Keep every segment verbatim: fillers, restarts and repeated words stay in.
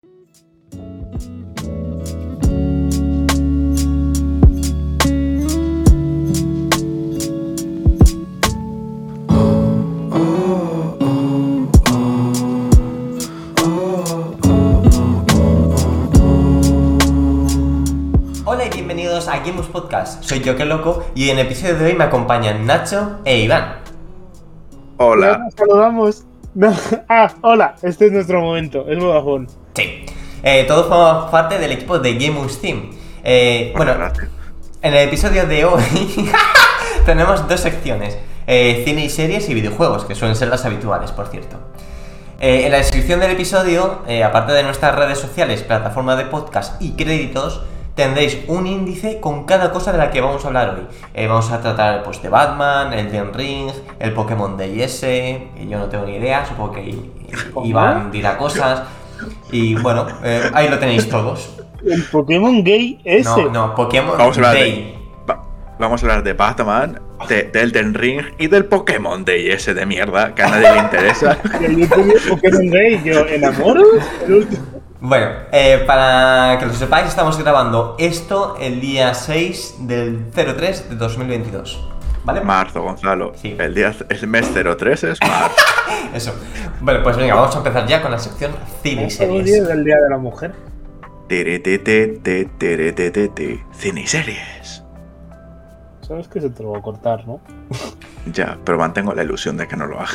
Hola y bienvenidos a Gameus Podcast. Soy yo, que loco, y en el episodio de hoy me acompañan Nacho e Iván. Hola. Nos saludamos. No. Ah, hola, este es nuestro momento, es Vodafone. Sí, eh, todos formamos parte del equipo de Gameus Team. Eh, bueno, en el episodio de hoy tenemos dos secciones, eh, cine y series y videojuegos, que suelen ser las habituales, por cierto. Eh, en la descripción del episodio, eh, aparte de nuestras redes sociales, plataforma de podcast y créditos, tendréis un índice con cada cosa de la que vamos a hablar hoy. Eh, vamos a tratar pues de Batman, el Elden Ring, el Pokémon Day ese, que yo no tengo ni idea, supongo que Iván dirá cosas. Y bueno, eh, ahí lo tenéis todos. El Pokémon Gay ese. No, no, Pokémon Vamos a hablar Day. de, va- vamos a hablar de Batman, de, de Elden Ring y del Pokémon Day ese de mierda que a nadie le interesa. Yo tenía Pokémon Gay, yo enamoro. El último. Bueno, eh, para que lo sepáis, estamos grabando esto el día seis del cero tres de dos mil veintidós. ¿Vale? Marzo, Gonzalo. Sí. El día, el mes cero tres es marzo. Eso. Bueno, pues venga, vamos a empezar ya con la sección cine y El series. día del Día de la Mujer. Tiritititi, tiritititi. Cine y series. Sabes que se te lo voy a cortar, ¿no? Ya, pero mantengo la ilusión de que no lo haga.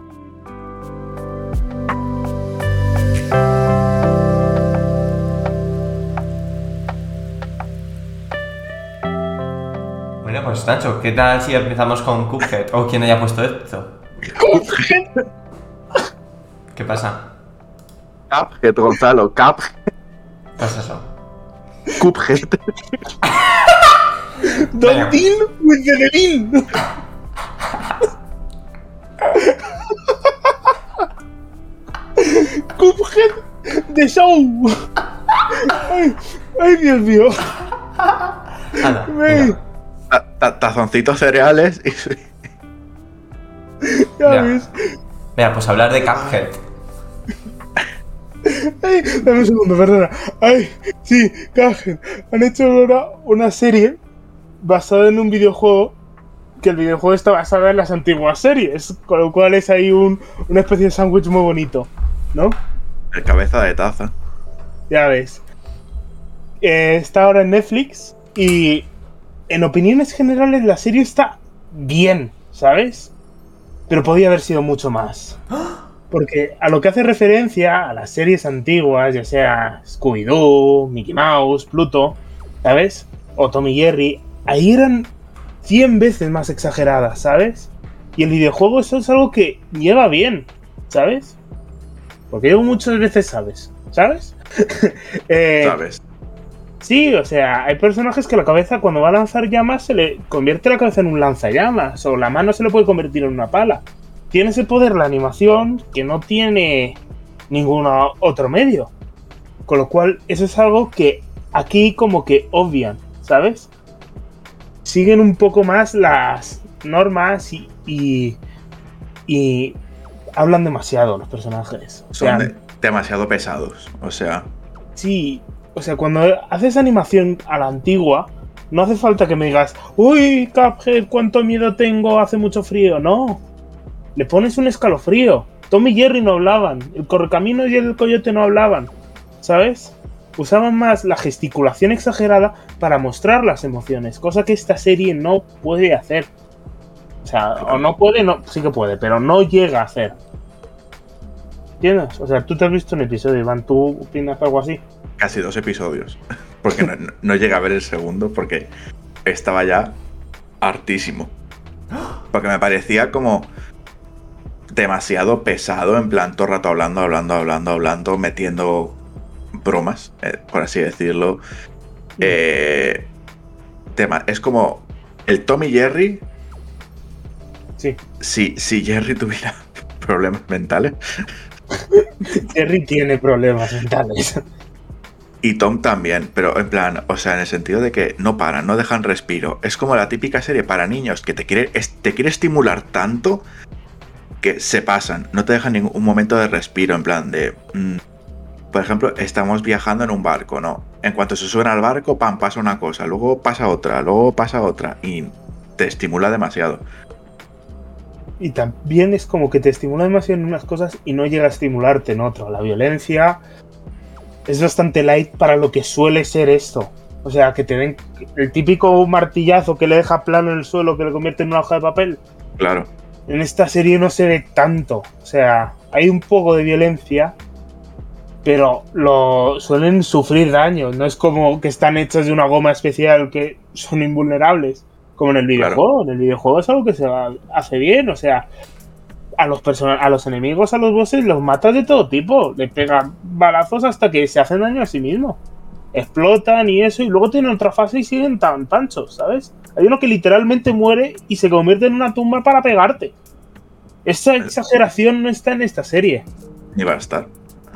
Bueno, pues Nacho, ¿qué tal si empezamos con Cuphead? O quien haya puesto esto. ¿Qué pasa? Cuphead, Gonzalo. Cuphead. ¿Qué es eso? Cuphead. Venga. Don't deal with the devil. Cuphead de show. Ay, ay, Dios mío. Anda, Me- venga. Ta- ta- Tazoncitos cereales y... Ya Ya. ves. Venga, pues hablar de Cuphead. Ay, dame un segundo, perdona. Ay, sí, Cuphead. Han hecho ahora una serie basada en un videojuego, que el videojuego está basado en las antiguas series, con lo cual es ahí un, una especie de sándwich muy bonito, ¿no? El cabeza de taza. Ya ves. Eh, está ahora en Netflix y en opiniones generales la serie está bien, ¿sabes? Pero podía haber sido mucho más. Porque a lo que hace referencia a las series antiguas, ya sea Scooby-Doo, Mickey Mouse, Pluto, ¿sabes? O Tom y Jerry, ahí eran cien veces más exageradas, ¿sabes? Y el videojuego eso es algo que lleva bien, ¿sabes? Porque yo muchas veces sabes, ¿sabes? eh, ¿Sabes? Sí, o sea, hay personajes que la cabeza cuando va a lanzar llamas se le convierte la cabeza en un lanzallamas, o la mano se le puede convertir en una pala. Tiene ese poder la animación que no tiene ningún otro medio. Con lo cual, eso es algo que aquí como que obvian, ¿sabes? Siguen un poco más las normas y, y, y hablan demasiado los personajes. O sea, Son de- demasiado pesados. O sea, sí, o sea, cuando haces animación a la antigua, no hace falta que me digas, uy, Cuphead, cuánto miedo tengo, hace mucho frío. No, le pones un escalofrío. Tom y Jerry no hablaban, el Correcaminos y el Coyote no hablaban, ¿sabes? Usaban más la gesticulación exagerada para mostrar las emociones, cosa que esta serie no puede hacer. O sea, o no puede, no, sí que puede, pero no llega a hacer. ¿Entiendes? O sea, tú te has visto un episodio, Iván, ¿tú opinas algo así? casi dos episodios. Porque no, no- no llegué a ver el segundo porque estaba ya hartísimo. Porque me parecía como demasiado pesado, en plan todo el rato hablando, hablando, hablando, hablando, metiendo bromas, eh, por así decirlo. Eh, tema, es como el Tom y Jerry, Sí. si, si Jerry tuviera problemas mentales. Jerry tiene problemas mentales. Y Tom también, pero en plan, o sea, en el sentido de que no paran, no dejan respiro. Es como la típica serie para niños que te quiere, es- te quiere estimular tanto que se pasan, no te dejan ningún momento de respiro, en plan de... mm, por ejemplo, estamos viajando en un barco, ¿no? En cuanto se suben al barco, pam, pasa una cosa, luego pasa otra, luego pasa otra, y te estimula demasiado. Y también es como que te estimula demasiado en unas cosas y no llega a estimularte en otras. La violencia es bastante light para lo que suele ser esto. O sea, que te den el típico martillazo que le deja plano en el suelo, que le convierte en una hoja de papel. Claro. En esta serie no se ve tanto. O sea, hay un poco de violencia, pero lo suelen sufrir daño. No es como que están hechos de una goma especial que son invulnerables. Como en el videojuego. Claro. En el videojuego es algo que se hace bien. O sea, a los, person- a los enemigos, a los bosses, los matas de todo tipo. Le pegan balazos hasta que se hacen daño a sí mismos. Explotan y eso, y luego tienen otra fase y siguen tan panchos, ¿sabes? Hay uno que literalmente muere y se convierte en una tumba para pegarte. Esa exageración no está en esta serie. Ni va a estar.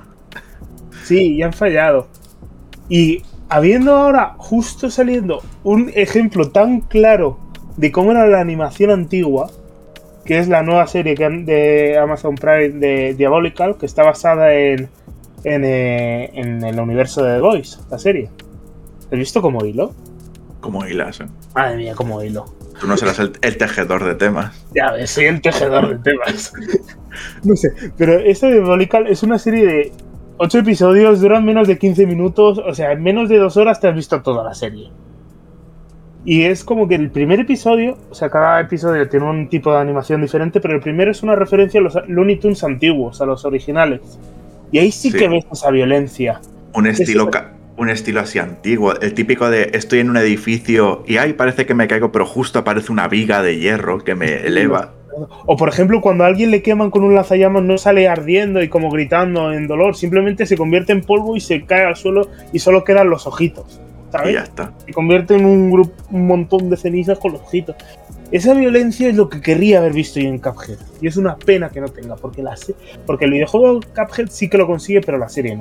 Sí, y han fallado. Y habiendo ahora justo saliendo un ejemplo tan claro de cómo era la animación antigua, que es la nueva serie de Amazon Prime de Diabolical, que está basada en En, eh, en el universo de The Boys, la serie. ¿Has visto como hilo? Como hilas, ¿eh? Madre mía, como hilo. Tú no serás el, el tejedor de temas. Ya ves, soy el tejedor de temas. No sé, pero esta de Diabolical es una serie de ocho episodios, duran menos de quince minutos, o sea, en menos de dos horas te has visto toda la serie. Y es como que el primer episodio, o sea, cada episodio tiene un tipo de animación diferente, pero el primero es una referencia a los Looney Tunes antiguos, a los originales. Y ahí sí, sí que ves esa violencia. Un estilo, ca- un estilo así antiguo. El típico de estoy en un edificio y ay, parece que me caigo, pero justo aparece una viga de hierro que me eleva. O por ejemplo, cuando a alguien le queman con un lanzallamas, no sale ardiendo y como gritando en dolor. Simplemente se convierte en polvo y se cae al suelo y solo quedan los ojitos, ¿sabes? Y ya está. Se convierte en un, grupo, un montón de cenizas con los ojitos. Esa violencia es lo que querría haber visto yo en Cuphead. Y es una pena que no tenga, porque, la se- porque el videojuego Cuphead sí que lo consigue, pero la serie no.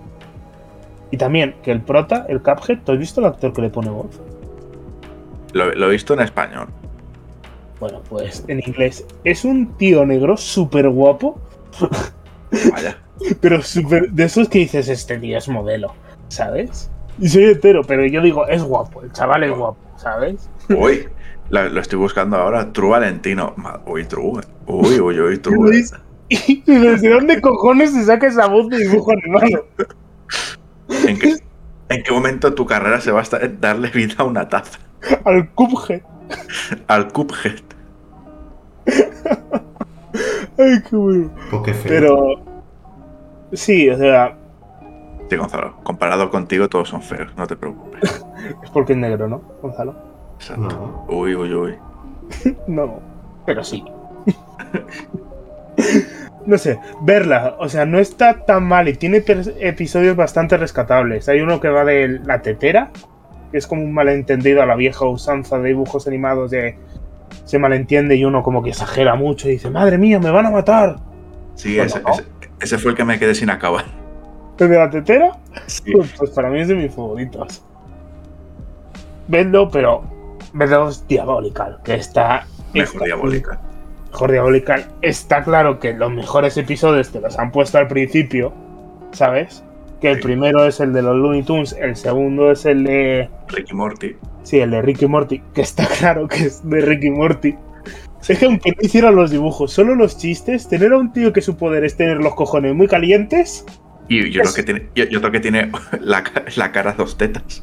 Y también que el prota, el Cuphead, ¿tú has visto el actor que le pone voz? Lo, lo he visto en español. Bueno, pues en inglés. Es un tío negro súper guapo. Vaya. Pero súper... De esos que dices, este tío es modelo, ¿sabes? Y soy hetero, pero yo digo, es guapo, el chaval es guapo, ¿sabes? Uy. La, lo estoy buscando ahora. True Valentino. Uy, True. Uy, uy, uy, True. ¿Y desde dónde cojones se saca esa voz de dibujo animado? ¿En qué, ¿En qué momento tu carrera se va a darle vida a una taza? Al Cuphead. Al Cuphead. Ay, qué bueno. Porque feo. Pero... Sí, o sea... Sí, Gonzalo. Comparado contigo todos son feos. No te preocupes. Es porque es negro, ¿no, Gonzalo? Exacto. No. Uy, uy, uy. No, pero sí. No sé, verla, o sea, no está tan mal y tiene episodios bastante rescatables. Hay uno que va de la tetera, que es como un malentendido a la vieja usanza de dibujos animados de se malentiende y uno como que exagera mucho y dice, madre mía, me van a matar. Sí, Bueno, ese, ¿no? ese, ese fue el que me quedé sin acabar. ¿El de la tetera? Sí. Pues, pues para mí es de mis favoritos. Vedlo, pero vedlo es Diabolical, que está... Mejor está- Diabólica. Mejor Diabolical. Está claro que los mejores episodios te los han puesto al principio, ¿sabes? Que el Sí. primero es el de los Looney Tunes, el segundo es el de... Ricky Morty. Sí, el de Ricky Morty, que está claro que es de Ricky Morty. Es que aunque no hicieran los dibujos, solo los chistes, tener a un tío que su poder es tener los cojones muy calientes... Y, y otro Es- que tiene, y, y otro que tiene la, ca- la cara dos tetas.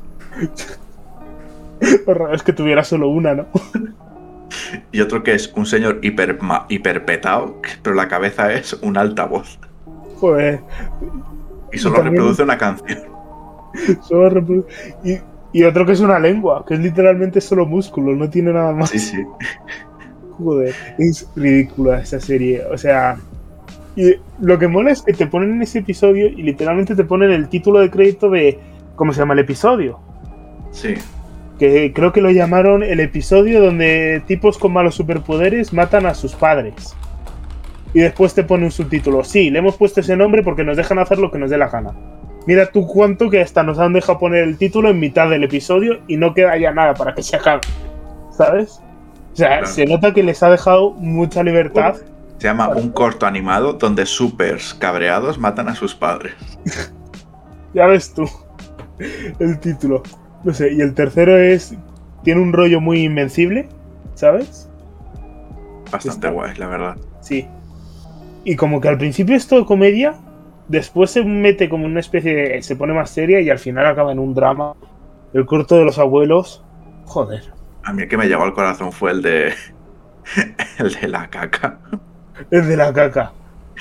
Lo raro es que tuviera solo una, ¿no? Y otro que es un señor hiper, ma- hiperpetado, pero la cabeza es un altavoz. Joder. Y solo también- reproduce una canción. Solo reprodu- y, y otro que es una lengua, que es literalmente solo músculo, no tiene nada más. Sí, sí. Joder, es ridícula esa serie. O sea, y lo que mola es que te ponen en ese episodio y literalmente te ponen el título de crédito de cómo se llama el episodio. Sí. Que creo que lo llamaron el episodio donde tipos con malos superpoderes matan a sus padres. Y después te pone un subtítulo. Sí, le hemos puesto ese nombre porque nos dejan hacer lo que nos dé la gana. Mira tú cuánto que hasta nos han dejado poner el título en mitad del episodio y no queda ya nada para que se acabe. ¿Sabes? O sea, Claro. se nota que les ha dejado mucha libertad. Se llama un corto animado donde supers cabreados matan a sus padres. Ya ves tú. El título. No sé, y el tercero es... Tiene un rollo muy invencible, ¿sabes? Bastante guay, la verdad. Sí. Y como que al principio es todo comedia, después se mete como una especie de... Se pone más seria y al final acaba en un drama. El corto de los abuelos. Joder. A mí el que me llegó al corazón fue el de... el de la caca. El de la caca.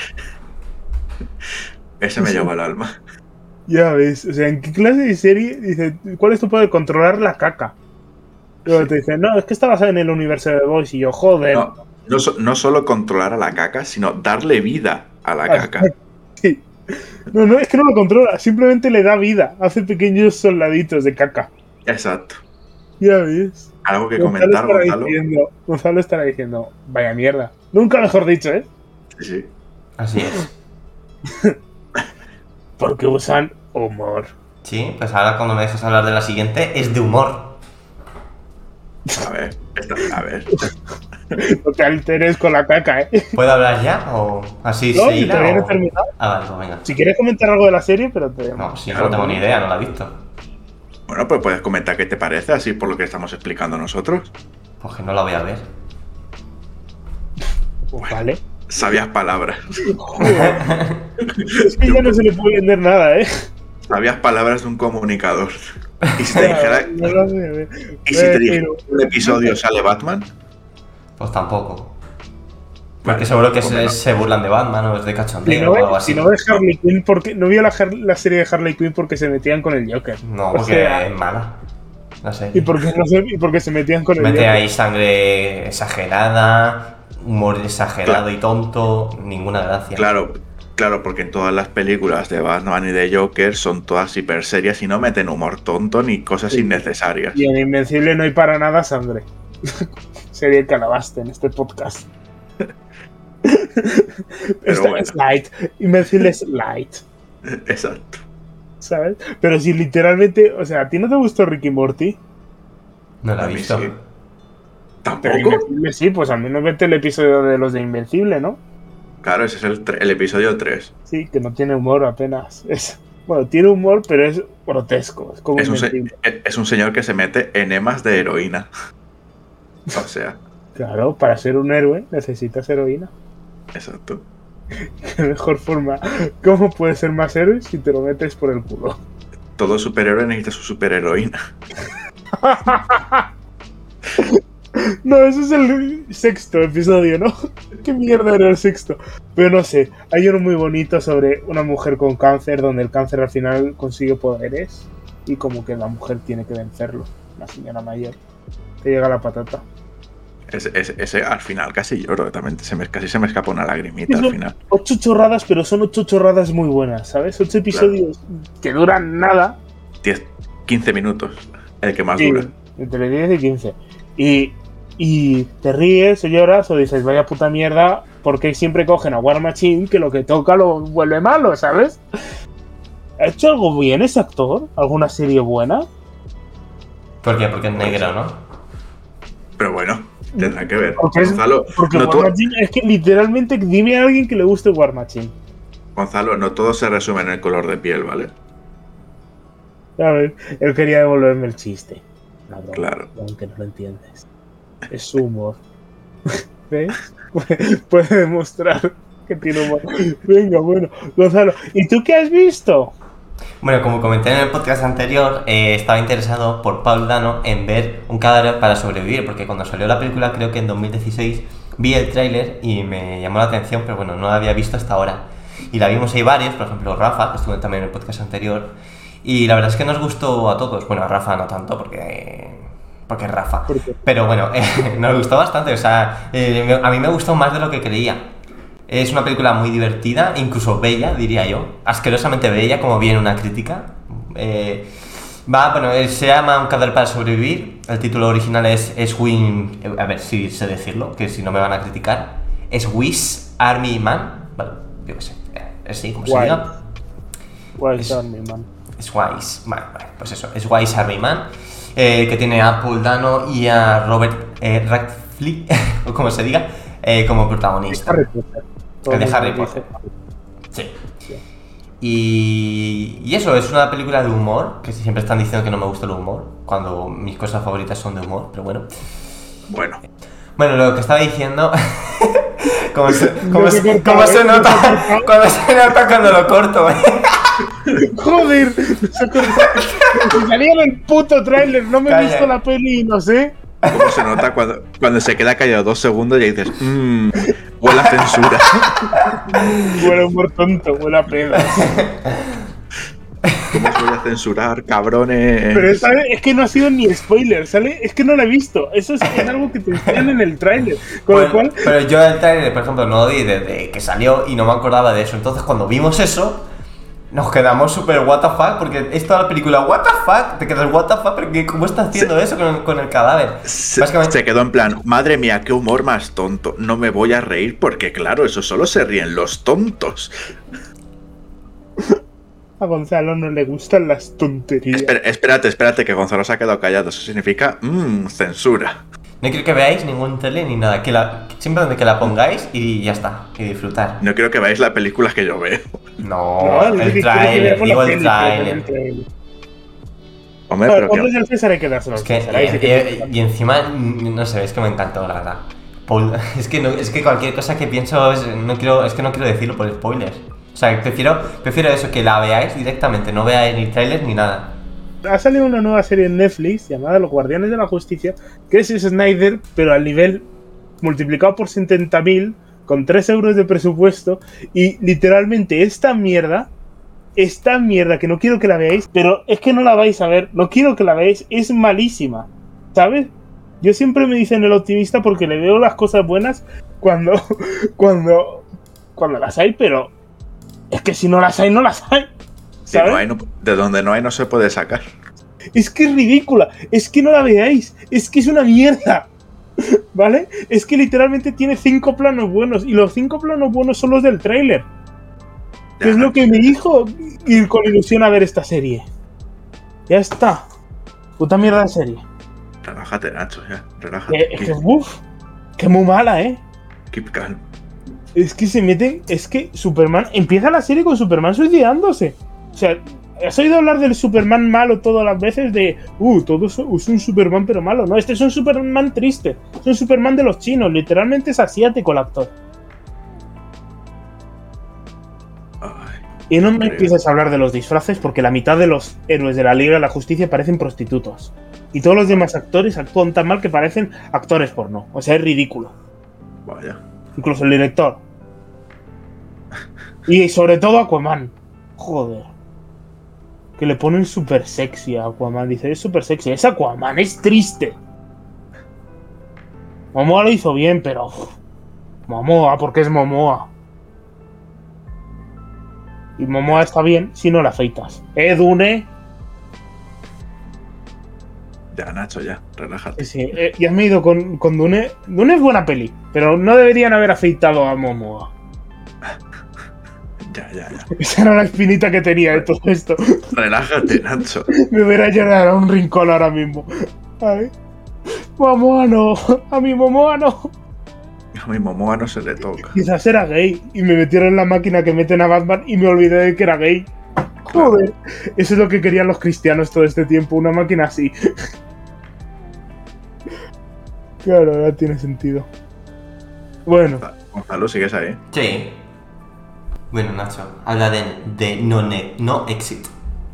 Ese me llegó al alma. Ya ves, o sea, ¿en qué clase de serie dice cuál es tu poder? Controlar la caca? Luego Sí. te dicen, no, es que está basado en el universo de The Boys y yo, joder. No, no, so- no solo controlar a la caca, sino darle vida a la Ah, caca. Sí. No, no, es que no lo controla, simplemente le da vida, hace pequeños soldaditos de caca. Exacto. Ya ves. ¿Algo que Gonzalo comentar, estará Gonzalo? diciendo, Gonzalo estará diciendo, vaya mierda. Nunca mejor dicho, ¿eh? Sí, sí. Así es. Porque usan humor. Sí, pues ahora cuando me dejas hablar de la siguiente, es de humor. A ver, esta- a ver. No te alteres con la caca, ¿eh? ¿Puedo hablar ya? ¿O así No, se y hila, todavía no he o- terminado. Ah, vale, pues venga. Si quieres comentar algo de la serie, pero te... No, si no tengo ni idea, no la he visto. Bueno, pues puedes comentar qué te parece, así por lo que estamos explicando nosotros. Pues que no la voy a ver. Pues vale. Sabias palabras. Joder. Es que ya no se le puede vender nada, ¿eh? Sabias palabras de un comunicador. Y si te dijera, No lo sé, y si te eh, dijera pero- que un episodio sale Batman, Pues tampoco. Porque vale, seguro que pues se, menos. se burlan de Batman o es de Si cachondeo no, o algo ve, así. si no ve Harley Quinn, porque no vio la, Har- la serie de Harley Quinn porque se metían con el Joker. No, O porque sea, es mala. No sé. y porque no sé, y porque se metían con el Mete Joker. ahí sangre exagerada, humor exagerado y tonto, ninguna gracia. Claro, claro, porque en todas las películas de Batman y de Joker son todas hiper serias y no meten humor tonto ni cosas Sí. innecesarias. Y en Invencible no hay para nada sangre. Sería el calabaste en este podcast. Esta bueno. es light. Invencible es light. Exacto. ¿Sabes? Pero si literalmente, o sea, ¿a ti no te gustó Ricky Morty? No la A he mí visto. sí. Pero ¿Tampoco? Invencible sí, pues al menos vete el episodio de los de Invencible, ¿no? Claro, ese es el, tre- el episodio tres. Sí, que no tiene humor apenas. Es, bueno, tiene humor, pero es grotesco. Es como Es un, se- Invencible. es un señor que se mete enemas de heroína. O sea, Claro, para ser un héroe necesitas heroína. exacto. Qué mejor forma. ¿Cómo puedes ser más héroe si te lo metes por el culo? Todo superhéroe necesita su superheroína. No, ese es el sexto episodio, ¿no? ¿Qué mierda era el sexto? Pero no sé, hay uno muy bonito sobre una mujer con cáncer, donde el cáncer al final consigue poderes y como que la mujer tiene que vencerlo, la señora mayor. Te llega la patata. Ese, ese- ese al final casi lloro, también se me, casi se me escapa una lagrimita al Son final. ocho chorradas, pero son ocho chorradas muy buenas, ¿sabes? Ocho episodios que duran nada. diez, quince minutos, el que más Sí, dura. entre diez y quince. Y, y te ríes o lloras o dices, vaya puta mierda, porque siempre cogen a War Machine que lo que toca lo vuelve malo, ¿sabes? ¿Ha hecho algo bien ese actor? ¿Alguna serie buena? ¿Por qué? Porque es negro, ¿no? Pero bueno, tendrá que ver. Porque, es, Gonzalo, porque no War to- Machine es que literalmente dime a alguien que le guste War Machine. Gonzalo, no todo se resume en el color de piel, ¿vale? A ver, él quería devolverme el chiste. La broma, Claro. aunque no lo entiendes. Es su humor. ¿Ves? Puede- Puede demostrar que tiene humor. Venga, bueno. Gonzalo, ¿y tú qué has visto? Bueno, como comenté en el podcast anterior, eh, estaba interesado por Paul Dano en ver Un cadáver para sobrevivir, porque cuando salió la película, creo que en dos mil dieciséis, vi el tráiler y me llamó la atención, pero bueno, no la había visto hasta ahora. Y la vimos ahí varios, por ejemplo Rafa, que estuvo también en el podcast anterior, y la verdad es que nos gustó a todos. Bueno, a Rafa no tanto, porque... porque es Rafa. ¿Por qué? Pero bueno, eh, nos gustó bastante, o sea, eh, me- a mí me gustó más de lo que creía. Es una película muy divertida, incluso bella, diría yo. Asquerosamente bella, como viene una crítica. Eh, va, bueno, eh, se llama Un cadáver para sobrevivir. El título original es Swing... eh, A ver si sé decirlo, que si no me van a criticar. Swiss Army Man. Bueno, yo qué sé. Eh, sí, como se Guay. diga. Guay, Es- son, mi man. Swiss, bueno, bueno, pues eso, Swiss Army Man, eh, que tiene a Paul Dano y a Robert eh, Radcliffe, o como se diga, eh, como protagonista. Harry Potter. Todo El de el mundo Harry dice Potter. Sí. Sí. Y, y eso, es una película de humor, que siempre están diciendo que no me gusta el humor, cuando mis cosas favoritas son de humor, pero bueno. Bueno. Bueno, lo que estaba diciendo... ¿Cómo se, No cómo se se, corta, cómo se ¿eh? nota, No se corta. cómo se nota cuando lo corto, eh? Joder, no se acuerda. Si salía en el puto tráiler, no me he Calla. visto la peli y no sé. ¿Cómo se nota cuando, cuando se queda callado dos segundos y dices, mmm, huele a censura? Huele a humor tonto, huele a pedas. ¿Cómo os voy a censurar, cabrones? Pero esta vez es que no ha sido ni spoiler, ¿sale? Es que no la he visto. Eso es, es algo que te enseñan en el tráiler. Con Bueno, lo cual, pero yo el trailer, por ejemplo, no lo vi desde que salió y no me acordaba de eso. Entonces, cuando vimos eso, nos quedamos súper what the fuck, porque es toda la película what the fuck, te quedas what the fuck, porque ¿cómo está haciendo eso con el, con el cadáver? Se, Básicamente, se quedó en plan, madre mía, qué humor más tonto. No me voy a reír porque, claro, eso solo se ríen los tontos. a Gonzalo no le gustan las tonterías. Espera, espérate, espérate, que Gonzalo se ha quedado callado. Eso significa, mmm, censura. no quiero que veáis ningún tele ni nada, que la, simplemente que la pongáis y ya está, y disfrutar. No quiero que veáis las películas que yo veo. No, No, el quiero que trailer, veamos digo la el peli, pero trailer. el tráiler. Hombre, A ver, pero cuando es que... del César hay que dárselo Es al que, César. ahí sí y, que- y- y encima, no sé, es que me encantó, la verdad. Paul- es, que no, es que cualquier cosa que pienso, es, no quiero, es que no quiero decirlo por spoilers. O sea, prefiero, prefiero eso, que la veáis directamente, no veáis ni trailers ni nada. Ha salido una nueva serie en Netflix llamada Los Guardianes de la Justicia, que es Snyder, pero al nivel multiplicado por setenta mil, con tres euros de presupuesto, y literalmente esta mierda, esta mierda que no quiero que la veáis, pero es que no la vais a ver, no quiero que la veáis, es malísima, ¿sabes? Yo siempre me dicen el optimista porque le veo las cosas buenas cuando, cuando, cuando las hay, pero es que si no las hay, no las hay. si ¿sabes? no hay, no- de donde no hay no se puede sacar. Es que es ridícula, es que no la veáis, es que es una mierda, ¿vale? Es que literalmente tiene cinco planos buenos y los cinco planos buenos son los del tráiler. Que es lo que me dijo ir con ilusión a ver esta serie. Ya está. Puta mierda de serie. Relájate, Nacho, ya. Relájate. Eh, es que, Keep, uff, que muy mala, ¿eh? keep calm. Es que se meten, es que Superman, empieza la serie con Superman suicidándose. O sea, ¿has oído hablar del Superman malo todas las veces? De, uh, todo es es un Superman pero malo. No, este es un Superman triste. Es un Superman de los chinos. Literalmente es asiático el actor. Ay, Y no me Increíble. empieces a hablar de los disfraces porque la mitad de los héroes de la Liga de la Justicia parecen prostitutos. Y todos los demás actores actúan tan mal que parecen actores porno. O sea, es ridículo. vaya. Incluso el director. Y sobre todo Aquaman. Joder. Que le ponen súper sexy a Aquaman. Dice, es súper sexy. Es Aquaman, es triste. Momoa lo hizo bien, pero... uf, Momoa, porque es Momoa. Y Momoa está bien si no la afeitas. ¿Eh, Dune? Ya, Nacho, ya. Relájate. Sí, eh, ya me he ido con, con Dune. Dune es buena peli, pero no deberían haber afeitado a Momoa. Ya, ya, ya. Esa era la espinita que tenía de todo esto. Relájate, Nacho. Me hubiera llorar a un rincón ahora mismo. Ay. Momoa no, a mi Momoa no. A mi Momoa no se le toca. Quizás era gay y me metieron en la máquina que meten a Batman y me olvidé de que era gay. Joder, eso es lo que querían los cristianos todo este tiempo, una máquina así. Claro, ahora tiene sentido. Bueno, Gonzalo, ¿sigues ahí? Sí. Bueno, Nacho, habla de, de no, ne- no exit.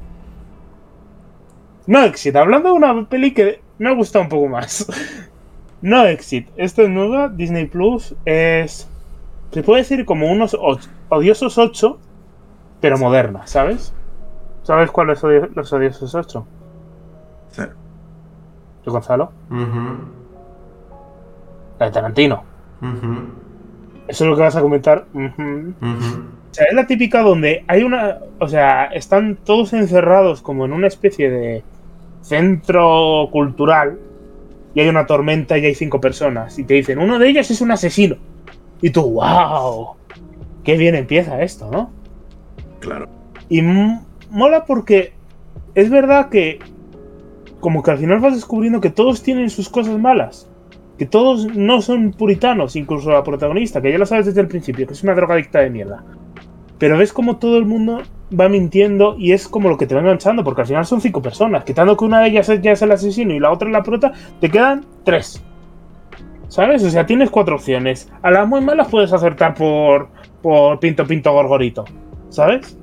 No Exit, hablando de una peli que me ha gustado un poco más. No Exit, esto es nueva, Disney Plus, es... Se puede decir como unos ocho, odiosos ocho, pero moderna, ¿sabes? ¿Sabes cuáles son odio- los odiosos ocho? Sí. ¿Tú, Gonzalo? Mhm. La de Tarantino. Mhm. Eso es lo que vas a comentar. Ujú. Mhm. O sea, es la típica donde hay una... O sea, están todos encerrados como en una especie de centro cultural y hay una tormenta y hay cinco personas y te dicen, uno de ellos es un asesino. Y tú, wow, qué bien empieza esto, ¿no? Claro. Y m- mola porque es verdad que como que al final vas descubriendo que todos tienen sus cosas malas. Que todos no son puritanos, incluso la protagonista, que ya lo sabes desde el principio, que es una drogadicta de mierda. Pero ves como todo el mundo va mintiendo y es como lo que te va enganchando, porque al final son cinco personas. Quitando que una de ellas ya es el asesino y la otra es la prota, te quedan tres. ¿Sabes? O sea, tienes cuatro opciones. A las muy malas puedes acertar por, por pinto, pinto, gorgorito. ¿Sabes?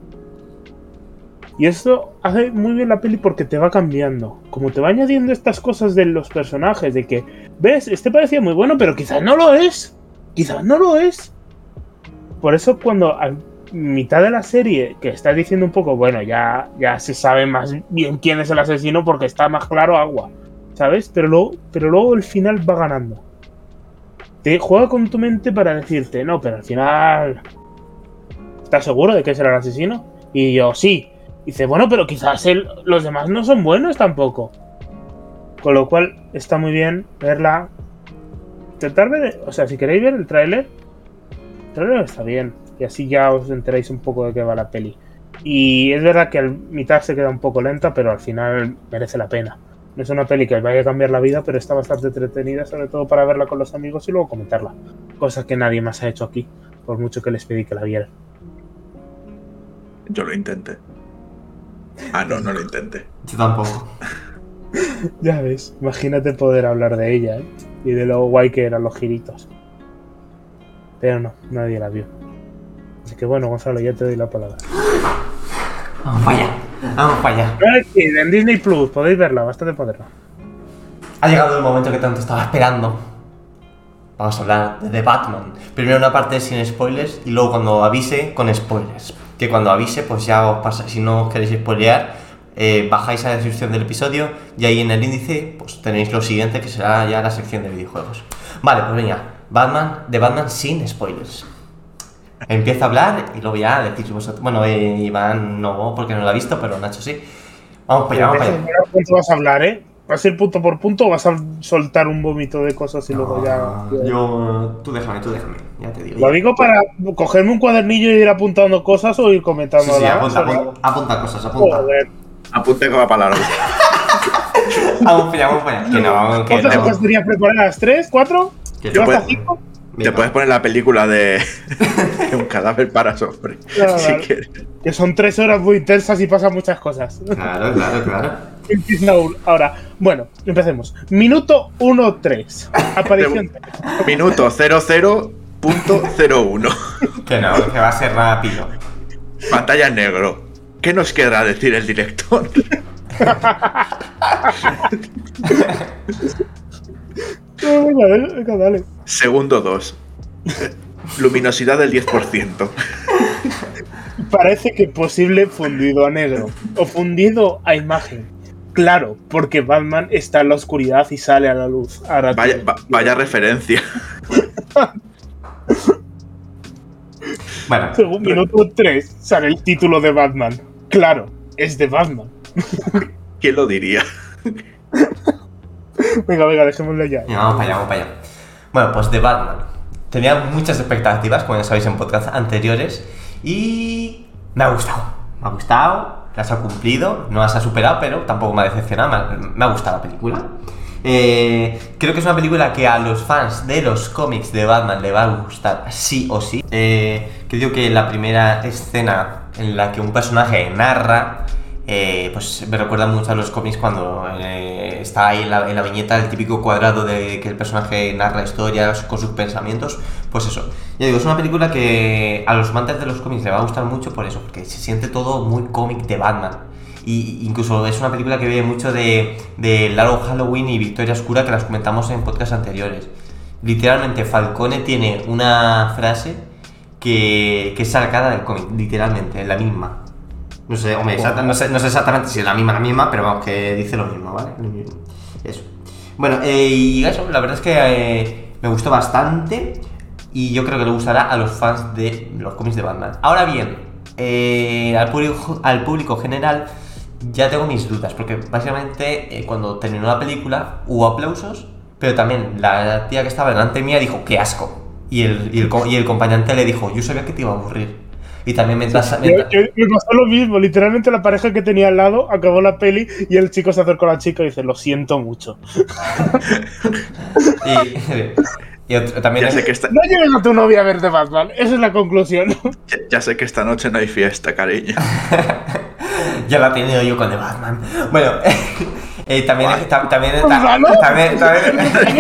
Y esto hace muy bien la peli porque te va cambiando. Como te va añadiendo estas cosas de los personajes, de que, ¿ves? Este parecía muy bueno, pero quizás no lo es. Quizás no lo es. Por eso cuando a mitad de la serie, que estás diciendo un poco, bueno, ya, ya se sabe más bien quién es el asesino porque está más claro agua. ¿Sabes? Pero luego, pero luego el final va ganando. Te juega con tu mente para decirte, no, pero al final... ¿Estás seguro de que será el asesino? Y yo, sí. Y dice, bueno, pero quizás él, los demás no son buenos tampoco. Con lo cual, está muy bien verla. Intentar ver, o sea, si queréis ver el tráiler, el tráiler está bien. Y así ya os enteráis un poco de qué va la peli. Y es verdad que al mitad se queda un poco lenta, pero al final merece la pena. No es una peli que os vaya a cambiar la vida, pero está bastante entretenida, sobre todo para verla con los amigos y luego comentarla. Cosa que nadie más ha hecho aquí, por mucho que les pedí que la vieran. Yo lo intenté. Ah, no, no lo intenté. Yo tampoco. Ya ves, imagínate poder hablar de ella, ¿eh? Y de lo guay que eran los giritos. Pero no, nadie la vio. Así que bueno, Gonzalo, ya te doy la palabra. Vamos para allá. Vamos para allá. Aquí, en Disney Plus, podéis verla, bastante poderla. Ha llegado el momento que tanto estaba esperando. Vamos a hablar de The Batman. Primero una parte sin spoilers y luego cuando avise con spoilers. Que cuando avise, pues ya os pasa. Si no os queréis spoilear, eh, bajáis a la descripción del episodio y ahí en el índice pues tenéis lo siguiente, que será ya la sección de videojuegos. Vale, pues venga, Batman, The Batman sin spoilers. Empieza a hablar y luego ya decís vosotros. Bueno, eh, Iván no, porque no lo ha visto, pero Nacho sí. Vamos para allá, vamos para allá. ¿Cuánto vas a hablar, eh? ¿Vas a ir punto por punto o vas a soltar un vómito de cosas y No, luego ya...? Yo... Tú déjame, tú déjame, ya te digo. Lo ya. digo para cogerme un cuadernillo y ir apuntando cosas o ir comentando. Sí, sí, apunta, apunta, apunta cosas, apunta. Joder. Apunte como palabra. Vamos para allá, vamos para allá. Que no, vamos, que ¿Cuántas no. cosas tenías preparadas? ¿Tres? ¿Cuatro? Que ¿Yo no. hasta puede- cinco? Te puedes poner la película de, de un cadáver para sobre. Claro, si claro. quieres. Que son tres horas muy intensas y pasan muchas cosas. Claro, claro, claro. Empieza ahora. Bueno, empecemos. Minuto uno tres. Aparición. Minuto cero cero punto cero uno. Que no, que va a ser rápido. Pantalla en negro. ¿Qué nos querrá decir el director? No, venga, venga, dale. Segundo dos. Luminosidad del diez por ciento. Parece que posible fundido a negro o fundido a imagen. Claro, porque Batman está en la oscuridad y sale a la luz. Ahora Vaya, tú- va- vaya referencia. Bueno, Según minuto tres sale el título de Batman. Claro, es de Batman. ¿Quién lo diría? Venga, venga, dejémoslo ya. venga, vamos para allá, vamos para allá. Bueno, pues The Batman. Tenía muchas expectativas, como ya sabéis en podcasts anteriores, y me ha gustado. Me ha gustado, las ha cumplido, no las ha superado, pero tampoco me ha decepcionado, me ha, me ha gustado la película. Eh, creo que es una película que a los fans de los cómics de Batman le va a gustar sí o sí. Eh, creo que la primera escena en la que un personaje narra, eh, pues me recuerda mucho a los cómics cuando eh, está ahí en la, en la viñeta el típico cuadrado de que el personaje narra historias con sus pensamientos. Pues eso, ya digo, es una película que a los amantes de los cómics le va a gustar mucho por eso, porque se siente todo muy cómic de Batman. Y incluso es una película que ve mucho de, de Largo Halloween y Victoria Oscura, que las comentamos en podcasts anteriores. Literalmente, Falcone tiene una frase que, que es sacada del cómic, literalmente, es la misma. No sé, hombre, exacta- no sé, no sé exactamente si es la misma, la misma, pero vamos, que dice lo mismo, ¿vale? Lo mismo. Eso. Bueno, eh, y eso, la verdad es que eh, me gustó bastante y yo creo que le gustará a los fans de los cómics de Batman. Ahora bien, eh, al, público, al público general ya tengo mis dudas, porque básicamente eh, cuando terminó la película hubo aplausos, pero también la tía que estaba delante mía dijo, ¡qué asco! Y el, y el, co- y el acompañante le dijo, yo sabía que te iba a aburrir. Y también mientras... Yo, mientras- yo- me pasó lo mismo, literalmente la pareja que tenía al lado acabó la peli y el chico se acercó a la chica y dice, lo siento mucho. y, Y otro- también Ya es- sé, que esta, No lleves a tu novia a ver The Batman, esa es la conclusión. ya, ya sé que esta noche no hay fiesta, cariño. ya la he tenido yo con The Batman. Bueno, eh, también, Guay. ta- también, O sea, ¿no? también, también,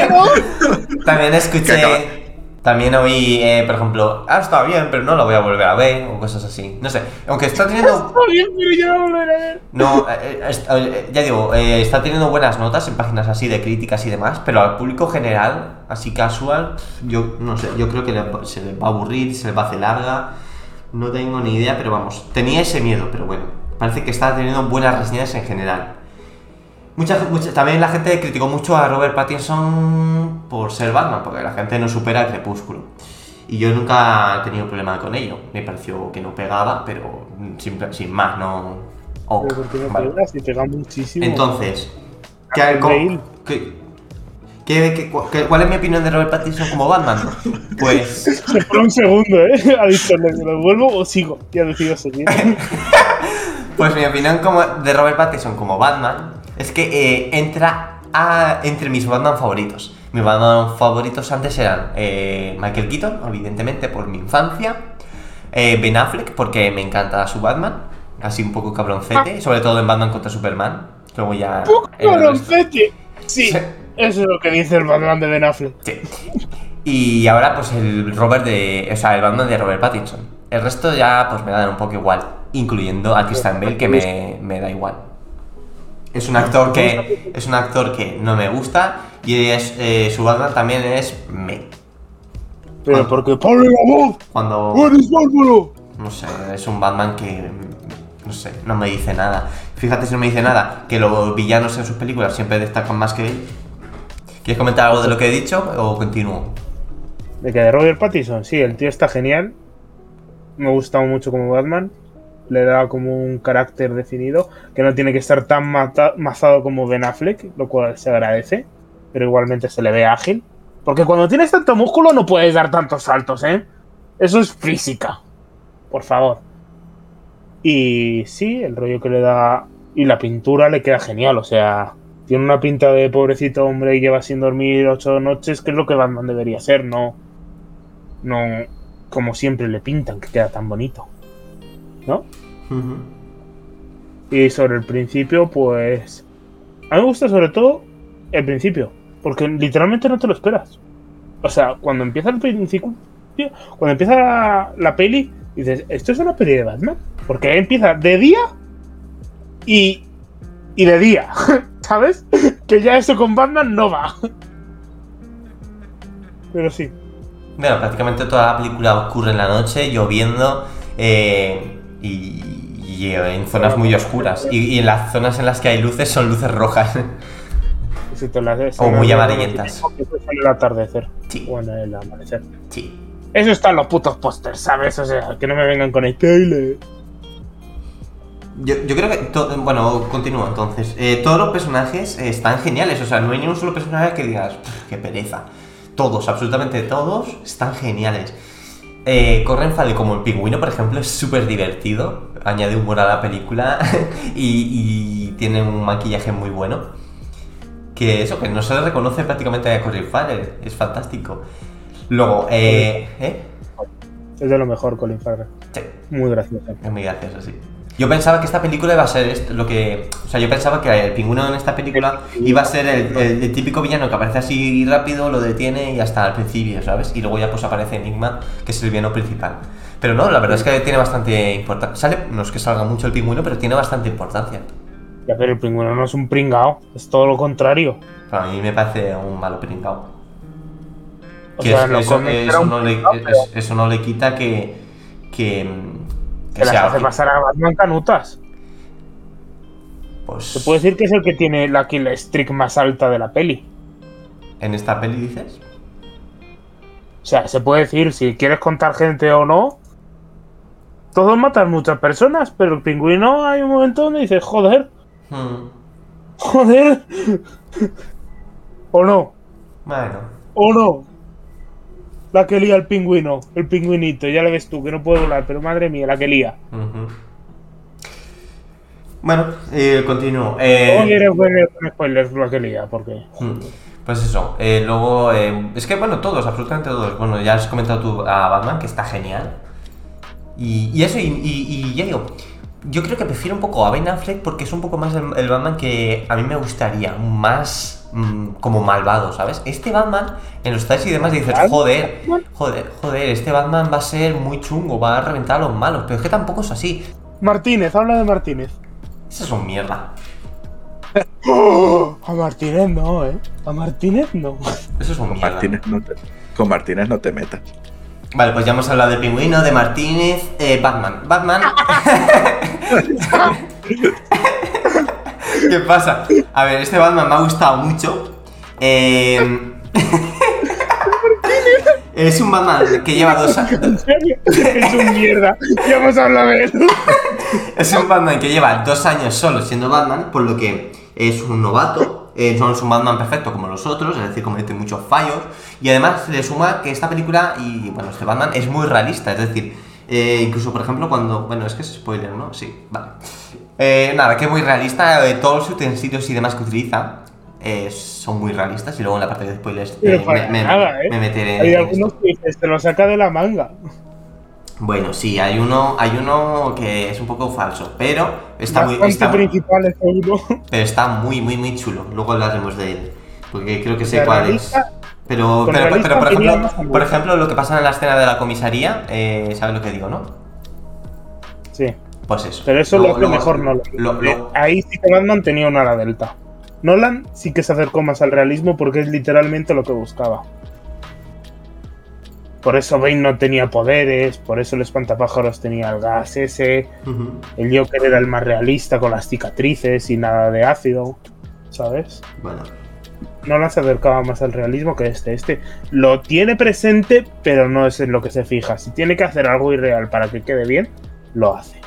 ¿No? también Que escuché, acaba- también oí, eh, por ejemplo, ah, está bien, pero no la voy a volver a ver, o cosas así. No sé, aunque está teniendo... Está bien, pero yo no volveré a ver. No, eh, eh, est- eh, ya digo, eh, está teniendo buenas notas en páginas así de críticas y demás, pero al público general, así casual, yo no sé, yo creo que le va- se les va a aburrir, se les va a hacer larga, no tengo ni idea, pero vamos, tenía ese miedo, pero bueno, parece que está teniendo buenas reseñas en general. Mucha, mucha- también la gente criticó mucho a Robert Pattinson por ser Batman, porque la gente no supera el Crepúsculo. Y yo nunca he tenido problema con ello. Me pareció que no pegaba, pero sin, sin más, no. Ok, Pero porque no vale. pega, si pega muchísimo. Entonces, ¿qué, Bale. cómo- qué- qué- qué- cu- qué- ¿cuál es mi opinión de Robert Pattinson como Batman? Pues, Se fue un segundo, ¿eh? Ha dicho, ¿le lo devuelvo o sigo? Y ha decidido seguir. pues mi opinión como de Robert Pattinson como Batman es que eh, entra a- entre mis Batman favoritos. Mis Batman favoritos antes eran eh, Michael Keaton, evidentemente por mi infancia, eh, Ben Affleck porque me encanta su Batman, así un poco cabroncete, sobre todo en Batman contra Superman. Luego ya. en el resto- ¡Cabroncete! Sí, Sí. eso es lo que dice el Batman de Ben Affleck. Sí. Y ahora pues el Robert de. O sea, el Batman de Robert Pattinson. El resto ya pues me dan un poco igual. Incluyendo a Christian Bale, que me, me da igual. Es un actor que. Es un actor que no me gusta. Y es, eh, su Batman también es me. Pero Cuando- porque ¡ponle la voz! Cuando. ¡Eres Bárbaro! No sé, es un Batman que. No sé, no me dice nada. Fíjate si no me dice nada, que los villanos en sus películas siempre destacan más que él. ¿Quieres comentar algo de lo que he dicho o continúo? De que de Robert Pattinson, sí, el tío está genial. Me ha gustado mucho como Batman. Le da como un carácter definido, que no tiene que estar tan mata- mazado como Ben Affleck, lo cual se agradece, pero igualmente se le ve ágil. Porque cuando tienes tanto músculo no puedes dar tantos saltos, ¿eh? Eso es física. Por favor. Y sí, el rollo que le da... Y la pintura le queda genial, o sea... Tiene una pinta de pobrecito hombre y lleva sin dormir ocho noches, que es lo que Batman debería ser, no... No como siempre le pintan, que queda tan bonito. ¿No? Ujú. Y sobre el principio, pues... A mí me gusta sobre todo el principio, porque literalmente no te lo esperas. O sea, cuando empieza el principio, cuando empieza la, la peli, dices, ¿esto es una peli de Batman? Porque empieza de día y, y de día, ¿sabes? Que ya eso con Batman no va. Pero sí. Bueno, prácticamente toda la película ocurre en la noche, lloviendo eh, y, y en zonas muy oscuras. Y, y en las zonas en las que hay luces son luces rojas. Si te las ves, O muy no, no, amarillentas. no, Eso es en el atardecer. Sí. O en el amanecer. Sí. Eso está en los putos pósters, ¿sabes? O sea, que no me vengan con el trailer. Yo, yo creo que. to- bueno, continúo entonces. Eh, todos los personajes eh, están geniales. O sea, no hay ni un solo personaje que digas, "Pff, qué pereza". Todos, absolutamente todos, están geniales. Eh, Corren Farrell como el pingüino, por ejemplo, es súper divertido. Añade humor a la película y, y tiene un maquillaje muy bueno. Que eso, que no se le reconoce prácticamente a Colin Farrell. Es fantástico. Luego, eh. ¿Eh? Es de lo mejor, Colin Farrell. Sí. Muy gracioso. Es muy gracioso, sí. Yo pensaba que esta película iba a ser esto, lo que... O sea, yo pensaba que el pingüino en esta película iba a ser el, el- el típico villano que aparece así rápido, lo detiene y hasta al principio, ¿sabes? Y luego ya pues aparece Enigma, que es el villano principal. Pero no, la verdad es que tiene bastante importancia. Sale, no es que salga mucho el pingüino, pero tiene bastante importancia. Ya, pero el pingüino no es un pringao, es todo lo contrario. Para mí me parece un malo pringao. O Que sea, es- en los eso, cómics era eso un no le, pringao, pero es- eso no le quita que... Que, que se las sea... hace pasar a Batman canutas. Pues, Se puede decir que es el que tiene la kill streak más alta de la peli. ¿En esta peli dices? O sea, se puede decir, si quieres contar gente o no, todos matan muchas personas, pero el pingüino hay un momento donde dices, joder, Hmm, joder. O no, bueno. o no. La que lía el pingüino, el pingüinito, ya lo ves tú, que no puede volar, pero madre mía, la que lía. Ujú. Bueno, eh, continúo. ¿Cómo Eh, quieres ver con spoilers la que lía? Porque... mm. Pues eso, eh, luego, eh, es que bueno, todos, absolutamente todos. Bueno, ya has comentado tú a Batman, que está genial. Y, y eso, y, y, y ya digo, yo creo que prefiero un poco a Ben Affleck porque es un poco más el, el Batman que a mí me gustaría, más mmm, como malvado, ¿sabes? Este Batman, en los trailers y demás dices, joder, joder, joder, este Batman va a ser muy chungo, va a reventar a los malos, pero es que tampoco es así. Martínez, habla de Martínez. Eso es un mierda. Oh, a Martínez no, ¿eh? A Martínez no. Eso es un Con mierda. Martínez no te, con Martínez no te metas. Vale, pues ya hemos hablado de Pingüino, de Martínez, eh, Batman. Batman. ¿Qué pasa? A ver, este Batman me ha gustado mucho. Eh... es un Batman que lleva dos años. ¿En serio? Es un mierda. Ya hemos hablado de él. Es un Batman que lleva dos años solo siendo Batman, por lo que es un novato. Eh, no es un Batman perfecto como los otros, es decir, comete muchos fallos. Y además se le suma que esta película, y bueno, este Batman es muy realista, es decir, eh, incluso por ejemplo cuando... Bueno, es que es spoiler, ¿no? Sí, vale. Eh, nada, que es muy realista, eh, todos los utensilios y demás que utiliza eh, son muy realistas, y luego en la parte de spoilers Pero eh, para me, nada, me, ¿eh? me meteré Hay en algunos esto. que dices, te lo saca de la manga. Bueno, sí, hay uno, hay uno que es un poco falso, pero está muy, Bastante está, principal es uno. pero está muy, muy, muy chulo. Luego hablaremos de él, porque creo que sé sea, cuál realista- es. Pero, con pero, realista pero, por tenía ejemplo, más angustia. por ejemplo, lo que pasa en la escena de la comisaría, eh, ¿sabes lo que digo, no? Sí, Pues eso. pero eso Luego- lo hace luego- mejor Nolan. lo- lo- Ahí sí que Batman tenía una ala delta. Nolan sí que se acercó más al realismo porque es literalmente lo que buscaba. Por eso Bane no tenía poderes, por eso el espantapájaros tenía el gas ese, Ujú. el Joker era el más realista con las cicatrices y nada de ácido, ¿sabes? Bueno, Nolan se acercaba más al realismo que este. Este lo tiene presente, pero no es en lo que se fija. Si tiene que hacer algo irreal para que quede bien, lo hace.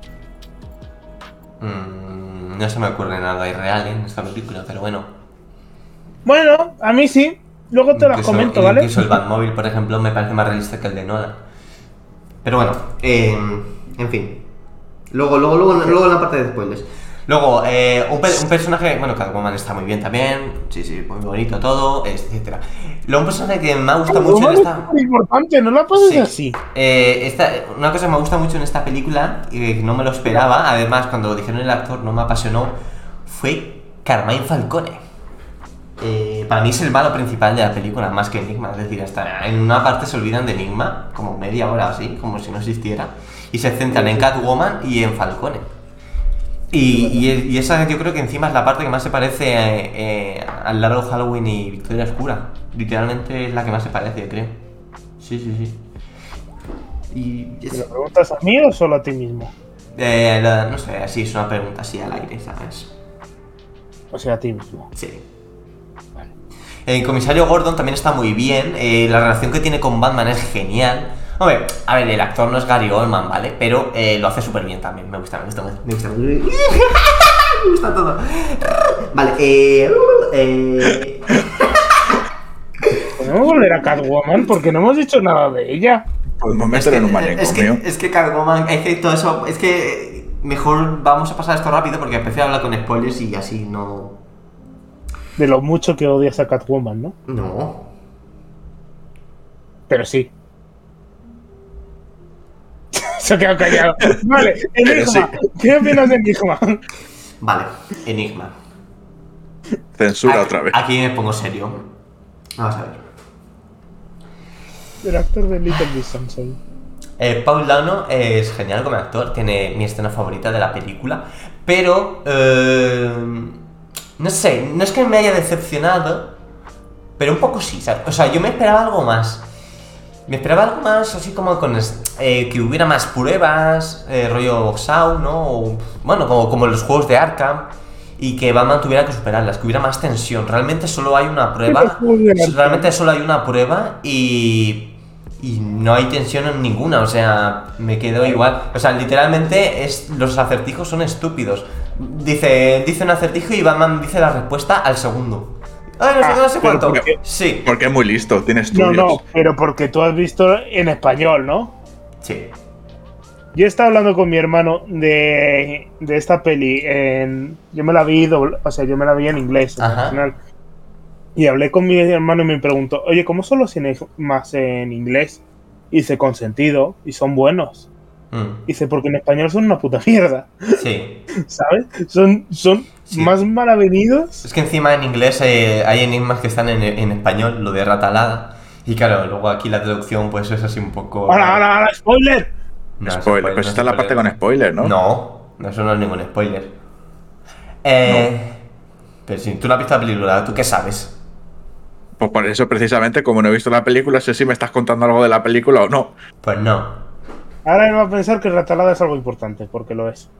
mm, no se me ocurre nada irreal en esta película, pero bueno. Bueno, a mí sí. Luego te las Incluso- comento, ¿vale? Incluso el Batmóvil, por ejemplo, me parece más realista que el de Nolan. Pero bueno, eh, en fin. Luego, luego, luego, luego en la parte de spoilers. Luego, eh, un, pe- un personaje, bueno, Catwoman está muy bien también, sí, sí, muy bonito todo, etcétera. Luego un personaje que me ha gustado mucho en esta... Es importante, no la puedes Sí. así. Eh, esta, una cosa que me gusta mucho en esta película, y que no me lo esperaba, además cuando dijeron el actor no me apasionó, fue Carmine Falcone. Eh, para mí es el malo principal de la película, más que Enigma. Es decir, hasta en una parte se olvidan de Enigma, como media hora así, como si no existiera, y se centran en Catwoman y en Falcone. Y, y, y esa yo creo que encima es la parte que más se parece eh, eh, al largo Halloween y Victoria Oscura. Literalmente es la que más se parece, yo creo. Sí, sí, sí. Y ¿Me lo preguntas a mí o solo a ti mismo? eh, la- no sé, así es una pregunta así al aire, ¿sabes? O sea, a ti mismo. Sí. El comisario Gordon también está muy bien. eh, la relación que tiene con Batman es genial. Hombre, a ver, el actor no es Gary Oldman, ¿vale? Pero eh, lo hace súper bien también. Me gusta, me gusta, me gusta. Me gusta todo. Vale, eh. eh ¿Podemos volver a Catwoman? Porque no hemos dicho nada de ella. Podemos es, meter que, en un es manicomio. que, es que Catwoman, es que todo eso. Es que mejor vamos a pasar esto rápido porque empecé a hablar con spoilers y así no. De lo mucho que odias a Catwoman, ¿no? No. Pero sí. Se ha quedado callado. Vale, Enigma. ¿Qué opinas de Enigma? Vale, Enigma. Censura Aquí- otra vez. Aquí me pongo serio. Vamos a ver. El actor de Little Miss Sunshine. Eh, Paul Dano es genial como actor, tiene mi escena favorita de la película, pero eh, no sé, no es que me haya decepcionado, pero un poco sí, ¿sabes? O sea, yo me esperaba algo más. Me esperaba algo más, así como con eh, que hubiera más pruebas, eh, rollo Saw, ¿no? O, bueno, como, como los juegos de Arkham, y que Batman tuviera que superarlas, que hubiera más tensión. Realmente solo hay una prueba, realmente solo hay una prueba y... Y no hay tensión en ninguna, o sea, me quedo igual. O sea, literalmente es, los acertijos son estúpidos. Dice, dice un acertijo y Batman dice la respuesta al segundo. Ay, no sé, Ah, no sé pero cuánto. porque- Sí, Porque es muy listo, tiene No, estudios. no, pero porque tú has visto en español, ¿no? sí. Yo estaba hablando con mi hermano de, de esta peli en... Yo me la vi, dobl- o sea, yo me la vi en inglés, en Ajá. original. Y hablé con mi hermano y me preguntó, oye, ¿cómo son los enigmas en inglés? Y dice, con sentido, y son buenos. Mm, Dice, porque en español son una puta mierda. sí. ¿Sabes? Son, son Sí. más mal avenidos. Es que encima en inglés eh, hay enigmas que están en, en español, lo de ratalada. Y claro, luego aquí la traducción pues es así un poco... ¡Hala, hala, hala! ¡Spoiler! No, es Spoiler. Pues no esta es es la parte spoiler. con spoiler, ¿no? No, no, eso no es ningún spoiler. Eh... Pero si tú no has visto la película, ¿tú qué sabes? Pues por eso precisamente, como no he visto la película, sé si me estás contando algo de la película o no. Pues no. Ahora él va a pensar que ratalada es algo importante, porque lo es.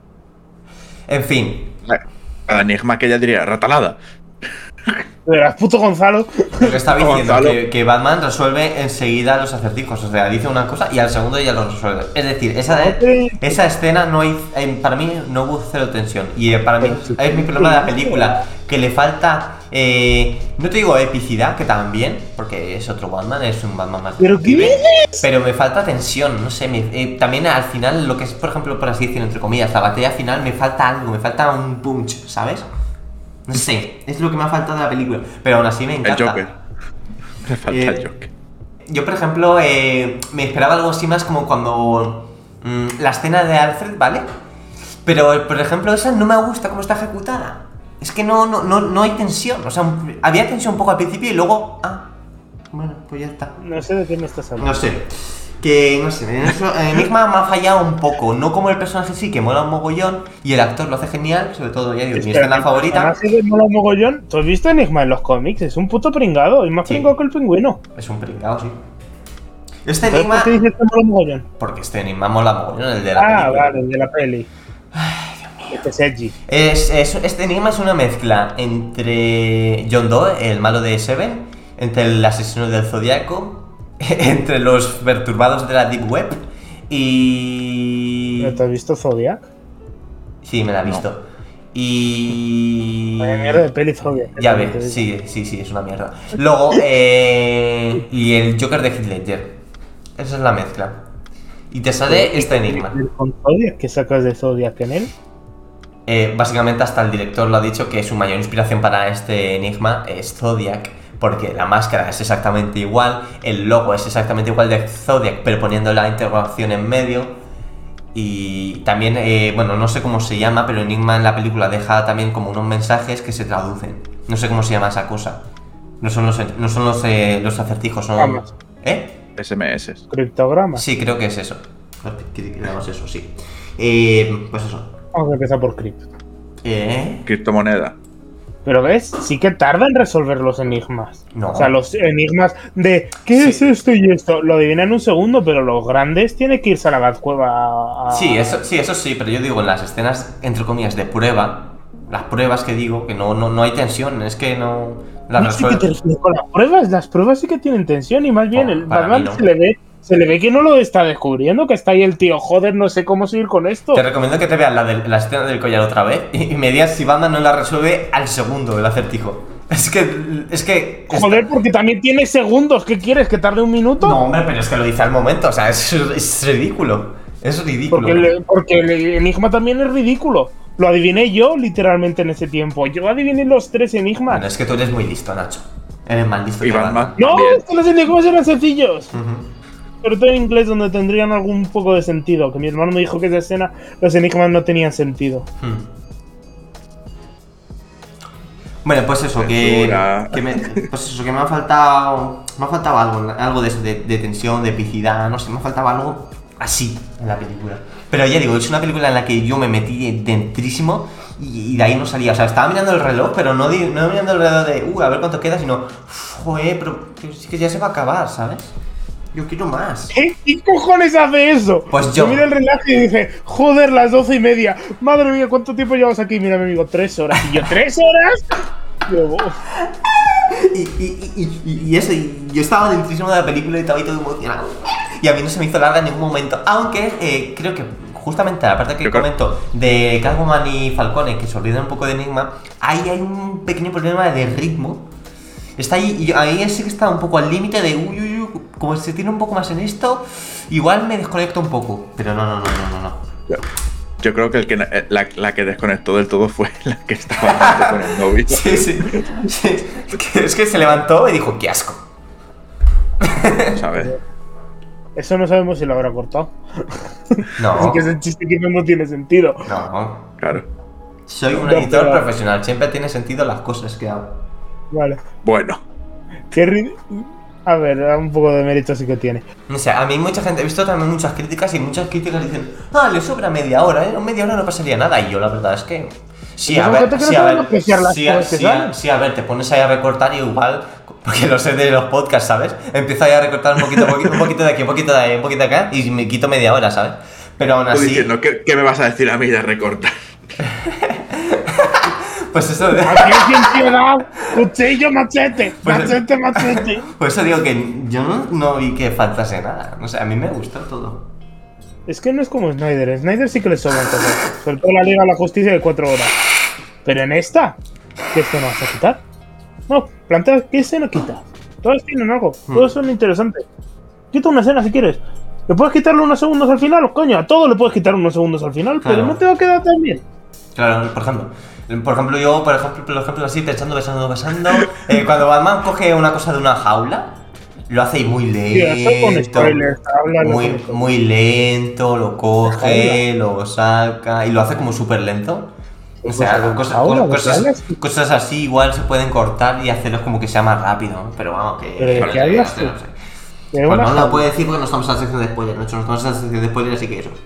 En fin, Cada enigma que ella diría, ratalada. Verás, puto Gonzalo. lo que estaba diciendo, Gonzalo. que, que Batman resuelve enseguida los acertijos. O sea, dice una cosa y al segundo ya lo resuelve. Es decir, esa, Ok. esa escena no hay, eh, para mí no hubo cero tensión. Y eh, para mí Pero sí. es mi problema de la película, que le falta, eh, no te digo epicidad, que también, porque es otro Batman, es un Batman más ¿Pero qué detective, dices? pero me falta tensión, no sé, me- eh, también al final, lo que es, por ejemplo, por así decirlo, entre comillas, la batalla final, me falta algo, me falta un punch, ¿sabes? No sé, es lo que me ha faltado de la película, pero aún así me El encanta. Joker. Me falta Eh, el Joker. Yo, por ejemplo, eh, me esperaba algo así más como cuando mm, la escena de Alfred, ¿vale? Pero, por ejemplo, esa no me gusta cómo está ejecutada. Es que no, no, no, no hay tensión. O sea, un- había tensión un poco al principio y luego... Ah, bueno, pues ya está. No sé de qué me estás hablando. No sé. Que, no sé, en eso, en Enigma me ha fallado un poco. No como el personaje sí, que mola un mogollón. Y el actor lo hace genial, sobre todo, ya digo, mi Espera, escena favorita. Además, si mola un mogollón. ¿Tú has visto Enigma en los cómics? Es un puto pringado. Es más Sí. pringado que el pingüino. Es un pringao, sí. Este ¿Sabes Enigma... por qué dices que mola un mogollón? Porque este Enigma mola mogollón, el de la Ah, película. vale, el de la peli. Este es edgy. Es, es- este enigma es una mezcla entre John Doe, el malo de Seven, entre el asesino del Zodíaco, entre los perturbados de la Deep Web y... ¿No te has visto Zodiac? Sí, me la he visto. Y... Vaya mierda de peli Zodiac. Ya Te digo. ves, sí, sí, sí, es una mierda. Luego, eh... y el Joker de Heath Ledger. Esa es la mezcla. Y te sale este enigma. ¿Con Zodiac? ¿Qué sacas de Zodiac en él? Eh, básicamente hasta el director lo ha dicho que su mayor inspiración para este enigma es Zodiac, porque la máscara es exactamente igual, el logo es exactamente igual de Zodiac, pero poniendo la interrogación en medio. Y también, eh, bueno, no sé cómo se llama, pero Enigma en la película deja también como unos mensajes que se traducen. No sé cómo se llama esa cosa. No son los, no son los, eh, los acertijos, son... Vamos. ¿Eh? S M S. Criptograma. Sí, creo que es eso. Digamos eso, sí. Eh, pues eso. Vamos a empezar por Crypt. Eh... Criptomoneda. Pero ves, sí que tarda en resolver los enigmas. No. O sea, los enigmas de ¿qué Sí. es esto y esto? Lo adivina en un segundo, pero los grandes tiene que irse a la Batcueva a... a- Sí, eso sí, eso sí, pero yo digo, en las escenas, entre comillas, de prueba, las pruebas que digo, que no, no, no hay tensión, es que no las No sé qué te resuelve. refieres con las pruebas. Las pruebas sí que tienen tensión y más bien Oh, el para Batman mí no. se le ve se le ve que no lo está descubriendo, que está ahí el tío, joder, no sé cómo seguir con esto. Te recomiendo que te veas la, de, la escena del collar otra vez y me digas si Batman no la resuelve al segundo el acertijo. Es que, es que... Joder, porque también tiene segundos. ¿Qué quieres? ¿Que tarde un minuto? No, hombre, pero es que lo dice al momento, o sea, es, es ridículo. Es ridículo. Porque el, porque el enigma también es ridículo. Lo adiviné yo literalmente en ese tiempo. Yo adiviné los tres enigmas. Bueno, es que tú eres muy listo, Nacho. Eres más listo Y que Batman. No, También. es que los enigmas eran sencillos. Ujú. Sobre todo en inglés, donde tendrían algún poco de sentido. Que mi hermano me dijo que esa escena, los enigmas no tenían sentido. Hmm. Bueno, pues eso, que, Censura. que me, pues eso, que me ha faltado, me ha faltado algo, algo de, eso, de, de tensión, de epicidad, no sé, me ha faltado algo así en la película. Pero ya digo, es una película en la que yo me metí dentrísimo y, y de ahí no salía. O sea, estaba mirando el reloj, pero no, di- no mirando el reloj de, uh, a ver cuánto queda, sino, "Uf, joder, pero que, es que ya se va a acabar, ¿sabes? Yo quiero más. ¿Qué, ¿Qué cojones hace eso? Pues yo. Mira el reloj y dice, joder, las doce y media. Madre mía, ¿cuánto tiempo llevas aquí? Mira, mi amigo, tres horas. Y yo, ¿tres horas? Yo, "Uf". Y, y, y, y, y eso, y yo estaba dentrísimo de la película y estaba ahí todo emocionado. Y a mí no se me hizo larga en ningún momento. Aunque eh, creo que justamente la parte que Yo creo- comento de Catwoman y Falcone, que se olvidan un poco de Enigma, ahí hay un pequeño problema de ritmo. Está ahí, y ahí sí que está un poco al límite de uy, uy, uy, como se tiene un poco más en esto, igual me desconecto un poco. Pero no, no, no, no, no, no. Ya. Yo creo que, el que la, la que desconectó del todo fue la que estaba hablando con el novio. Sí, sí. sí. Es que se levantó y dijo, qué asco. ¿Sabes? Eso no sabemos si lo habrá cortado. No. Así que ese chiste que no tiene sentido. No. Claro. Soy un No, editor pero- profesional. Siempre tiene sentido las cosas que hago. Vale. Bueno, Qué ri- A ver, un poco de mérito sí que tiene. O sea, a mí mucha gente, he visto también muchas críticas y muchas críticas dicen, ah, le sobra media hora, ¿eh? En media hora no pasaría nada. Y yo la verdad es que... Sí, a Pero ver, gente que no sí, a sabe ver, apreciar las sí, a- cosas que sí, a- salen. sí, a ver, te pones ahí a recortar y igual, porque lo sé de los podcasts, ¿sabes? Empiezo ahí a recortar un poquito, un poquito, un poquito de aquí, un poquito de ahí, un poquito de acá y me quito media hora, ¿sabes? Pero aún tú así, diciendo, ¿qué, ¿qué me vas a decir a mí de recortar? pues eso de... Aquí sin piedad, cuchillo, machete, Pues- machete, machete. Por eso digo que yo no, no vi que faltase nada. No sé, a mí me gustó todo. Es que no es como Snyder. Snyder sí que le sobran cosas. Sobre todo la Liga de la Justicia de cuatro horas. Pero en esta, ¿qué esto no vas a quitar? No, plantea qué escena quita. Todas tienen algo, todas son interesantes. Quita una escena si quieres. ¿Le puedes quitarle unos segundos al final? Coño, a todo le puedes quitar unos segundos al final, Claro. pero no te va a quedar tan bien. Claro, por ejemplo. Por ejemplo, yo, por ejemplo, por ejemplo así, pensando, besando, besando. eh, cuando Batman coge una cosa de una jaula, lo hace muy Sí, eso con lento. spoilers, háblalo muy, con esto. muy lento, lo coge, lo saca y lo hace como súper lento. O sea, Pues, cosas, jaula, co- cosas, ¿de qué hablas? cosas así igual se pueden cortar y hacerlos como que sea más rápido, ¿no? Pero vamos, que... ¿Pero de que- qué hablas que- tú? no sé. De Pues una no lo jaula. puedo decir porque no estamos en la sección de spoilers, no estamos en la sección de spoilers, así que eso.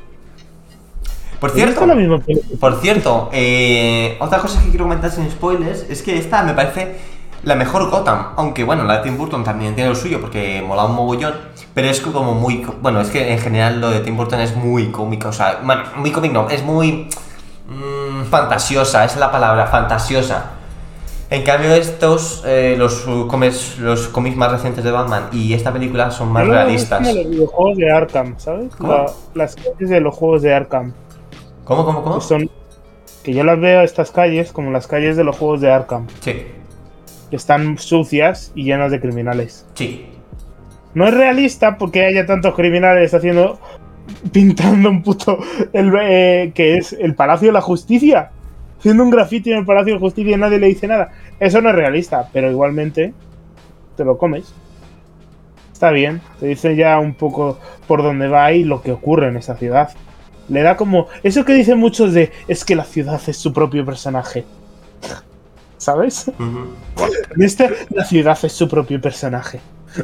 Por ¿Has cierto, visto la misma película? por cierto, eh, otra cosa que quiero comentar sin spoilers es que esta me parece la mejor Gotham, aunque bueno, la de Tim Burton también tiene lo suyo porque mola un mogollón, pero es como muy, bueno, es que en general lo de Tim Burton es muy cómica, o sea, bueno, muy cómic no, es muy mm, fantasiosa, es la palabra, fantasiosa. En cambio estos, eh, los cómics, los cómics más recientes de Batman y esta película son más Yo lo veo realistas. como los videojuegos de Arkham, ¿sabes? ¿Cómo? La- las calles de los juegos de Arkham. ¿Cómo, cómo, cómo? Que son. Que yo las veo estas calles como las calles de los juegos de Arkham. Sí, Que están sucias y llenas de criminales. sí. No es realista porque haya tantos criminales haciendo. Pintando un puto. El, eh, que es el Palacio de la Justicia. Haciendo un graffiti en el Palacio de Justicia y nadie le dice nada. Eso no es realista, pero igualmente. Te lo comes. Está bien. Te dice ya un poco por dónde va y lo que ocurre en esa ciudad. Le da como. Eso que dicen muchos de. Es que la ciudad es su propio personaje. ¿Sabes? Ujú. En esta, la ciudad es su propio personaje.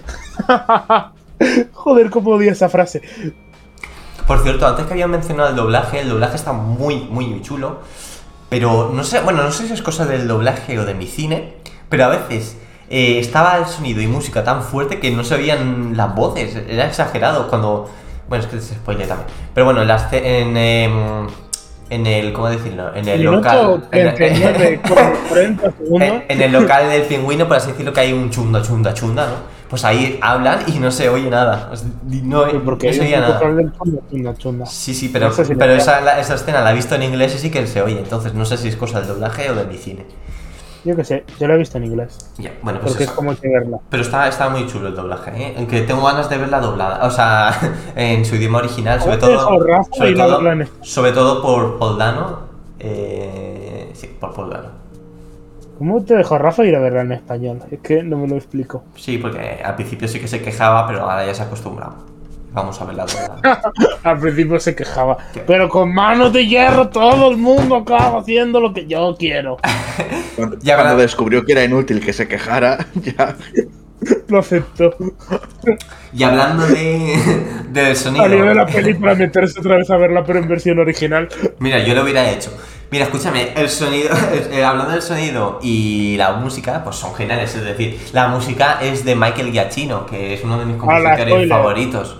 Joder, cómo odio esa frase. Por cierto, antes que había mencionado el doblaje, el doblaje está muy, muy chulo. Pero no sé, bueno, no sé si es cosa del doblaje o de mi cine, pero a veces eh, estaba el sonido y música tan fuerte que no se oían las voces. Era exagerado cuando... Bueno, es que se spoilé también. Pero bueno, en, las ce- en, em, en el... ¿Cómo decirlo? En el local... en- treinta y nueve con cuarenta segundos. en, en el local del pingüino, por así decirlo, que hay un chunda, chunda, chunda, ¿no? Pues ahí hablan y no se oye nada. O sea, No, Porque no se oye hay un nada. total del chunda, chunda, chunda. Sí, sí, pero, No sé si pero le- esa, la- esa escena la he visto en inglés y sí que se oye, entonces no sé si es cosa del doblaje o de mi cine. Yo qué sé, yo la he visto en inglés. Ya, bueno, pues Porque es eso. como hay que verla. Pero está, está muy chulo el doblaje, ¿eh? Aunque tengo ganas de verla doblada, o sea, en su idioma original, sobre ¿Cómo te todo, dejó Rafa sobre ir a todo, verla en español? sobre todo por Paul Dano. Eh, sí, por Paul Dano. ¿Cómo te dejó Rafa ir a verla en español? Es que no me lo explico. Sí, porque al principio sí que se quejaba, pero ahora ya se ha acostumbrado. Vamos a verla doblada. Al principio se quejaba. ¿Qué? Pero con manos de hierro todo el mundo acaba haciendo lo que yo quiero. Cuando, Ya, cuando ¿verdad? descubrió que era inútil que se quejara, ya. Lo acepto. Y hablando de, del sonido... Salió de la peli para meterse otra vez a verla, pero en versión original. Mira, yo lo hubiera hecho. Mira, escúchame, el sonido, eh, hablando del sonido y la música, pues son geniales. Es decir, la música es de Michael Giacchino, que es uno de mis compositores spoiler. favoritos.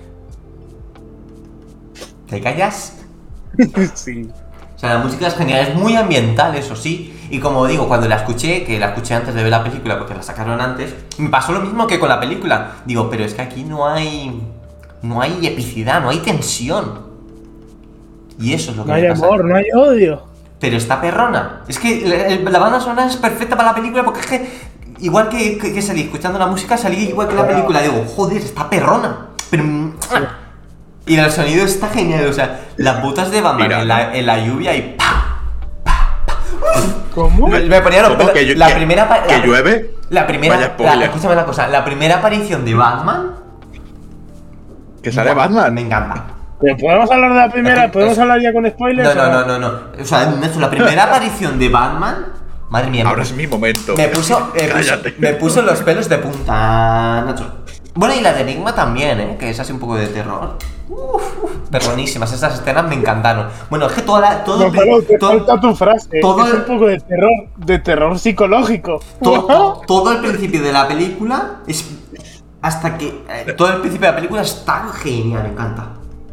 ¿Te callas? Sí. O sea, la música es genial, es muy ambiental, eso sí. Y como digo, cuando la escuché, que la escuché antes de ver la película, porque la sacaron antes, me pasó lo mismo que con la película. Digo, pero es que aquí no hay. No hay epicidad, no hay tensión. Y eso es lo que No me hay pasa. amor, no hay odio. Pero está perrona. Es que la, la banda sonora es perfecta para la película porque es que, igual que, que, que salí escuchando la música, salí igual que la película. Digo, joder, está perrona. Pero. mm, Y el sonido está genial, o sea, las botas de Batman en la, en la lluvia y ¡pa! ¡pa! ¡pa! ¿Cómo? Me, me ponía los pelos. Que, la que, primera pa- que la, llueve. La primera. Vaya La, escúchame una cosa, la primera aparición de Batman. Que sale Batman. Me encanta. ¿Pero podemos hablar de la primera? Es- ¿Podemos es- hablar ya con spoilers? No, no, o no, no, no. O sea, Nacho, la primera aparición de Batman. Madre mía. Ahora es mi momento. Me puso, me, puso, Cállate. me puso los pelos de punta, Nacho. Bueno, y la de Enigma también, ¿eh? Que es así un poco de terror. Uf, uf, pero buenísimas, esas escenas me encantaron. Bueno, es que toda la, todo, Gonzalo, te todo, falta tu frase. todo es el- un poco de terror, de terror psicológico. todo, todo el principio de la película es hasta que eh, todo el principio de la película es tan genial, me encanta.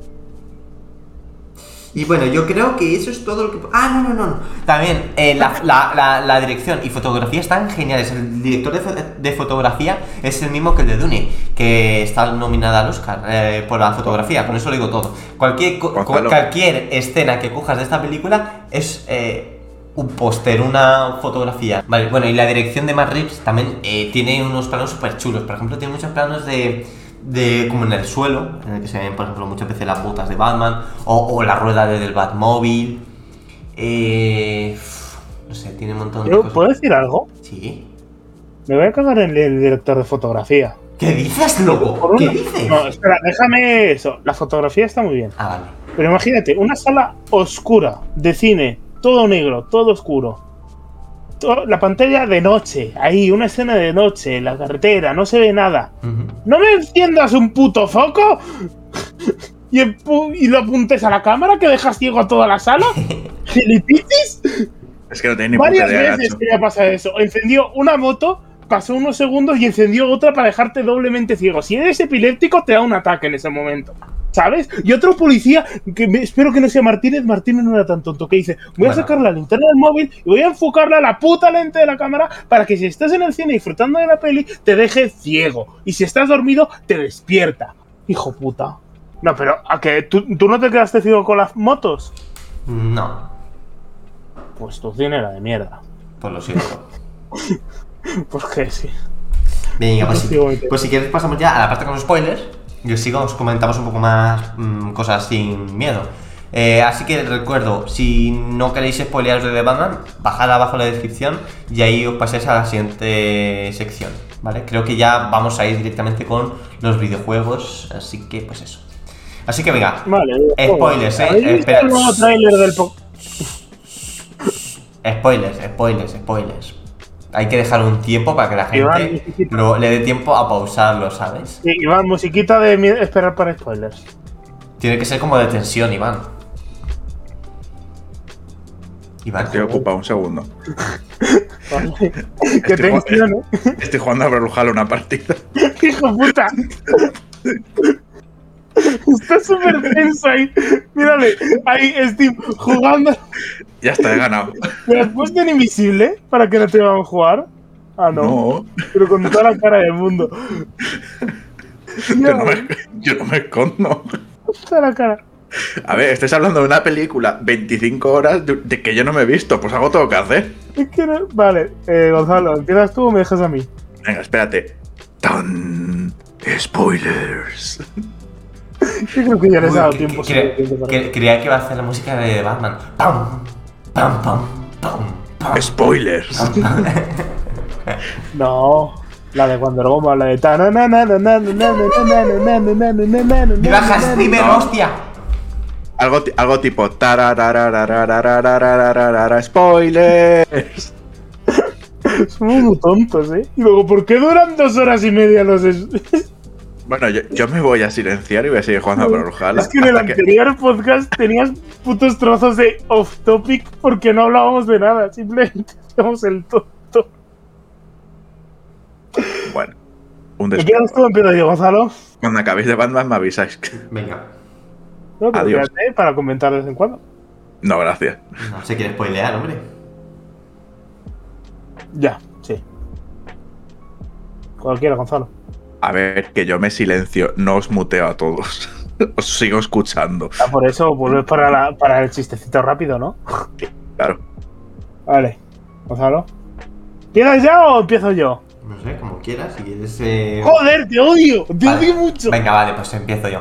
Y bueno, yo creo que eso es todo lo que... Ah, no, no, no, no. También eh, la, la, la, la dirección y fotografía están geniales. El director de, fo- de fotografía es el mismo que el de Dune, que está nominada al Oscar eh, por la fotografía. Con eso lo digo todo. Cualquier, co- Gonzalo. cualquier escena que cojas de esta película es eh, un póster, una fotografía. Vale, bueno, y la dirección de Matt Reeves también eh, tiene unos planos súper chulos. Por ejemplo, tiene muchos planos de... de como en el suelo, en el que se ven, por ejemplo, muchas veces las botas de Batman o, o la rueda de- del Batmóvil. Eh, no sé, tiene un montón de ¿Yo cosas. puedo decir algo? Sí. Me voy a cagar en el director de fotografía. ¿Qué dices, loco? Por ¿Qué una- dices? No, espera, déjame eso. La fotografía está muy bien. Ah, vale. Pero imagínate, una sala oscura de cine, todo negro, todo oscuro. To- La pantalla de noche, ahí, una escena de noche, en la carretera, no se ve nada. Ujú. ¿No me enciendas un puto foco? ¿Y, empu- y lo apuntes a la cámara que dejas ciego a toda la sala? ¿Gilipitis? Es que no tiene ni puta Varias idea, veces Nacho. que me pasa eso. Encendió una moto, pasó unos segundos y encendió otra para dejarte doblemente ciego. Si eres epiléptico, te da un ataque en ese momento. ¿Sabes? Y otro policía, que me- espero que no sea Martínez, Martínez no era tan tonto, que dice, voy a Bueno. sacar la linterna del móvil y voy a enfocarla a la puta lente de la cámara para que si estás en el cine disfrutando de la peli, te deje ciego. Y si estás dormido, te despierta. Hijo puta. No, pero ¿a qué? ¿Tú, tú no te quedaste ciego con las motos? No, Pues tu cine era de mierda. pues lo siento. Pues que sí. Venga, pues, si- Efectivamente. pues si quieres pasamos ya a la parte con los spoilers. Yo sigo, os comentamos un poco más mm, cosas sin miedo. Eh, así que recuerdo, si no queréis spoilearos de The Batman, bajad abajo en la descripción y ahí os paséis a la siguiente sección, ¿vale? Creo que ya vamos a ir directamente con los videojuegos, así que pues eso. Así que venga, Vale. Spoilers, eh, ¿Habéis visto espera. el nuevo tráiler del po- spoilers, spoilers, spoilers. Hay que dejar un tiempo para que la Iván, gente musiquita. lo- le dé tiempo a pausarlo, ¿sabes? Sí, Iván, musiquita de mi- esperar para spoilers. Tiene que ser como de tensión, Iván. Iván, Estoy ocupado un segundo. Vale. Qué Estoy jugando- tensión, ¿eh? Estoy jugando a Brawlhalla una partida. ¡Hijo puta! Está súper tenso ahí. Mírale, ahí Steam jugando. Ya está, he ganado. ¿Me has puesto en invisible para que no te vamos a jugar? Ah, no. No, Pero con toda la cara del mundo. yo no, me, yo no me escondo. Toda la cara. A ver, estáis hablando de una película veinticinco horas de, de que yo no me he visto, pues algo tengo que hacer. Es que no- Vale, eh, Gonzalo, ¿empiezas tú o me dejas a mí? Venga, espérate. Tan spoilers. Yo creo que ya les he dado Uy, tiempo. cre- suficiente para- cre- creía que iba a hacer la música de Batman. ¡Pam! ¡Pam, pam! ¡Pam! ¡Pam! Spoilers. No, la de Wonder Woman, la de ¡Viva Hans Zimmer, No. hostia! Algo, ti- algo tipo tarararararararararararara, spoilers. Somos muy tontos, ¿eh? Y luego, ¿por qué duran dos horas y media los... es- Bueno, yo, yo me voy a silenciar y voy a seguir jugando a Brawlhalla. Es que en el hasta que- anterior podcast tenías putos trozos de off topic porque no hablábamos de nada, simplemente hacíamos el tonto. Bueno, un ¿Te después. quedas tú? Empiezo yo, Gonzalo. Cuando acabéis de Batman me avisáis. Venga. No, pero Adiós. quédate para comentar de vez en cuando. No, gracias. No se quiere spoilear, hombre. Ya, sí. Cualquiera, Gonzalo. A ver, que yo me silencio, no os muteo a todos. Os sigo escuchando. Ah, por eso vuelves para, la- para el chistecito rápido, ¿no? Claro. Vale, Gonzalo. ¿Empiezas ya o empiezo yo? No sé, como quieras, si quieres. Eh... ¡Joder, te odio! ¡Te Vale. odio mucho! Venga, vale, pues empiezo yo.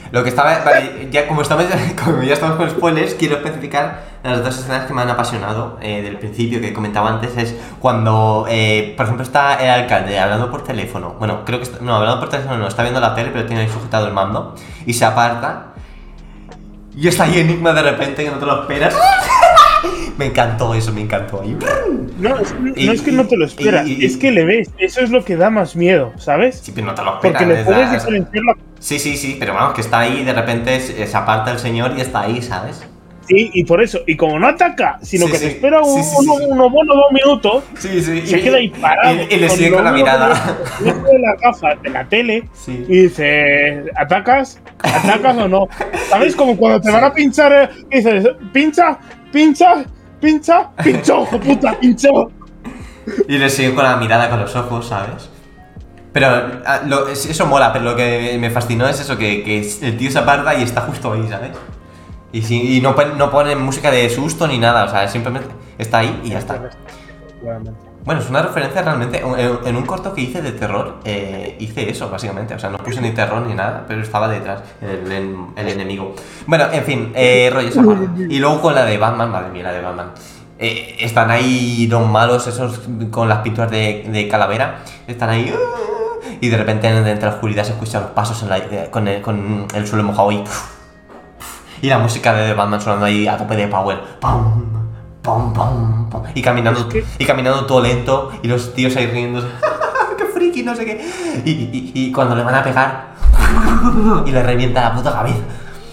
Lo que estaba, vale, ya como estamos, como ya estamos con spoilers, quiero especificar las dos escenas que me han apasionado eh, del principio que comentaba antes. Es cuando, eh, por ejemplo, está el alcalde hablando por teléfono. Bueno, creo que está, no, hablando por teléfono no, está viendo la tele, pero tiene ahí sujetado el mando y se aparta. Y está ahí Enigma de repente que no te lo esperas. Me encantó eso, me encantó ahí. No, es, no Y- es que no te lo esperas, y- y- es que le ves. Eso es lo que da más miedo, ¿sabes? Sí, pero no te lo esperas. Porque le es puedes la- diferenciar la... Sí, sí, sí, pero vamos, que está ahí y de repente se, se aparta el señor y está ahí, ¿sabes? Sí, y por eso, y como no ataca, sino Sí, que sí. se espera Sí, un, sí, sí, uno, sí. uno bueno dos minutos, Sí, sí. se y, queda ahí parado. Y, y le sigue lo con la único que mirada. ve- ve de las gafas de la tele Sí. y dice, ¿atacas? ¿Atacas o no? ¿Sabes? Como cuando te van a pinchar, eh, y dices, pincha, pincha, pincha, pinchó, hijo puta, pinchó. Y le sigue con la mirada, con los ojos, ¿sabes? Pero ah, lo- es- eso mola, pero lo que me fascinó es eso, que, que el tío se aparta y está justo ahí, ¿sabes? Y, si- y no, pon- no pone música de susto ni nada, o sea, simplemente está ahí y ya está. Bueno, es una referencia realmente. En, en un corto que hice de terror, eh, hice eso, básicamente. O sea, no puse ni terror ni nada, pero estaba detrás el, en- el enemigo. Bueno, en fin, eh, rollo esa parte. Y luego con la de Batman, madre mía, la de Batman. Eh, están ahí los malos, esos con las pinturas de, de calavera. Están ahí. uh, Y de repente, entre la oscuridad, se escuchan los pasos en la- eh, con, el, con el suelo mojado y. Y la música de Batman sonando ahí a tope de power. ¡Pum! ¡Pum! ¡Pum! ¡Pum! Y caminando, Es que- y caminando todo lento. Y los tíos ahí riéndose. ¡Qué friki! No sé qué. Y, y, y cuando le van a pegar. Y le revienta la puta cabeza.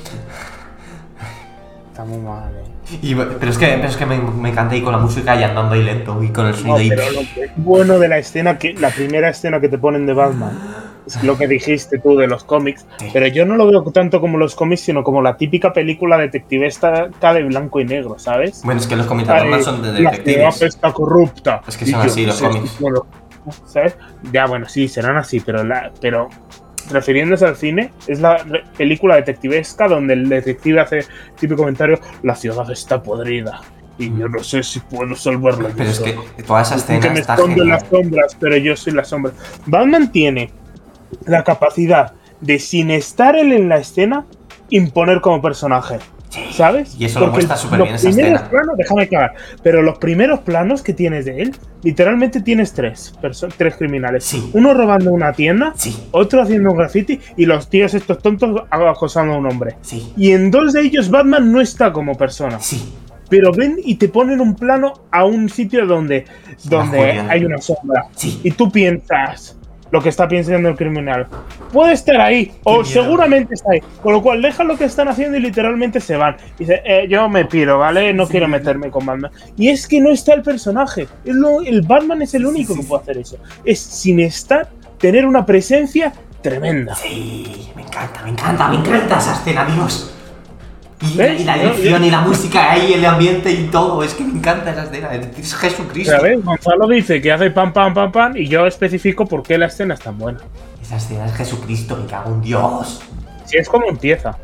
Está muy mal, eh. Y, pero es que, pero es que me, me encanta ir con la música y andando ahí lento. Y con el No, sonido ahí. pero lo que es bueno de la escena, que la primera escena que te ponen de Batman, es lo que dijiste tú de los cómics, Sí. pero yo no lo veo tanto como los cómics, sino como la típica película detectivesca de blanco y negro, ¿sabes? Bueno, es que los cómics de Ay, Batman son de La ciudad detectives. está corrupta. Es que Y son yo, así los pues, cómics. bueno, ¿sabes? Ya, bueno, sí, serán así, pero, la, pero refiriéndose al cine, es la re- película detectivesca donde el detective hace el típico comentario: la ciudad está podrida y yo no sé si puedo salvarla. yo Pero es solo". que toda esa Que escena me está escondo en genial. las sombras, pero yo soy la sombra. Batman tiene la capacidad de, sin estar él en la escena, imponer como personaje. ¿Sabes? Y eso lo muestra súper bien los esa primeros escena. planos, déjame acabar, pero los primeros planos que tienes de él, literalmente tienes tres, perso- tres criminales. Sí. Uno robando una tienda, Sí. otro haciendo un graffiti y los tíos estos tontos acosando a un hombre. Sí. Y en dos de ellos Batman no está como persona. Sí. Pero ven y te ponen un plano a un sitio donde, donde oscuridad. hay una sombra. Sí. Y tú piensas lo que está pensando el criminal. Puede estar ahí, o miedo. seguramente está ahí. Con lo cual dejan lo que están haciendo y literalmente se van. Dice, eh, yo me piro, ¿vale? No quiero meterme con Batman. Y es que no está el personaje. Es lo- el Batman es el único sí, que sí. puede hacer eso. Es sin estar, tener una presencia tremenda. Sí, me encanta, me encanta, me encanta esa escena, Dios. Y, ¿Ves? y la Yo- dirección yo- y la música ahí, el ambiente y todo, es que me encanta esa escena, es Jesucristo. ¿Sabes? Gonzalo dice que hace pam, pam, pam, pam, y yo especifico por qué la escena es tan buena. Esa escena es Jesucristo, me cago en Dios. Si es como empieza.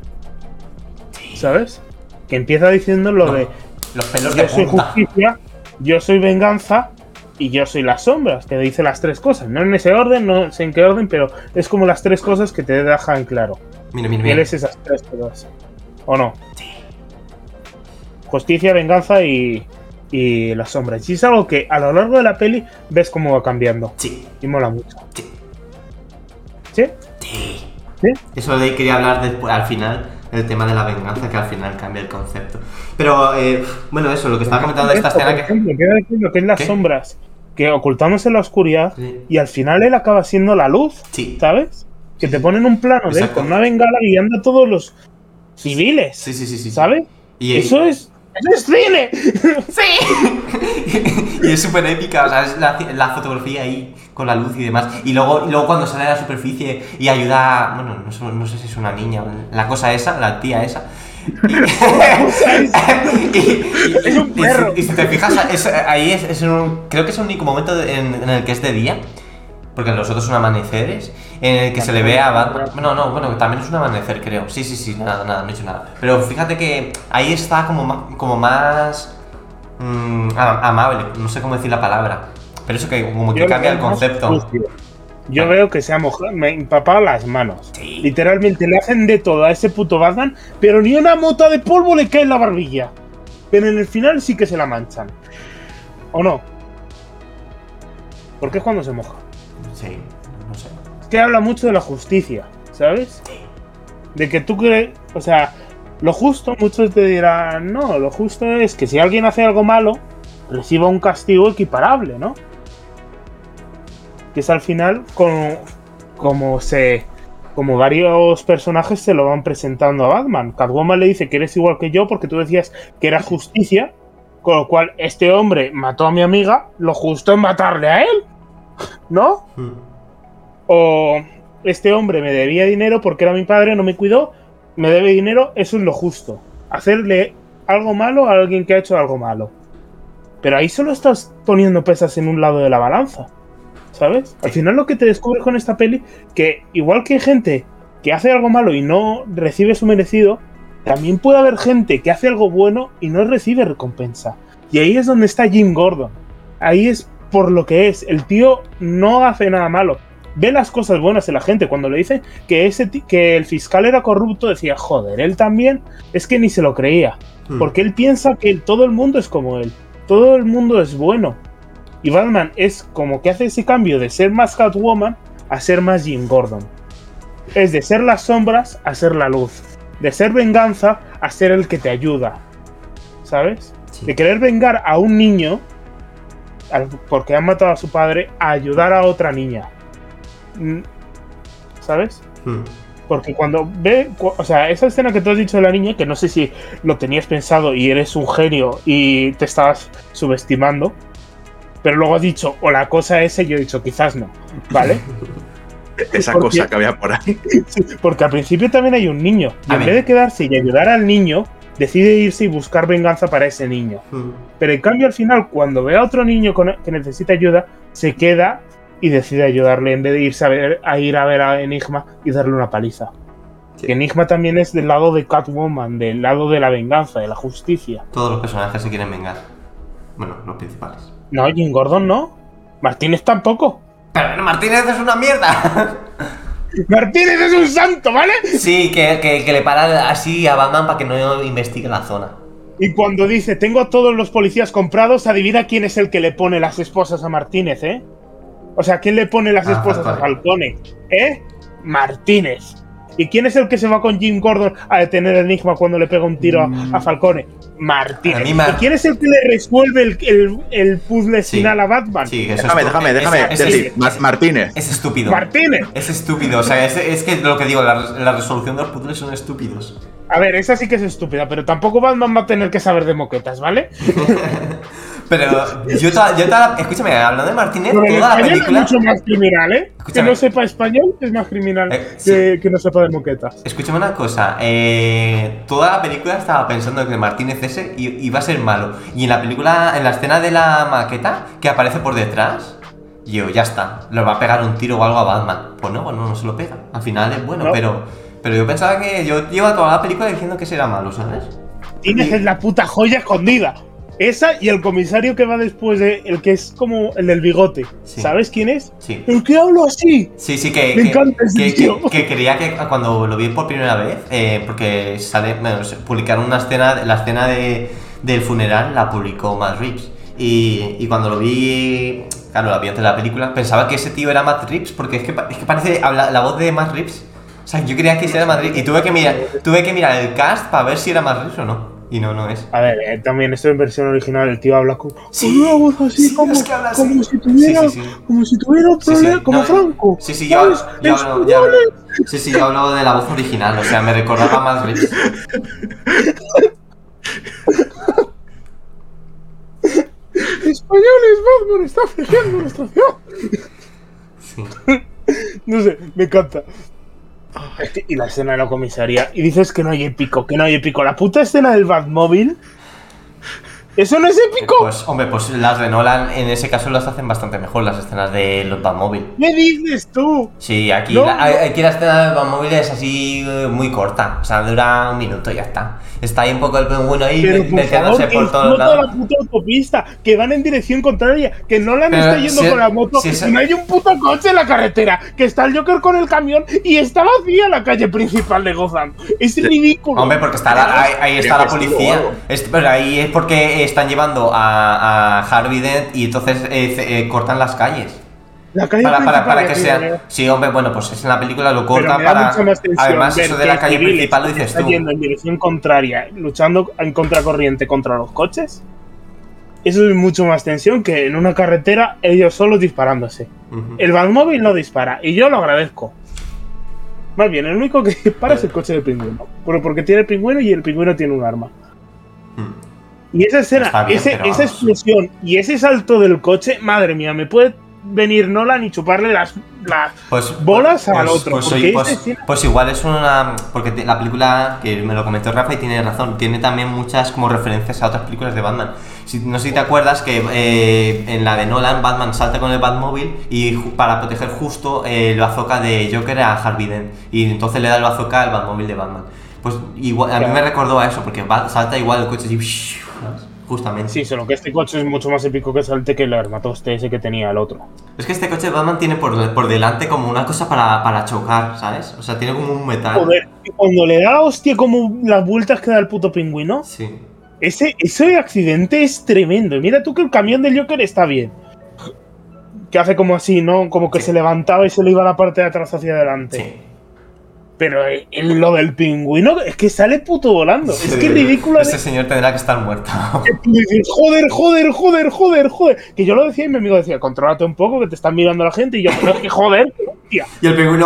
¿Sabes? Que empieza diciendo lo No, de los pelos de yo soy punta. justicia, yo soy venganza y yo soy las sombras, que dice las tres cosas. No en ese orden, no sé en qué orden, pero es como las tres cosas que te dejan claro. Mira, mira, Y él mira. es esas tres cosas. ¿O no? Sí. Justicia, venganza y, y las sombras. Y es algo que a lo largo de la peli ves cómo va cambiando. Sí, Y mola mucho. sí, ¿Sí? sí. ¿Sí? Eso de quería hablar después, al final, el tema de la venganza, que al final cambia el concepto. Pero, eh, bueno, eso, lo que estaba comentando de esta Esto, escena por que... ejemplo, quiero decir lo que es las ¿Qué? sombras, que ocultándose en la oscuridad, Sí. y al final él acaba siendo la luz, Sí. ¿sabes? Que te ponen un plano de él Exacto. con una bengala guiando a todos los civiles, Sí, sí, sí, sí. ¿sabes? Y Eso es... ¡Eso es cine! y es súper épica, o sea, es la, la fotografía ahí con la luz y demás. Y luego, y luego cuando sale a la superficie y ayuda, bueno, no, sé- no sé si es una niña, la cosa esa, la tía esa. Y, y- y- Es un y- y perro. si, y si te fijas, es- ahí es, es un, creo que es el único momento en, en el que es de día, porque los otros son amaneceres, en el que se le ve a Batman. No, no, bueno, también es un amanecer, creo. Sí, sí, sí, nada, nada, no he hecho nada. Pero fíjate que ahí está como, ma- como más mm, a- amable, no sé cómo decir la palabra. Pero eso que como que Yo lo cambia el veo más concepto. sucio. Yo Vale. veo que se ha mojado, me ha empapado las manos. Sí. Literalmente le hacen de todo a ese puto Batman, pero ni una mota de polvo le cae en la barbilla. Pero en el final sí que se la manchan. ¿O no? Porque es cuando se moja. Sí, no sé. Es que habla mucho de la justicia, ¿sabes? De que tú crees, o sea, lo justo, muchos te dirán, no, lo justo es que si alguien hace algo malo, reciba un castigo equiparable, ¿no? Que es al final como, como se, como varios personajes se lo van presentando a Batman. Catwoman le dice que eres igual que yo porque tú decías que era justicia, con lo cual este hombre mató a mi amiga, lo justo es matarle a él, ¿no? Hmm. O este hombre me debía dinero porque era mi padre, no me cuidó, me debe dinero, eso es lo justo. Hacerle algo malo a alguien que ha hecho algo malo. Pero ahí solo estás poniendo pesas en un lado de la balanza, ¿sabes? Al final lo que te descubres con esta peli, que igual que hay gente que hace algo malo y no recibe su merecido, también puede haber gente que hace algo bueno y no recibe recompensa. Y ahí es donde está Jim Gordon. Ahí es por lo que es. El tío no hace nada malo. Ve las cosas buenas en la gente. Cuando le dice que, ese que el fiscal era corrupto, decía, joder, él también. Es que ni se lo creía. Hmm. Porque él piensa que todo el mundo es como él. Todo el mundo es bueno. Y Batman es como que hace ese cambio de ser más Catwoman a ser más Jim Gordon. Es de ser las sombras a ser la luz. De ser venganza a ser el que te ayuda. ¿Sabes? Sí. De querer vengar a un niño porque han matado a su padre a ayudar a otra niña. ¿Sabes? Hmm. Porque cuando ve, o sea, esa escena que tú has dicho de la niña, que no sé si lo tenías pensado y eres un genio y te estabas subestimando, pero luego has dicho, o la cosa esa, y yo he dicho, quizás no, ¿vale? Esa Porque- cosa que había por ahí. Sí, porque al principio también hay un niño, y A en ver. vez de quedarse y ayudar al niño, decide irse y buscar venganza para ese niño. Hmm. Pero en cambio al final, cuando ve a otro niño con- que necesita ayuda, se queda y decide ayudarle en vez de irse a, ver, a ir a ver a Enigma y darle una paliza. Sí. Que Enigma también es del lado de Catwoman, del lado de la venganza, de la justicia. Todos los personajes se quieren vengar. Bueno, los principales. No, Jim Gordon no. Martínez tampoco. Pero Martínez es una mierda. Martínez es un santo, ¿vale? Sí, que, que, que le para así a Batman para que no investigue la zona. Y cuando dice, tengo a todos los policías comprados, adivina quién es el que le pone las esposas a Martínez, ¿eh? O sea, ¿quién le pone las Ah, esposas a Falcone. Falcone? ¿Eh? Martínez. ¿Y quién es el que se va con Jim Gordon a detener a Enigma cuando le pega un tiro a, a Falcone? Martínez. A mí Mar- ¿Y quién es el que le resuelve el, el, el puzzle Sí. final a Batman? Sí, eso Déjame, es déjame, es- déjame. es- Delcy, es- Ma- es- Martínez. Es estúpido. Martínez. Es estúpido, o sea, es, es que lo que digo, la, la resolución de los puzzles son estúpidos. A ver, esa sí que es estúpida, pero tampoco Batman va a tener que saber de moquetas, ¿vale? Pero yo toda, yo toda, escúchame, hablando de Martínez, Pero en toda la español película. es mucho más criminal, ¿eh? Escúchame. Que no sepa español es más criminal Eh, que, que no sepa de moquetas. Escúchame una cosa, eh, toda la película estaba pensando que Martínez ese i- iba a ser malo. Y en la película, en la escena de la maqueta, que aparece por detrás, yo, ya está, le va a pegar un tiro o algo a Batman. Pues no, pues no, no se lo pega. Al final es bueno, No. pero, pero yo pensaba que yo llevo toda la película diciendo que será malo, ¿sabes? Tienes Y- es la puta joya escondida. Esa y el comisario que va después de. El que es como el del bigote. Sí. ¿Sabes quién es? Sí. El que hablo así. Sí, sí, que, Me que, encanta ese que, tío. que- que creía que cuando lo vi por primera vez, eh, porque sale, bueno, se- publicaron una escena, la escena de, del funeral la publicó Matt Reeves. Y, y cuando lo vi, claro, la vi antes de la película, pensaba que ese tío era Matt Reeves, porque es que, pa- es que parece habla- la voz de Matt Reeves. O sea, yo creía que ese era Matt Reeves, y tuve que mirar, tuve que mirar el cast para ver si era Matt Reeves o no. Y no, no es. A ver, eh, también esto en versión original, el tío habla con, Sí, con una voz así, sí, como, es que habla así. como si tuviera, Sí, sí, sí. como si tuviera un Sí, sí, problema, como no, Franco. Sí, sí, yo, ¿sabes? yo Es hablo, yo igual, hablo- sí, sí, yo hablo de la voz original, o sea, me recordaba más Reeves. Españoles, Batman está afligiendo nuestra ciudad. Sí. No sé, me encanta. Es que- Y la escena de la comisaría. Y dices que no hay épico, que no hay épico. La puta escena del Batmóvil ¿Eso no es épico? Pues, hombre, pues las de Nolan en ese caso las hacen bastante mejor, las escenas de los Batmóvil. ¿Qué dices tú? Sí, aquí, No, la, no. aquí la escena del Batmóvil es así eh, muy corta, o sea, dura un minuto y ya está. Está ahí un poco el pingüino ahí Pero por metiéndose favor, por que todos explota lados. la puta autopista, que van en dirección contraria, que Nolan Pero está yendo si- con la moto si esa- y no hay un puto coche en la carretera, que está el Joker con el camión y está vacía la calle principal de Gotham. Es ridículo. Hombre, porque está la- ahí, ahí está la Qué festivo, policía. algo. Es- pero ahí es porque están llevando a, a Harvey Dent y entonces eh, ce- eh, cortan las calles. La calle Para, para, principal para de que aquí, sea. ¿eh? Sí, hombre, bueno, pues es en la película lo Pero cortan me da para. mucha más tensión Además, ver eso de que la calle civiles principal lo dices están tú. yendo en dirección contraria, luchando en contracorriente contra los coches. Eso es mucho más tensión que en una carretera ellos solos disparándose. Ujú. El Batmóvil no dispara y yo lo agradezco. Más bien, el único que dispara es el coche del pingüino. Pero porque tiene el pingüino y el pingüino tiene un arma. Mm. Y esa escena, Está bien, ese- pero esa vamos. explosión y ese salto del coche, madre mía, me puede venir Nolan y chuparle las, las Pues, bolas pues, al otro. Pues, porque oye, esa pues, escena- pues igual es una. Porque te- la película, que me lo comentó Rafa y tiene razón, tiene también muchas como referencias a otras películas de Batman. Si, no sé si te acuerdas que eh, en la de Nolan, Batman salta con el Batmóvil y ju- para proteger justo eh, el bazooka de Joker a Harvey Dent. Y entonces le da el bazooka al Batmóvil de Batman. Pues igual, a mí Ya. me recordó a eso, porque va- salta igual el coche así. ¿Sabes? Justamente. Sí, solo que este coche es mucho más épico que salte que el armatoste ese que tenía el otro. Es que este coche de Batman tiene por, por delante como una cosa para, para chocar, ¿sabes? O sea, tiene como un metal. Joder, y cuando le da la hostia como las vueltas que da el puto pingüino, Sí. ese, ese accidente es tremendo. Y mira tú que el camión del Joker está bien. Que hace como así, ¿no? Como que Sí. se levantaba y se le iba la parte de atrás hacia adelante. Sí. Pero eh, en lo del pingüino es que sale puto volando. Es que es ridículo. Ese señor tendrá que estar muerto. Que tú dices, joder, joder, joder, joder, joder. Que yo lo decía y mi amigo decía, contrólate un poco, que te están mirando la gente. Y yo, pero es que joder, hostia. Y el pingüino.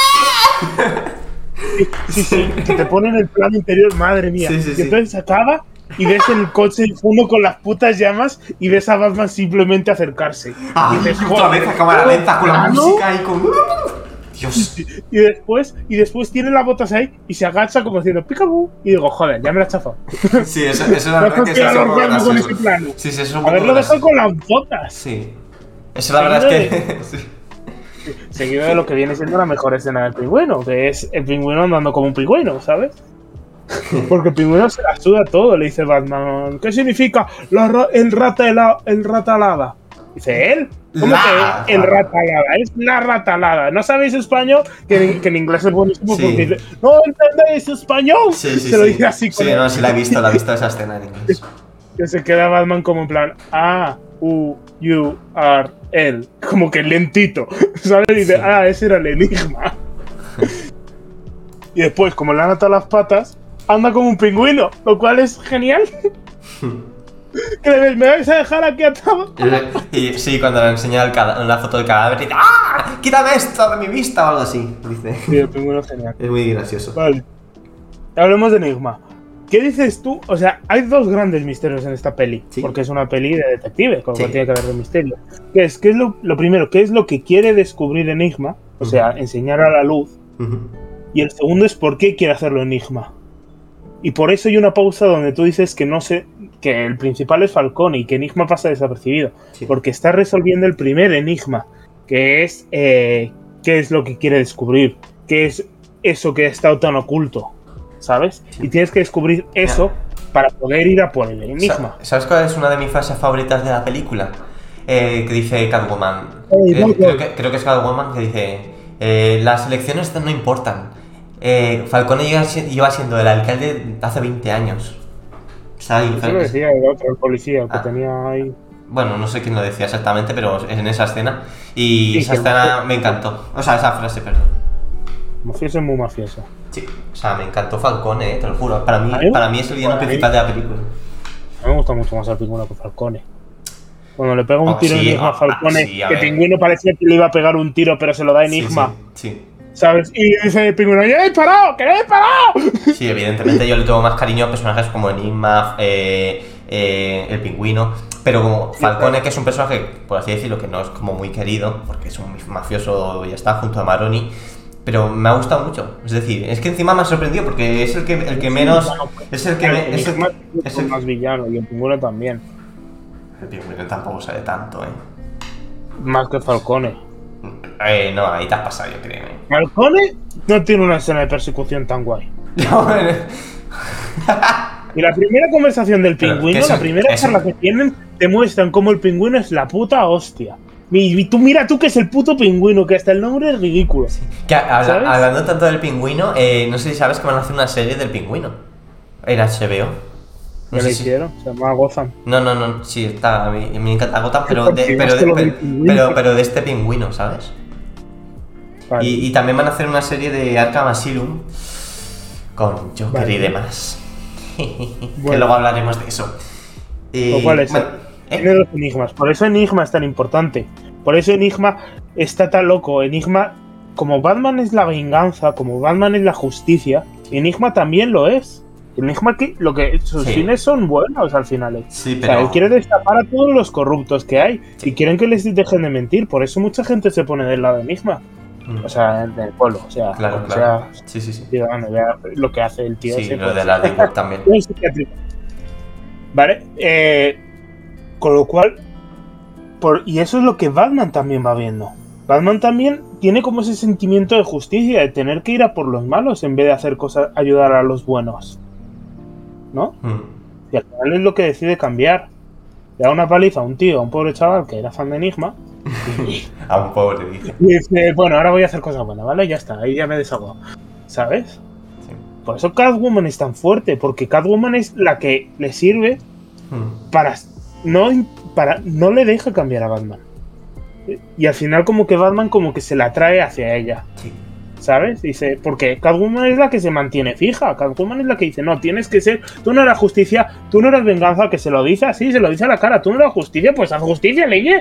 ¡Ah! Sí, sí, que te ponen el plano interior, madre mía. Sí, sí, y sí. entonces se acaba y ves el coche de fondo con las putas llamas y ves a Batman simplemente acercarse. ¡Ah! y dices, Otra vez a cámara lenta con la plano. música y con. Dios. Y después, y después tiene las botas ahí y se agacha como diciendo picaboo. Y digo, joder, ya me la he chafado. Sí, eso, eso es la No verdad que estoy eso es un poco alargando con ese gracioso. plano. Sí, sí, eso es un poco Haberlo dejado gracioso. con las botas. Sí. Eso la verdad es que. sí. Seguido de lo que viene siendo la mejor escena del pingüino, que es el pingüino andando como un pingüino, ¿sabes? Porque el pingüino se la suda todo, le dice Batman. ¿Qué significa la ra- el rata hela- el ratalada? Dice él. ¿Cómo La- que el ratalada? Es la ratalada. ¿No sabéis español? Que, que en inglés es buenísimo Sí. porque dice, no entendéis español. Sí, sí, se lo sí. dice así con Sí, el- no, sí la he visto, la he visto esa escena en inglés. que se queda Batman como en plan A, U, U, R, L. Como que lentito. ¿Sabes? Y dice, Sí. ah, ese era el enigma. Y después, como le han atado las patas, anda como un pingüino, lo cual es genial. Que le ves, ¿me vais a dejar aquí atado? Y sí, cuando le enseña el cada- la foto del cadáver, dice: ¡Ah! ¡Quítame esto de mi vista! O algo así. Dice. Sí, el pingüino es genial. Es muy gracioso. Vale. Hablemos de Enigma. ¿Qué dices tú? O sea, hay dos grandes misterios en esta peli. Sí. Porque es una peli de detectives, con lo Sí. cual tiene que haber de misterio. ¿Qué es, qué es lo, lo primero? ¿Qué es lo que quiere descubrir Enigma? O sea, Ujú. enseñar a la luz. Ujú. Y el segundo es por qué quiere hacerlo Enigma. Y por eso hay una pausa donde tú dices que no sé, que el principal es Falcone y que Enigma pasa desapercibido. Sí. Porque está resolviendo el primer enigma, que es eh, qué es lo que quiere descubrir, qué es eso que ha estado tan oculto, ¿sabes? Sí. Y tienes que descubrir eso para poder ir a por el enigma. Sa- ¿Sabes cuál es una de mis frases favoritas de la película? Eh, que dice Catwoman. Hey, Eh, Batman. creo, que, creo que es Catwoman que dice: eh, las elecciones no importan. Eh, Falcone lleva, si- lleva siendo el alcalde hace veinte años. O sea, y- Eso lo decía el otro, el policía, que Ah. tenía ahí... Bueno, no sé quién lo decía exactamente, pero es en esa escena. Y Sí, esa que- escena me encantó. O sea, esa frase, perdón. Mafioso es muy mafioso. Sí, o sea, me encantó Falcone, eh, te lo juro. Para mí, ¿A mí? para mí es el villano Para mí- principal de la película. A mí me gusta mucho más el pingüino que Falcone. Cuando le pega un Oh, tiro sí, Enigma a ah, Falcone, sí, a que ver. Pingüino parecía que le iba a pegar un tiro, pero se lo da Enigma. Sí, sí, ¿Sabes? Y dice el Pingüino, ¡ya he disparado! ¡Que no he disparado! sí. Sí, evidentemente yo le tengo más cariño a personajes como Enigma, eh, eh, el pingüino. Pero como Falcone, que es un personaje, por así decirlo, que no es como muy querido, porque es un mafioso y ya está, junto a Maroni. pero me ha gustado mucho. Es decir, es que encima me ha sorprendido porque es el que, el que menos. Es el que el, me, es el, Enigma es es el, el más villano y el pingüino también. el pingüino tampoco sabe tanto, eh. Más que Falcone. Eh, no, ahí te has pasado, yo creo. Eh. Falcone no tiene una escena de persecución tan guay. No, Y la primera conversación del Pero, pingüino, ¿qué eso- la primera eso- charla que tienen, te muestran cómo el pingüino es la puta hostia. Y, y tú mira tú que es el puto pingüino, que hasta el nombre es ridículo. que habla- ¿Sabes? hablando tanto del pingüino, eh, no sé si sabes que van a hacer una serie del pingüino. En H B O. No Ya sé lo si- hicieron, se llama Gotham. No, no, no, sí, está, a mí me encanta Gotham, pero de, porque pero, esto de, lo del pero, pingüino. pero, pero de este pingüino, ¿sabes? Vale. Y, y también van a hacer una serie de Arkham Asylum con Joker Vale. y demás. Que Bueno. luego hablaremos de eso. Eh, ¿O cuál es? bueno, ¿eh? Tiene dos enigmas. Por eso Enigma es tan importante. Por eso Enigma está tan loco. Enigma, como Batman es la venganza, como Batman es la justicia, Enigma también lo es. Enigma que lo que sus Sí. fines son buenos al final. Sí, O pero... sea, él quiere destapar a todos los corruptos que hay Sí. y quieren que les dejen de mentir. Por eso mucha gente se pone del lado de Enigma. Mm, O sea, del pueblo. O sea, claro, como claro. sea, Sí, sí, sí. ciudadano, vea lo que hace el tío Sí, ese. lo pues. de la D-Web también. Muy psiquiátrico. Vale, eh, con lo cual, por, y eso es lo que Batman también va viendo. Batman también tiene como ese sentimiento de justicia, de tener que ir a por los malos en vez de hacer cosas, ayudar a los buenos. ¿No? Mm, Y al final es lo que decide cambiar. Le da una paliza a un tío, a un pobre chaval que era fan de Enigma. A un pobre, dice. Y dice, bueno, ahora voy a hacer cosas buenas, ¿vale? Ya está, ahí ya me desahogo. ¿Sabes? Sí. Por eso Catwoman es tan fuerte, porque Catwoman es la que le sirve Mm, para no, para no le deja cambiar a Batman. Y al final como que Batman como que se la trae hacia ella, sí. ¿sabes? Dice, porque Catwoman es la que se mantiene fija, Catwoman es la que dice, no, tienes que ser, tú no eras justicia, tú no eras venganza, que se lo dice así, se lo dice a la cara, tú no eras justicia, pues haz justicia, leye.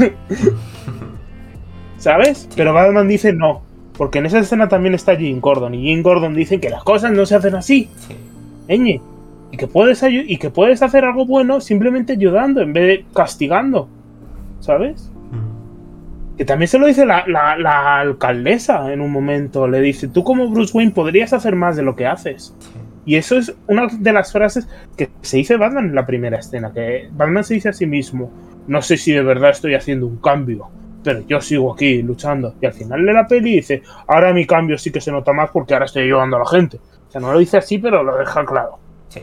¿Sabes? Pero Batman dice no, porque en esa escena también está Jim Gordon, y Jim Gordon dice que las cosas no se hacen así. Sí. Eñe, y que puedes ayu- y que puedes hacer algo bueno simplemente ayudando en vez de castigando, ¿sabes? Mm, Que también se lo dice la, la- la alcaldesa en un momento, le dice, tú como Bruce Wayne podrías hacer más de lo que haces. sí. Y eso es una de las frases que se dice Batman en la primera escena, que Batman se dice a sí mismo, no sé si de verdad estoy haciendo un cambio, pero yo sigo aquí luchando. Y al final de la peli dice, ahora mi cambio sí que se nota más porque ahora estoy ayudando a la gente. O sea, no lo dice así, pero lo deja claro. Sí.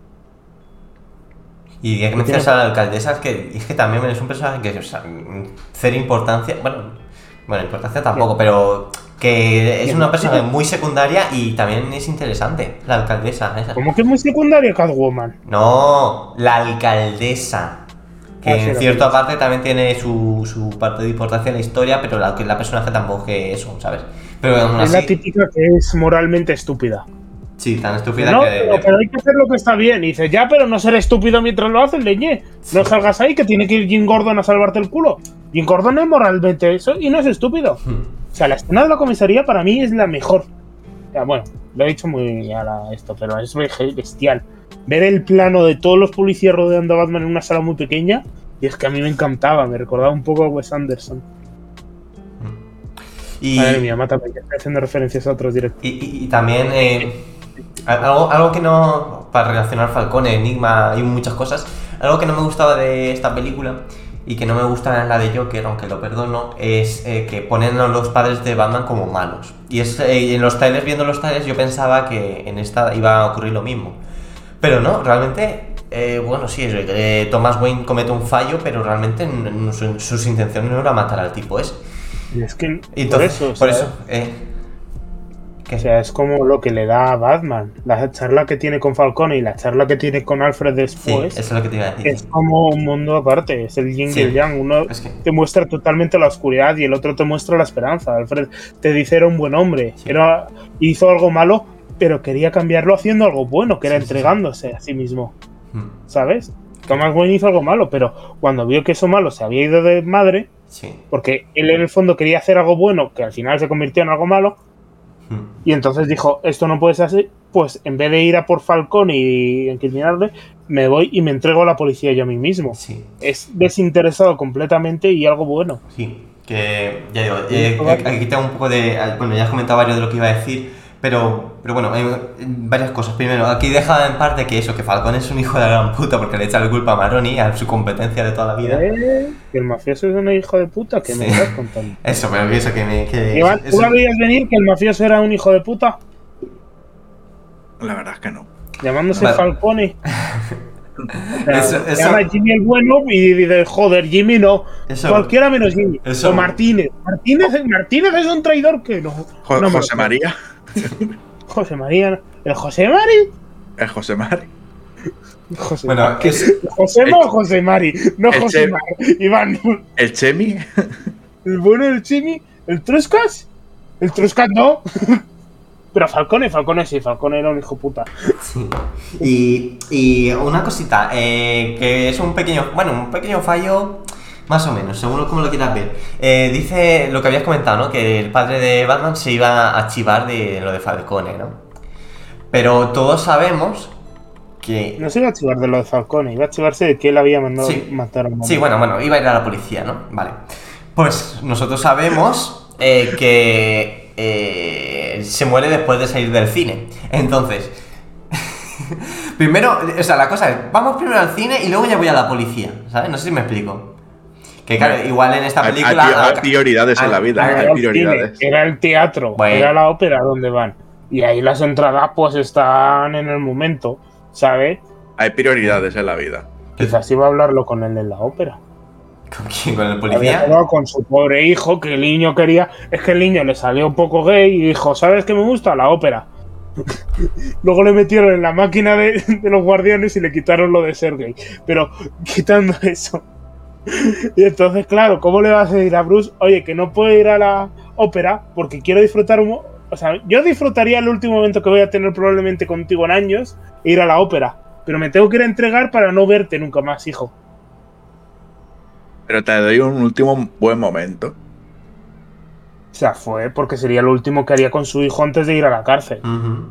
Y ya que mencionas a la alcaldesa, es que, es que también es un personaje que, o sea, cero importancia, bueno, bueno, importancia tampoco, pero que es una persona muy secundaria y también es interesante, la alcaldesa esa. ¿Cómo que es muy secundaria Catwoman? No, la alcaldesa. Que Ah, sí, en la cierta alcaldesa. parte también tiene su, su parte de importancia en la historia, pero la, que la personaje tampoco que eso, ¿sabes? Pero aún Es la así, típica que es moralmente estúpida. sí, tan estúpida No, que... pero, pero hay que hacer lo que está bien. Y dice, ya, pero no ser estúpido mientras lo haces, leñe. No salgas ahí que tiene que ir Jim Gordon a salvarte el culo. Jim Gordon es moralmente eso y no es estúpido. Hmm. O sea, la escena de la comisaría para mí es la mejor. O sea, bueno, lo he dicho muy a la esto, pero es bestial. Ver el plano de todos los policías rodeando a Batman en una sala muy pequeña, y es que a mí me encantaba, me recordaba un poco a Wes Anderson. Y, Madre mía, mátame, que estoy haciendo referencias a otros directos. y, y- y también eh, algo, algo que no, para relacionar Falcone, Enigma y muchas cosas, algo que no me gustaba de esta película y que no me gusta en la de Joker, aunque lo perdono, es eh, que ponen a los padres de Batman como malos. Y es, eh, en los trailers, viendo los trailers, yo pensaba que en esta iba a ocurrir lo mismo. Pero no, realmente, eh, bueno, sí, es, eh, Thomas Wayne comete un fallo, pero realmente n- n- su- sus intenciones no era matar al tipo ese. Y es que, Y entonces, por eso, por o sea, eso, eh, ¿qué? O sea, es como lo que le da a Batman. La charla que tiene con Falcone y la charla que tiene con Alfred Sí, después eso es lo que te iba a decir. es como un mundo aparte. Es el yin Sí. y el yang. Uno Es que- te muestra totalmente la oscuridad y el otro te muestra la esperanza. Alfred te dice era un buen hombre. Sí. Era, hizo algo malo, pero quería cambiarlo haciendo algo bueno, que era Sí, sí, sí. entregándose a sí mismo. Mm, ¿Sabes? Thomas Wayne hizo algo malo, pero cuando vio que eso malo se había ido de madre, sí. porque él en el fondo quería hacer algo bueno, que al final se convirtió en algo malo, Mm, y entonces dijo, esto no puede ser así, pues en vez de ir a por Falcón y incriminarle, me voy y me entrego a la policía yo a mí mismo. sí. Es desinteresado completamente y algo bueno. Sí, Que, ya digo, eh, aquí tengo un poco de... Bueno, ya has comentado varios de lo que iba a decir, pero, pero bueno, hay varias cosas. Primero, aquí deja en parte que eso, que Falcone es un hijo de la gran puta porque le echa la culpa a Maroni, a su competencia de toda la vida. ¿Eh? Que el mafioso es un hijo de puta, que Sí. me estás contando. Eso, pero que eso que me... Que, Iván, eso- ¿tú la veías venir que el mafioso era un hijo de puta? La verdad es que no. Llamándose Vale. Falcone. O sea, Eso- se eso- llama Jimmy el bueno y dice, joder, Jimmy no. Eso- Cualquiera menos Jimmy. eso- O Martínez. Martínez. Martínez es un traidor que no. Jo- no me lo José creo. María. José María. ¿El José Mari? Es José Mari. José Bueno, Mari. es- ¿José Ma o José Mari? No el José Che- Mar. Iván. El Chemi. El bueno del Jimmy. ¿El Truscas? El Truscas no. Pero Falcone, Falcone sí, Falcone era un hijo puta. Sí. Y, y una cosita, eh, que es un pequeño, bueno, un pequeño fallo, más o menos, según como lo quieras ver. Eh, dice lo que habías comentado, ¿no? Que el padre de Batman se iba a chivar de lo de Falcone, ¿no? Pero todos sabemos que... No se iba a chivar de lo de Falcone, iba a chivarse de que él había mandado Sí. matar a un hombre. Sí, bueno, bueno, iba a ir a la policía, ¿no? Vale. Pues nosotros sabemos eh, que eh, se muere después de salir del cine. Entonces, primero, o sea, la cosa es, vamos primero al cine y luego ya voy a la policía, ¿sabes? No sé si me explico. Que claro, igual en esta Hay- película... Hay, hay prioridades en la vida. Ah, Hay era el cine, prioridades. era el teatro, Bueno. era la ópera donde van. Y ahí las entradas pues están en el momento, ¿sabes? Hay prioridades en la vida. Quizás iba a hablarlo con él en la ópera. ¿Con quién? ¿Con el Había policía? hablado con su pobre hijo, que el niño quería... Es que el niño le salió un poco gay y dijo, ¿sabes qué me gusta? La ópera. Luego le metieron en la máquina de, de los guardianes y le quitaron lo de ser gay. Pero quitando eso... Y entonces, claro, ¿cómo le vas a decir a Bruce, oye, que no puedo ir a la ópera porque quiero disfrutar un... mo-"? O sea, yo disfrutaría el último momento que voy a tener probablemente contigo en años e ir a la ópera. Pero me tengo que ir a entregar para no verte nunca más, hijo. Pero te doy un último buen momento. O sea, fue porque sería lo último que haría con su hijo antes de ir a la cárcel. Ujú.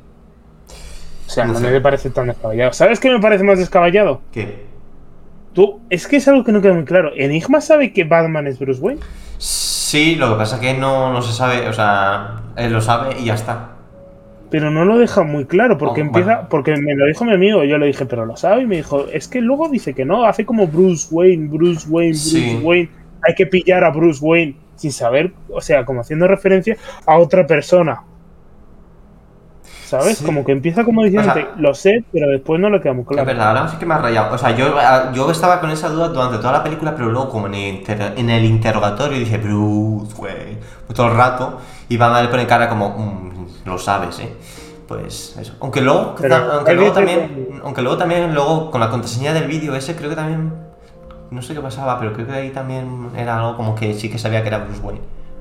O sea, No no sé. me parece tan descabellado. ¿Sabes qué me parece más descabellado? ¿Qué? Tú, es que es algo que no queda muy claro. ¿Enigma sabe que Batman es Bruce Wayne? Sí, lo que pasa es que no, no se sabe, o sea, él lo sabe y ya está. Pero no lo deja muy claro, porque Oh, empieza, bueno. porque me lo dijo mi amigo, yo le dije, pero lo sabe, y me dijo, es que luego dice que no, hace como Bruce Wayne, Bruce Wayne, Bruce Sí. Wayne, hay que pillar a Bruce Wayne, sin saber, o sea, como haciendo referencia a otra persona. ¿Sabes? Sí. Como que empieza como diciendo, O sea, lo sé, pero después no le queda muy Es claro. verdad, ahora sí que me ha rayado. O sea, yo, yo estaba con esa duda durante toda la película, pero luego como en el, inter- en el interrogatorio dije, Bruce, güey, todo el rato, y van a le poner cara como, "Mm, lo sabes, eh. Pues eso. Aunque luego, Pero, aunque hay luego veces también, aunque luego también, luego con la contraseña del vídeo ese, creo que también, no sé qué pasaba, pero creo que ahí también era algo como que sí que sabía que era Bruce Wayne.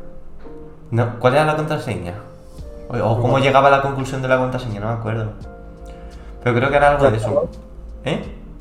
No, ¿cuál era la contraseña? O, o cómo llegaba a la conclusión de la contraseña, no me acuerdo. Pero creo que era algo de eso. ¿Eh?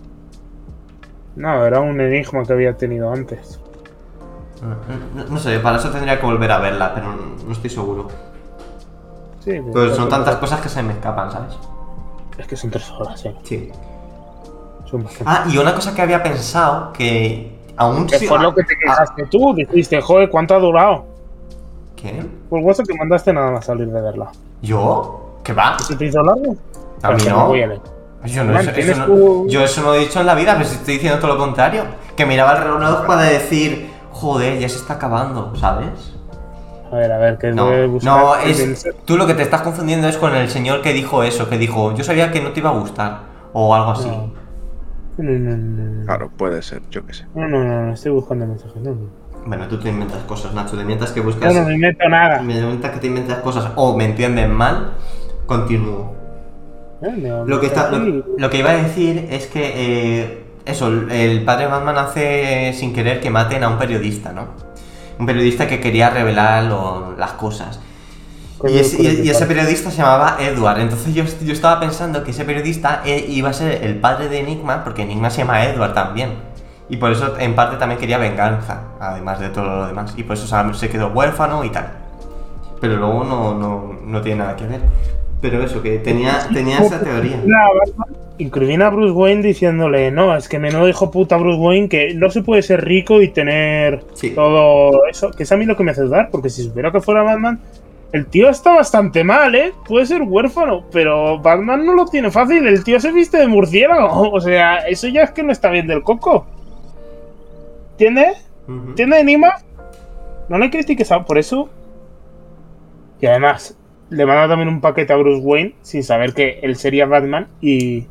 No, era un enigma que había tenido antes. No, no- no sé, para eso tendría que volver a verla, pero no, no estoy seguro. Sí, Pero son tantas cosas que se me escapan, ¿sabes? Es que son tres horas, eh. Sí. Son bastante. Ah, y una cosa que había pensado, que aún Que si- fue lo que te ah, quejaste tú, dijiste, joder, ¿cuánto ha durado? ¿Qué? Pues WhatsApp que mandaste nada más salir de verla. ¿Yo? ¿Qué va? ¿Se te hizo largo? A Pero mí que no. voy a leer. Yo, no, Man, eso, eso tienes no- tu- yo eso no he dicho en la vida, pero si estoy diciendo todo lo contrario. Que miraba el reloj para decir, joder, ya se está acabando, ¿sabes? A ver, a ver, que No, debe buscar. no, que es, piense- tú lo que te estás confundiendo es con el señor que dijo eso, que dijo, yo sabía que no te iba a gustar, o algo así. No. No, no, no, no. Claro, puede ser, yo qué sé. No, no, no, no, estoy buscando mensajes. No, no. Bueno, tú te inventas cosas, Nacho, te inventas que buscas... No, no me invento nada. Me inventas que te inventas cosas o me entienden mal, continúo. Eh, me- Lo que, está, lo, sí. lo que iba a decir es que eh, eso, el padre Batman hace sin querer que maten a un periodista, ¿no? Un periodista que quería revelar lo- las cosas. Con Y, el- ese, con y- el y ese padre. periodista se llamaba Edward. Entonces yo, yo estaba pensando que ese periodista eh, iba a ser el padre de Enigma, porque Enigma se llama Edward también. Y por eso en parte también quería venganza, además de todo lo demás. Y por eso o sea, se quedó huérfano y tal. Pero luego no, no, no tiene nada que ver. Pero eso, que tenía, tenía esa teoría. La Batman incrimina a Bruce Wayne diciéndole, no, es que menudo hijo puta Bruce Wayne, que no se puede ser rico y tener Sí. todo eso, que es a mí lo que me hace dudar, porque si supiera que fuera Batman, el tío está bastante mal, ¿eh? Puede ser huérfano, pero Batman no lo tiene fácil, el tío se viste de murciélago, o sea, eso ya es que no está bien del coco. ¿Entiendes? Ujú. ¿Entiendes, Enigma? No le critiques a por eso. Y además, le manda también un paquete a Bruce Wayne sin saber que él sería Batman y...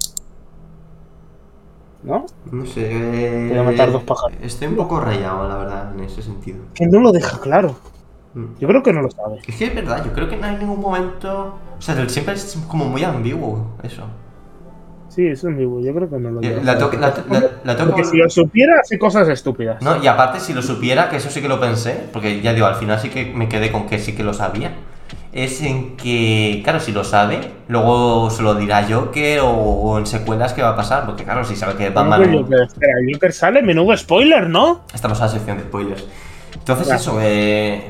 ¿No? No sé. eh, Voy a matar dos pájaros. Estoy un poco rayado, la verdad, en ese sentido. Que no lo deja claro. Mm. Yo creo que no lo sabe. Es que es verdad, yo creo que no hay ningún momento. O sea, siempre es como muy ambiguo eso. Sí, eso es ambiguo. Yo creo que no lo Eh, deja La claro. tengo la, la, la tengo Porque que- si lo supiera, hace cosas estúpidas. No, y aparte, si lo supiera, que eso sí que lo pensé, porque ya digo, al final sí que me quedé con que sí que lo sabía. Es en que, claro, si lo sabe, luego se lo dirá Joker o, o en secuelas qué va a pasar, porque claro, si sabe que ¿Cómo Batman. que Joker? Espera, el Joker sale, menudo spoiler, ¿no? Estamos en la sección de spoilers. Entonces, Ya. eso, eh.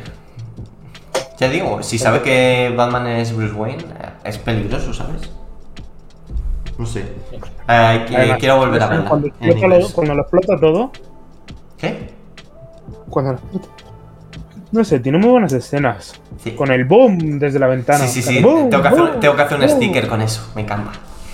Ya digo, si sabe que Batman es Bruce Wayne, eh, es peligroso, ¿sabes? No sé. Eh, que- Además, quiero volver a verla. Cuando, en explota lo, inglés. cuando lo explota todo, ¿Qué? cuando lo explota... No sé, tiene muy buenas escenas. Sí. Con el boom desde la ventana. Sí, sí, sí. Boom, Tengo que, hacer, boom, tengo que hacer un boom. sticker con eso. Me encanta.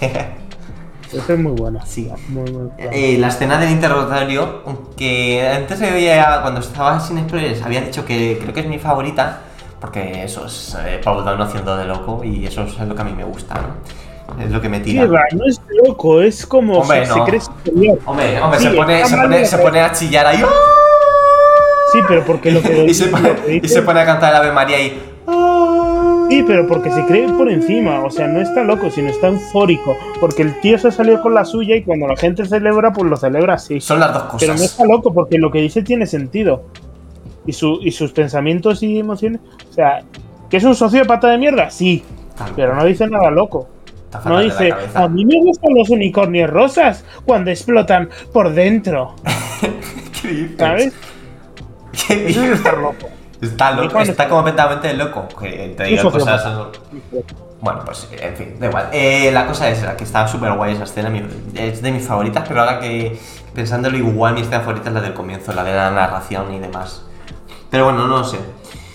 Esa es muy buena. Sí. Muy, muy buena. Eh, la escena del interrogatorio, que antes se veía, cuando estaba sin spoilers, había dicho que creo que es mi favorita, porque eso es eh, Paul Dano haciendo de loco y eso es lo que a mí me gusta, ¿no? Es lo que me Sí, tira. va, no es loco, es como Hombre, se, se no. cree superior. Hombre, hombre, Sí, se, pone, está se, mal pone, de se ver. pone a chillar ahí. Sí, pero porque lo que y, se pone, lo que y dice- se pone a cantar el Ave María y. Sí, pero porque se cree por encima, o sea, no está loco, sino está eufórico, porque el tío se salió con la suya y cuando la gente celebra, pues lo celebra así. Son las dos cosas. Pero no está loco porque lo que dice tiene sentido. Y, su, y sus pensamientos y emociones, o sea, ¿que es un sociópata de mierda? Sí, También. pero no dice nada loco. Está fatal No de la dice, cabeza. a mí me gustan los unicornios rosas cuando explotan por dentro, ¿Qué dices? ¿sabes? ¿Qué Eso es dices? estar loco. Está loco, Unicornio. está completamente loco. Que te diga Un cosas. sociópata. Bueno, pues en fin, da igual. Eh, la cosa es la que está súper guay esa escena, mi- es de mis favoritas, pero ahora que pensándolo igual mi escena favorita es la del comienzo, la de la narración y demás. Pero bueno, no lo sé.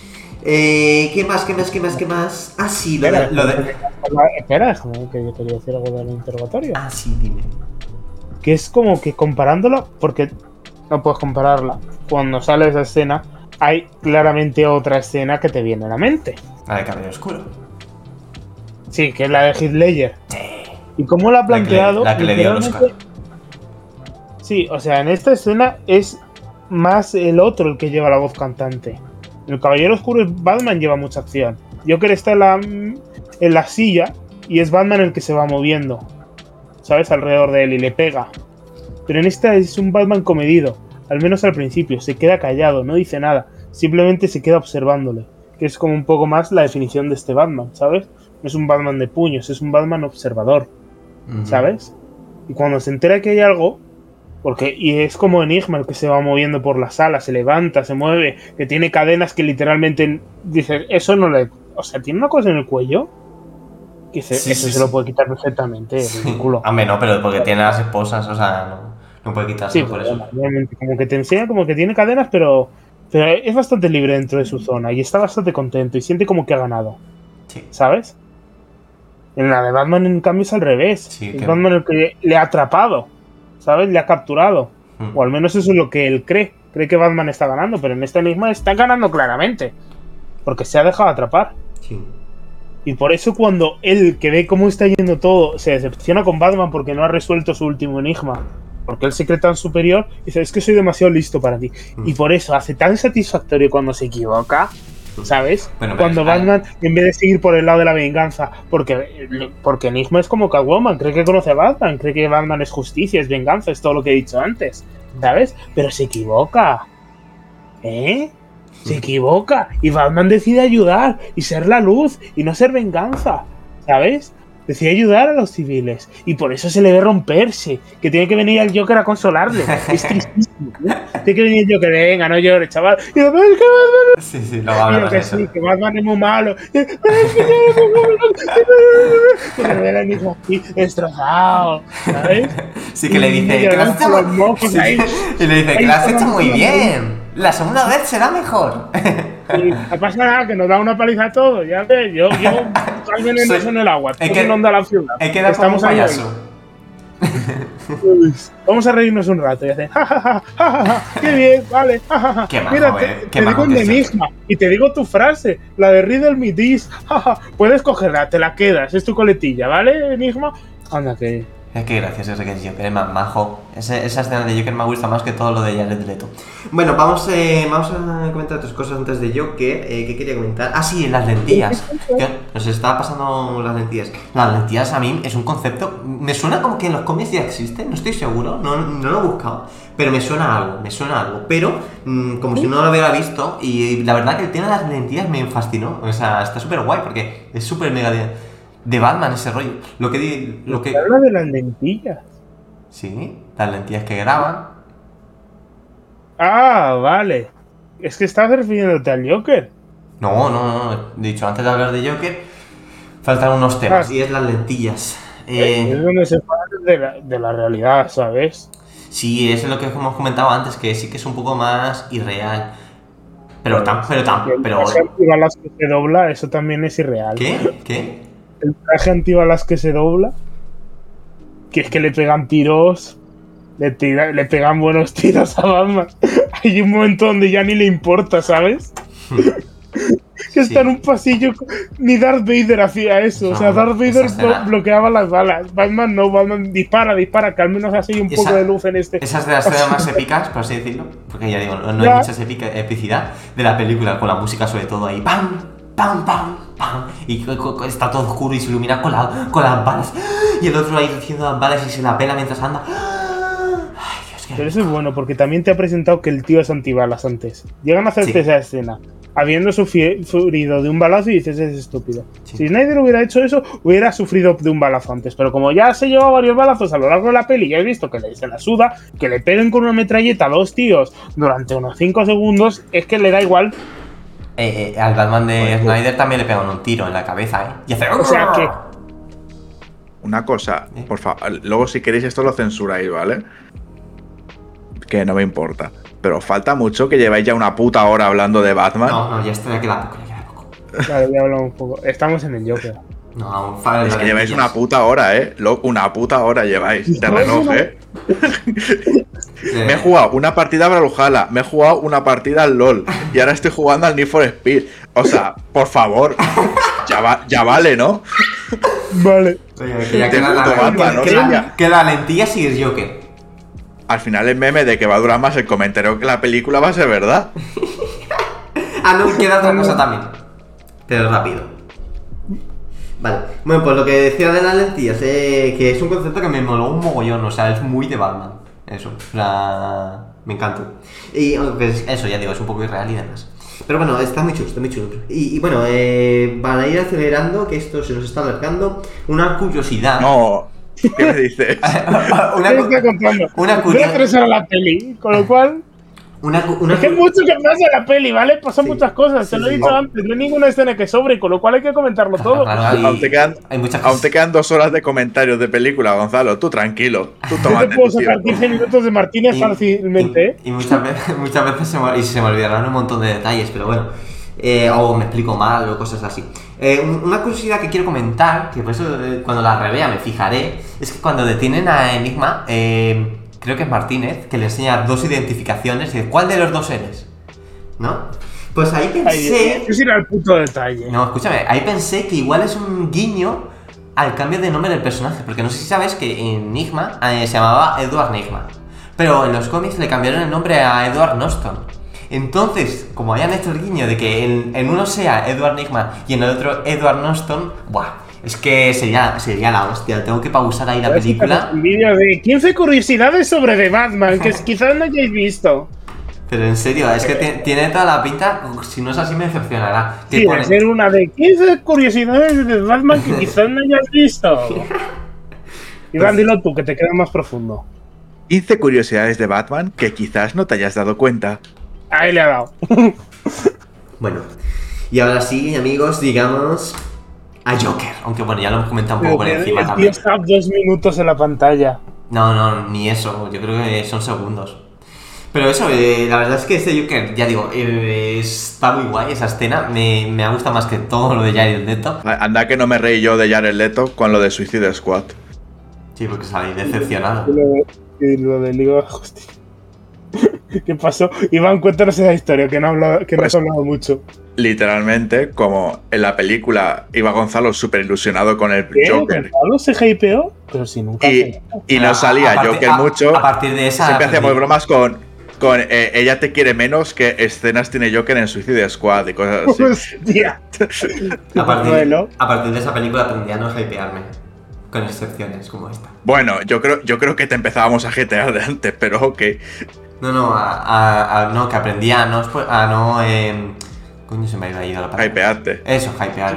Eh, ¿Qué más, qué más, qué más, qué más? Ah, sí, lo de... Lo de... Espera, déjame que yo quería decir algo del interrogatorio. Ah, sí, dime. Que es como que comparándola, porque no puedes compararla. Cuando sale esa escena, hay claramente otra escena que te viene a la mente. La de Cabello Oscuro. Sí, que es la de Heath Ledger. Sí. Y cómo la ha La que le- planteado. la que le dio el literalmente- Sí, o sea, en esta escena es más el otro el que lleva la voz cantante. El Caballero Oscuro es Batman, lleva mucha acción. Joker está en la, en la silla y es Batman el que se va moviendo, ¿sabes? Alrededor de él y le pega. Pero en esta es un Batman comedido, al menos al principio. Se queda callado, no dice nada. Simplemente se queda observándole. Que es como un poco más la definición de este Batman, ¿sabes? No es un Batman de puños, es un Batman observador, Ujú. ¿sabes? Y cuando se entera que hay algo, porque y es como Enigma el que se va moviendo por la sala, se levanta, se mueve, que tiene cadenas que literalmente dices, eso no le, o sea, tiene una cosa en el cuello que se- Sí, eso sí, se sí. lo puede quitar perfectamente, es ridículo. Hombre, no, pero porque tiene las esposas, o sea, no, no puede quitarse Sí, por pero eso. bueno, obviamente, como que te enseña como que tiene cadenas, pero, pero es bastante libre dentro de su zona y está bastante contento y siente como que ha ganado, Sí. ¿sabes? En la de Batman, en cambio, es al revés. Sí, es que- Batman el que le ha atrapado, ¿sabes? Le ha capturado. Mm. O al menos eso es lo que él cree. Cree que Batman está ganando, pero en este enigma está ganando claramente. Porque se ha dejado atrapar. Sí. Y por eso cuando él, que ve cómo está yendo todo, se decepciona con Batman porque no ha resuelto su último enigma. Porque él se cree tan superior, dice, es que soy demasiado listo para ti. Mm. Y por eso hace tan satisfactorio cuando se equivoca, ¿sabes? Bueno, pero Cuando es- Batman, en vez de seguir por el lado de la venganza, porque, porque Enigma es como Catwoman, cree que conoce a Batman, cree que Batman es justicia, es venganza, es todo lo que he dicho antes, ¿sabes? Pero se equivoca, ¿eh? Se equivoca y Batman decide ayudar y ser la luz y no ser venganza, ¿sabes? decide ayudar a los civiles. Y por eso se le ve romperse. Que tiene que venir el Joker a consolarle. Es tristísimo, ¿eh? Tiene que venir el Joker, venga, no llores, chaval. Y yo, pero es que Batman... Sí, sí, lo va a hablar que eso. sí, que Batman es muy malo. Pero es que yo... Que ve el hijo aquí destrozado, ¿sabes? Sí, que le dice Y que lo has hecho los muy... mocos sí, ahí. y le dice que Ahí lo has hecho sonando muy la bien. La segunda vez será mejor. Y no pasa nada, que nos da una paliza a todos, ya ves, yo, yo, hay venenos Sí. en el agua, Hay todo que- que inunda la ciudad. Hay que dar como un Estamos ahí, payaso. ahí. Vamos a reírnos un rato y hacer, ja, ja, ja, ja, ja, ja, qué bien, vale, ja, ja, ja. Qué majo, Mira, eh, te, qué te majo digo que un es enigma y te digo tu frase, la de Riddle Me This, ja, ja, puedes cogerla, te la quedas, es tu coletilla, ¿vale, enigma? Anda, que... Es que gracioso ese que es Joker, es más majo. Ese- esa escena de Joker me gusta más que todo lo de Jared Leto. Bueno, vamos, eh, vamos a comentar otras cosas antes de Joker. Eh, ¿Qué quería comentar? Ah, sí, las lentillas. Que nos estaba pasando las lentillas. Las lentillas a mí es un concepto. Me suena como que en los cómics ya existen, no estoy seguro, no, no lo he buscado. Pero me suena algo, me suena algo. Pero, mmm, como si no lo hubiera visto. Y la verdad que el tema de las lentillas me fascinó. O sea, está súper guay porque es súper mega de. De Batman ese rollo. Lo que di, lo que. Habla de las lentillas. Sí, las lentillas que graban. Ah, vale. Es que estás refiriéndote al Joker. No, no, no. He dicho, antes de hablar de Joker, faltan unos temas. Ah. Y es las lentillas. Es Eh, donde se para de la, de la realidad, ¿sabes? sí, eso es lo que hemos comentado antes, que sí que es un poco más irreal. Pero tan, pero tan, El pero. traje antibalas que se dobla, eso también es irreal. ¿Qué? ¿Qué? El traje antibalas que se dobla, que es que le pegan tiros, le, tira- le pegan buenos tiros a Batman. Hay un momento donde ya ni le importa, ¿sabes? Que Sí. está en un pasillo, ni Darth Vader hacía eso. No, o sea, Darth esa Vader escena- blo- bloqueaba las balas. Batman no, Batman dispara, dispara, que al menos así hay un Esa- poco de luz en este. Esa es de las escenas más épicas, por así decirlo. Porque ya digo, no, no hay Ya. mucha epica- epicidad de la película, con la música sobre todo ahí. ¡Pam! ¡Pam! ¡Pam! ¡Pam! Y co- co- está todo oscuro y se ilumina con, la, con las balas. Y el otro ahí diciendo las balas y se la pela mientras anda. Ay, Dios, qué Pero eso es bueno, porque también te ha presentado que el tío es antibalas antes. Llegan a hacerte Sí. esa escena, habiendo sufri- sufrido de un balazo y dices, es estúpido. Sí. Si Snyder hubiera hecho eso, hubiera sufrido de un balazo antes. Pero como ya se lleva varios balazos a lo largo de la peli y has visto que le se la suda, que le peguen con una metralleta a dos tíos durante unos cinco segundos, es que le da igual. Eh, eh, al Batman de Snyder también le pegan un tiro en la cabeza, ¿eh? Y hace. O sea que- Una cosa, ¿Eh? por favor, luego si queréis esto lo censuráis, ¿vale? Que no me importa. Pero falta mucho que lleváis ya una puta hora hablando de Batman. No, no, ya está, ya queda poco, ya queda poco. Claro, ya hablamos un poco. Estamos en el Joker. No, aún falta. Es que lleváis una puta hora, ¿eh? Lo- una puta hora lleváis de reloj, ¿eh? Me he jugado una partida a Brawlhalla, me he jugado una partida al LOL y ahora estoy jugando al Need for Speed. O sea, por favor, ya, va- ya vale, ¿no? Vale. Que ya Te queda la, puto Batman, ¿no? queda, Ya. queda lentillas y es Joker. Al final el meme de que va a durar más el comentario que la película va a ser verdad. Ah, no, queda otra cosa también. Pero rápido. Vale. Bueno, pues lo que decía de las lentillas, eh, que es un concepto que me moló un mogollón, o sea, es muy de Batman. Eso, o sea, me encantó. Y pues, eso, ya digo, es un poco irreal y demás. Pero bueno, está muy chulo, está muy chulo. Y, y bueno, eh, para ir acelerando, que esto se nos está alargando, una curiosidad. No, ¿qué me dices? una, ¿Qué cu- está contando? una Dura curiosidad. tres horas la peli, con lo cual... Una, cu- una Es que hay cu- mucho que pasa en la peli, ¿vale? Pasan Sí. muchas cosas, te Sí, lo he sí. dicho No. antes, no hay ninguna escena que sobre, con lo cual hay que comentarlo todo. Claro, hay, Aún te quedan- hay muchas Aún te quedan dos horas de comentarios de película, Gonzalo. Tú tranquilo. Tú Yo tómate te puedo tu sacar tiempo. quince minutos de Martínez Y- fácilmente, ¿eh? Y, y muchas veces, muchas veces se me, y se me olvidarán un montón de detalles, pero bueno. Eh, o me explico mal o cosas así. Eh, un- una curiosidad que quiero comentar, que por eso eh, cuando la revea me fijaré, es que cuando detienen a Enigma, eh, creo que es Martínez, que le enseña dos identificaciones y dice, ¿cuál de los dos eres? ¿No? Pues ahí Ay, pensé... Dios, ir al puto detalle. No, escúchame, ahí pensé que igual es un guiño al cambio de nombre del personaje, porque no sé si sabes que Enigma eh, se llamaba Edward Nygma, pero en los cómics le cambiaron el nombre a Edward Norton. Entonces, como hayan hecho el guiño de que en, en uno sea Edward Nygma y en el otro Edward Norton, ¡buah! Es que sería, sería la hostia, tengo que pausar ahí la A ver si película. tenemos un vídeo de quince curiosidades sobre The Batman, que quizás no hayáis visto. Pero en serio, es que tiene, tiene toda la pinta, si no es así me decepcionará. ¿Qué Sí, pone? de ser una de quince curiosidades de Batman que quizás no hayas visto. Iván, dilo tú, que te queda más profundo. quince curiosidades de Batman que quizás no te hayas dado cuenta. Ahí le ha dado. Bueno, y ahora sí, amigos, digamos a Joker. Aunque bueno, ya lo hemos comentado un poco por Pero encima el tío también. está dos minutos en la pantalla. No, no, ni eso, yo creo que son segundos. Pero eso, eh, la verdad es que este Joker, ya digo, eh, está muy guay esa escena. Me, me ha gustado más que todo lo de Jared Leto. Anda que no me reí yo de Jared Leto con lo de Suicide Squad. Sí, porque salí decepcionado. Y lo, y lo del Liga de la Justicia. ¿Qué pasó? Iván, cuéntanos esa historia, que no, habla, que no has hablado mucho. Literalmente, como en la película iba Gonzalo súper ilusionado con el ¿Qué? Joker. ¿Gonzalo se hypeó? Pero si nunca Y, hace nada. y no A- salía a partir- Joker a- mucho. A partir de esa. Siempre hacíamos perdí. bromas con, con eh, ella te quiere menos que escenas tiene Joker en Suicide Squad y cosas así. Hostia. A partir, Bueno. a partir de esa película aprendí a no hypearme. Con excepciones como esta. Bueno, yo creo, yo creo que te empezábamos a jetear de antes, pero ok. No, no, a, a- a- no, que aprendí a no. expo- A no eh, coño, se me ha ido la palabra. Hypearte. Eso, hypear.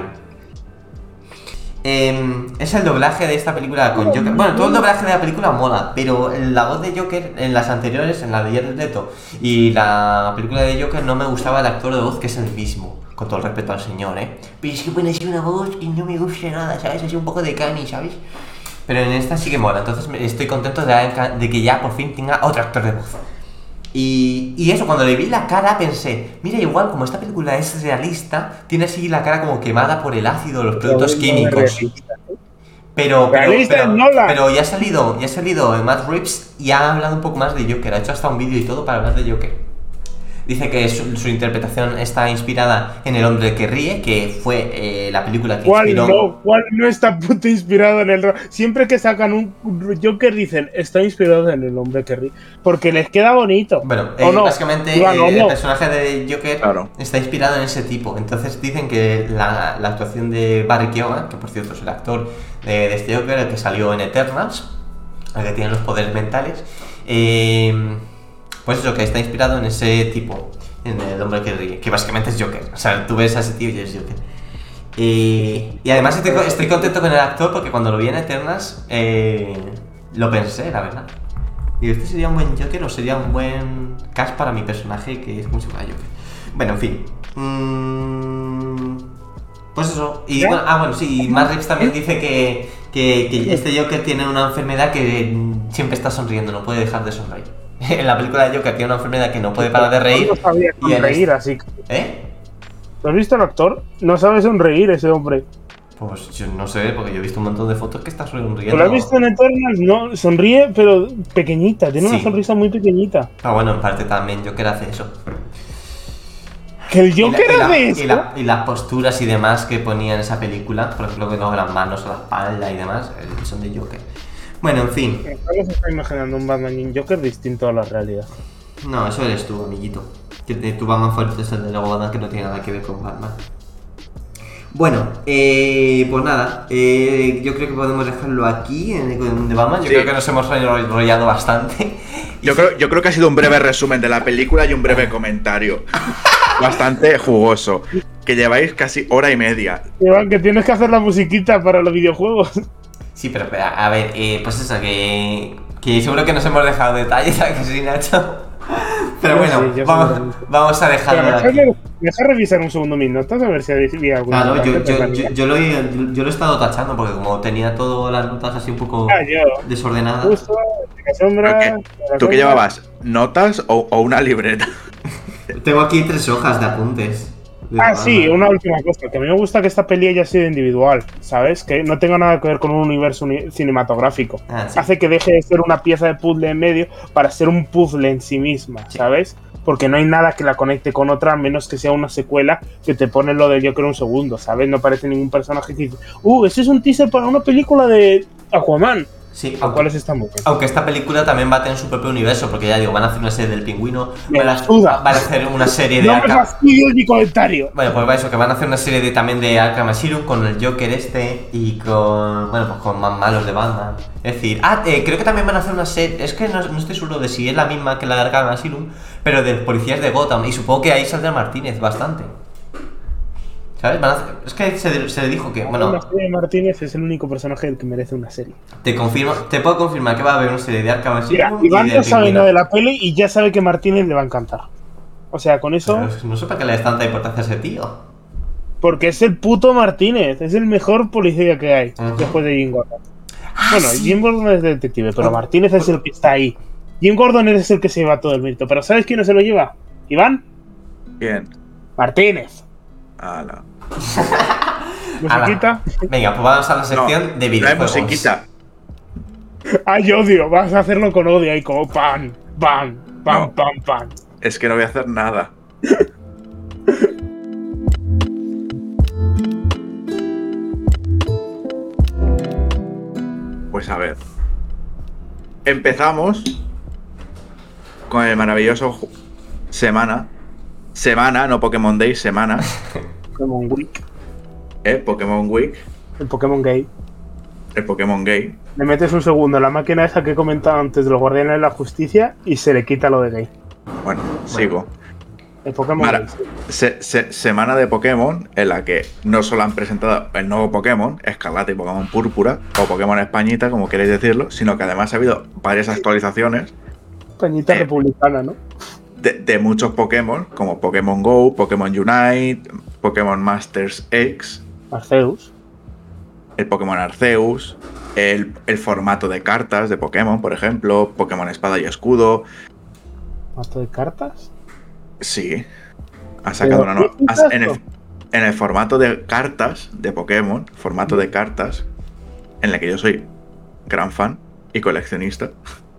Eh, es el doblaje de esta película con Joker. Bueno, todo el doblaje de la película mola, pero la voz de Joker en las anteriores, en la de Jared Leto y la película de Joker, no me gustaba el actor de voz, que es el mismo. Con todo el respeto al señor, ¿eh? Pero es que pone así una voz y no me gusta nada, ¿sabes? Así un poco de cani, ¿sabes? Pero en esta sí que mola, entonces me- estoy contento de, de que ya por fin tenga otro actor de voz. Y, y eso, cuando le vi la cara pensé, mira, igual como esta película es realista, tiene así la cara como quemada por el ácido, los productos químicos. Pero, pero, Realista pero, es Nolan. pero ya ha salido, ya ha salido Matt Reeves y ha hablado un poco más de Joker, ha hecho hasta un vídeo y todo para hablar de Joker. Dice que su, su interpretación está inspirada en El hombre que ríe, que fue eh, la película que ¿Cuál inspiró... no? ¿Cuál no está puto inspirado en el ro- Siempre que sacan un Joker dicen, está inspirado en el hombre que ríe. Porque les queda bonito. Bueno, ¿O eh, no? básicamente Iván, ¿o eh, el no? personaje de Joker Claro. está inspirado en ese tipo. Entonces dicen que la, la actuación de Barry Keoghan, que por cierto es el actor de, de este Joker, el que salió en Eternals, el que tiene los poderes mentales, eh, pues eso, que está inspirado en ese tipo, en el hombre que ríe, que básicamente es Joker. O sea, tú ves a ese tío y es Joker. Y, y además estoy, co- estoy contento con el actor porque cuando lo vi en Eternals eh, lo pensé, la verdad. Y este sería un buen Joker o sería un buen cast para mi personaje que es como si fuera Joker. Bueno, en fin. Mm, pues eso. Y ¿Ya? bueno, ah, bueno, sí. Y Matt Reeves también dice que, que, que este Joker tiene una enfermedad que mm, siempre está sonriendo, no puede dejar de sonreír. En la película de Joker tiene una enfermedad que no puede parar de reír. No sabía y en sonreír, este- así que... ¿Eh? ¿Lo has visto el actor? No sabe sonreír ese hombre. Pues yo no sé, porque yo he visto un montón de fotos que está sonriendo. ¿Tú lo has visto en Eternals? No, sonríe, pero pequeñita. Tiene Sí. una sonrisa muy pequeñita. Ah, bueno, en parte también Joker hace eso. ¿Que el Y la- Joker y la- hace y, eso? la- y las posturas y demás que ponía en esa película, por ejemplo, que con las manos a la espalda y demás, eh, son de Joker. Bueno, en fin. Estamos está imaginando un Batman y un Joker distinto a la realidad. No, eso eres tú, amiguito. Que te- tu Batman favorito es el de Lego Batman, que no tiene nada que ver con Batman. Bueno, eh, pues nada, eh, yo creo que podemos dejarlo aquí en el de Batman. Yo Sí. creo que nos hemos enrollado bastante. Y Yo creo, yo creo que ha sido un breve resumen de la película y un breve comentario. Bastante jugoso. Que lleváis casi hora y media. Iván, que tienes que hacer la musiquita para los videojuegos. Sí, pero espera, a ver, eh, pues eso, que, que seguro que nos hemos dejado detalles, ¿sabes que sí, Nacho? Pero Sí, bueno, sí, yo vamos, seguramente. vamos a Pero dejarlo deja, aquí. de- deja revisar un segundo mis notas a ver si había alguna. Claro, yo, nota yo, que yo, yo lo he, yo lo he estado tachando porque como tenía todas las notas así un poco Ah, yo. desordenadas. Justo, la sombra. ¿Tú qué, la tú qué sombra. llevabas? ¿Notas o, o una libreta? Tengo aquí tres hojas de apuntes. de Ah, Batman. sí, una última cosa. Que a mí me gusta que esta peli haya sido individual, ¿sabes? Que no tenga nada que ver con un universo uni- cinematográfico. Ah, sí. Hace que deje de ser una pieza de puzzle en medio para ser un puzzle en sí misma, Sí. ¿sabes? Porque no hay nada que la conecte con otra, a menos que sea una secuela que te pone lo de Joker un segundo, ¿sabes? No aparece ningún personaje que dice, uh, ese es un teaser para una película de Aquaman. Sí, Los aunque, cuales están muy bien. aunque esta película también va a tener su propio universo, porque ya digo, van a hacer una serie del pingüino, Me van a, la suda. van a hacer una serie de No me Arkham. fastidies mi comentario. Bueno, pues va eso, que van a hacer una serie de, también de Arkham Asylum con el Joker este y con, bueno, pues con más malos de Batman. Es decir, ah, eh, creo que también van a hacer una serie, es que no, no estoy seguro de si es la misma que la de Arkham Asylum, pero de policías de Gotham, y supongo que ahí saldrá Martínez bastante. ¿Sabes? Van a hacer- es que se, se dijo que, bueno, La serie de Martínez es el único personaje del que merece una serie. te confirmo, te puedo confirmar que va a haber una serie de Arkham Mira, Asylum Iván y no del sabe pingüino. nada de la peli y ya sabe que Martínez le va a encantar. O sea, con eso... Pero no sé para qué le das tanta importancia a ese tío. Porque es el puto Martínez. Es el mejor policía que hay. Ujú. Después de Jim Gordon. Ah, Bueno, sí. Jim Gordon es detective, pero Oh. Martínez es el que está ahí. Jim Gordon es el que se lleva todo el mérito. Pero ¿sabes quién no se lo lleva? ¿Iván? Bien. Martínez. Ala. ¿Musiquita? Venga, pues vamos a la sección No, de no hay videojuegos. musiquita. Ay, odio. Vas a hacerlo con odio ahí, como pan, pan, pan, No. pan, pan. Es que no voy a hacer nada. Pues a ver. Empezamos con el maravilloso ju- semana. Semana, no Pokémon Day, semana. Pokémon Week. ¿Eh? Pokémon Week. El Pokémon Gay. El Pokémon Gay. Le metes un segundo en la máquina esa que he comentado antes de los Guardianes de la Justicia y se le quita lo de gay. Bueno, sigo. El Pokémon Mara- Gay. sí. se- se- semana de Pokémon en la que no solo han presentado el nuevo Pokémon, Escarlata y Pokémon Púrpura, o Pokémon Españita, como queréis decirlo, sino que además ha habido varias actualizaciones Pañita Eh. republicana, ¿no? de, de muchos Pokémon, como Pokémon Go, Pokémon Unite, Pokémon Masters X, Arceus. el Pokémon Arceus, el, el formato de cartas de Pokémon, por ejemplo, Pokémon Espada y Escudo. ¿Mato de cartas? Sí. Ha sacado Pero, una nueva. ¿qué es has- En el, esto? en el formato de cartas de Pokémon, formato de cartas, en el que yo soy gran fan y coleccionista,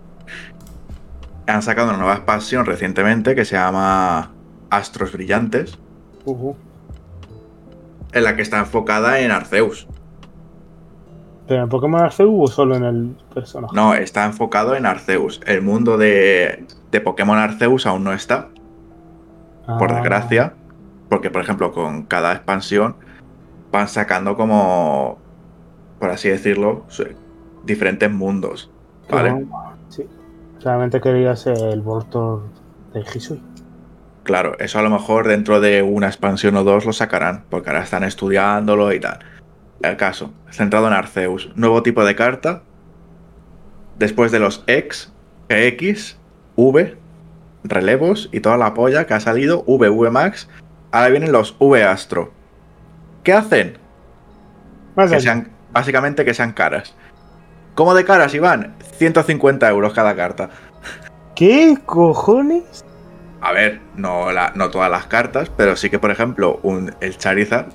han sacado una nueva expansión recientemente que se llama Astros Brillantes, Ujú. en la que está enfocada en Arceus. ¿Pero en Pokémon Arceus o solo en el personaje? No, está enfocado en Arceus. El mundo de, de Pokémon Arceus aún no está, por Ah, desgracia, porque por ejemplo con cada expansión van sacando como, por así decirlo, su- diferentes mundos, qué ¿vale? guay. Sí. Realmente quería ser el Voltor de Hisui. Claro, eso a lo mejor dentro de una expansión o dos lo sacarán, porque ahora están estudiándolo y tal. El caso, centrado en Arceus, nuevo tipo de carta, después de los X, X, V, relevos y toda la polla que ha salido, V, V Max, ahora vienen los V Astro. ¿Qué hacen? Más Que allá. sean, básicamente que sean caras. ¿Cómo de caras, Iván? ciento cincuenta euros cada carta. ¿Qué cojones? A ver, no, la- no todas las cartas, pero sí que, por ejemplo, un, el Charizard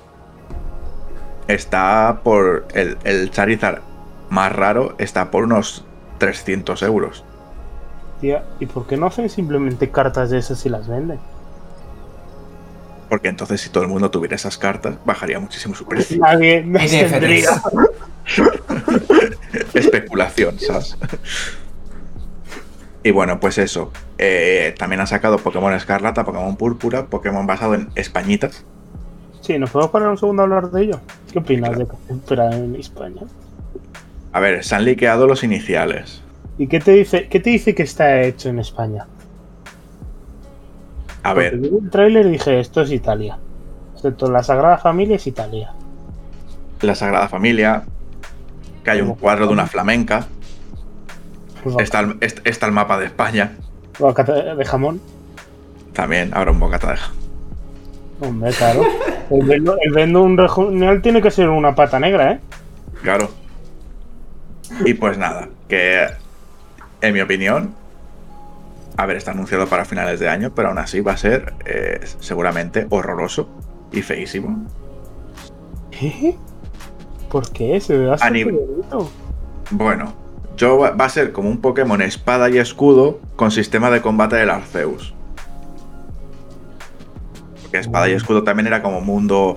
está por. El, el Charizard más raro está por unos trescientos euros. Tía, ¿y por qué no hacen simplemente cartas de esas y las venden? Porque entonces, si todo el mundo tuviera esas cartas, bajaría muchísimo su precio. Nadie las N F Ts. tendría. Especulación, ¿sabes? Y bueno, pues eso. Eh, también han sacado Pokémon Escarlata, Pokémon Púrpura, Pokémon basado en Españita. Sí, ¿nos podemos parar un segundo a hablar de ello? ¿Qué opinas Claro. de que se espera en España? A ver, se han liqueado los iniciales. ¿Y qué te dice, qué te dice que está hecho en España? A Porque ver, yo vi el tráiler y dije, esto es Italia. Excepto la Sagrada Familia es Italia. la Sagrada Familia, que hay un Como- cuadro de una flamenca, Pues está el, est- está el mapa de España, bocata de jamón. también habrá un bocata de jamón. Hombre, claro. El vendo, el vendo un regional tiene que ser una pata negra, ¿eh? Claro. Y pues nada, que en mi opinión, a ver, está anunciado para finales de año, pero aún así va a ser eh, seguramente horroroso y feísimo. ¿Qué? ¿Por qué? Se ve bastante nivel- bonito. Bueno, yo va va a ser como un Pokémon espada y escudo con sistema de combate del Arceus. Porque espada y escudo también era como mundo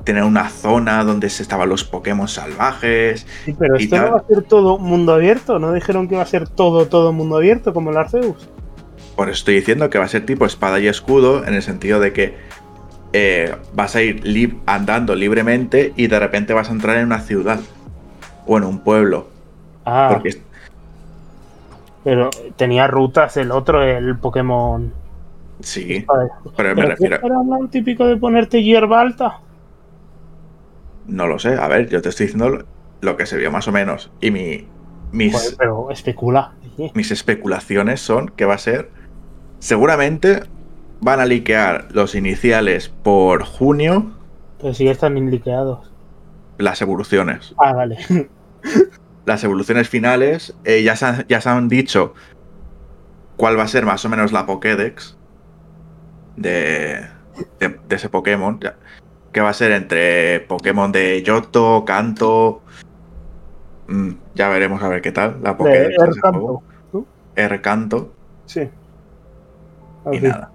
tener una zona donde se estaban los Pokémon salvajes. Sí, pero y esto tal. no va a ser todo mundo abierto. ¿No dijeron que iba a ser todo, todo mundo abierto como el Arceus? Por eso estoy diciendo que va a ser tipo espada y escudo, en el sentido de que eh, vas a ir lib- andando libremente y de repente vas a entrar en una ciudad o en un pueblo. Ah, Porque pero tenía rutas el otro, el Pokémon. sí, Joder. pero me ¿Pero qué refiero, era lo típico de ponerte hierba alta? no lo sé, a ver, yo te estoy diciendo lo, lo que se vio más o menos. Y mi, mis, Joder, pero especula. Sí. mis especulaciones son que va a ser, seguramente van a liquear los iniciales por junio, Pero si ya están indicados. las evoluciones. Ah, vale. Las evoluciones finales eh, ya, se han, ya se han dicho cuál va a ser más o menos la Pokédex de, de, de ese Pokémon. Ya, que va a ser entre Pokémon de Yoto, Kanto. Mm, ya veremos a ver qué tal la De Pokédex de ese Ercanto, juego. ¿no? R-Canto Sí. y Ok. nada.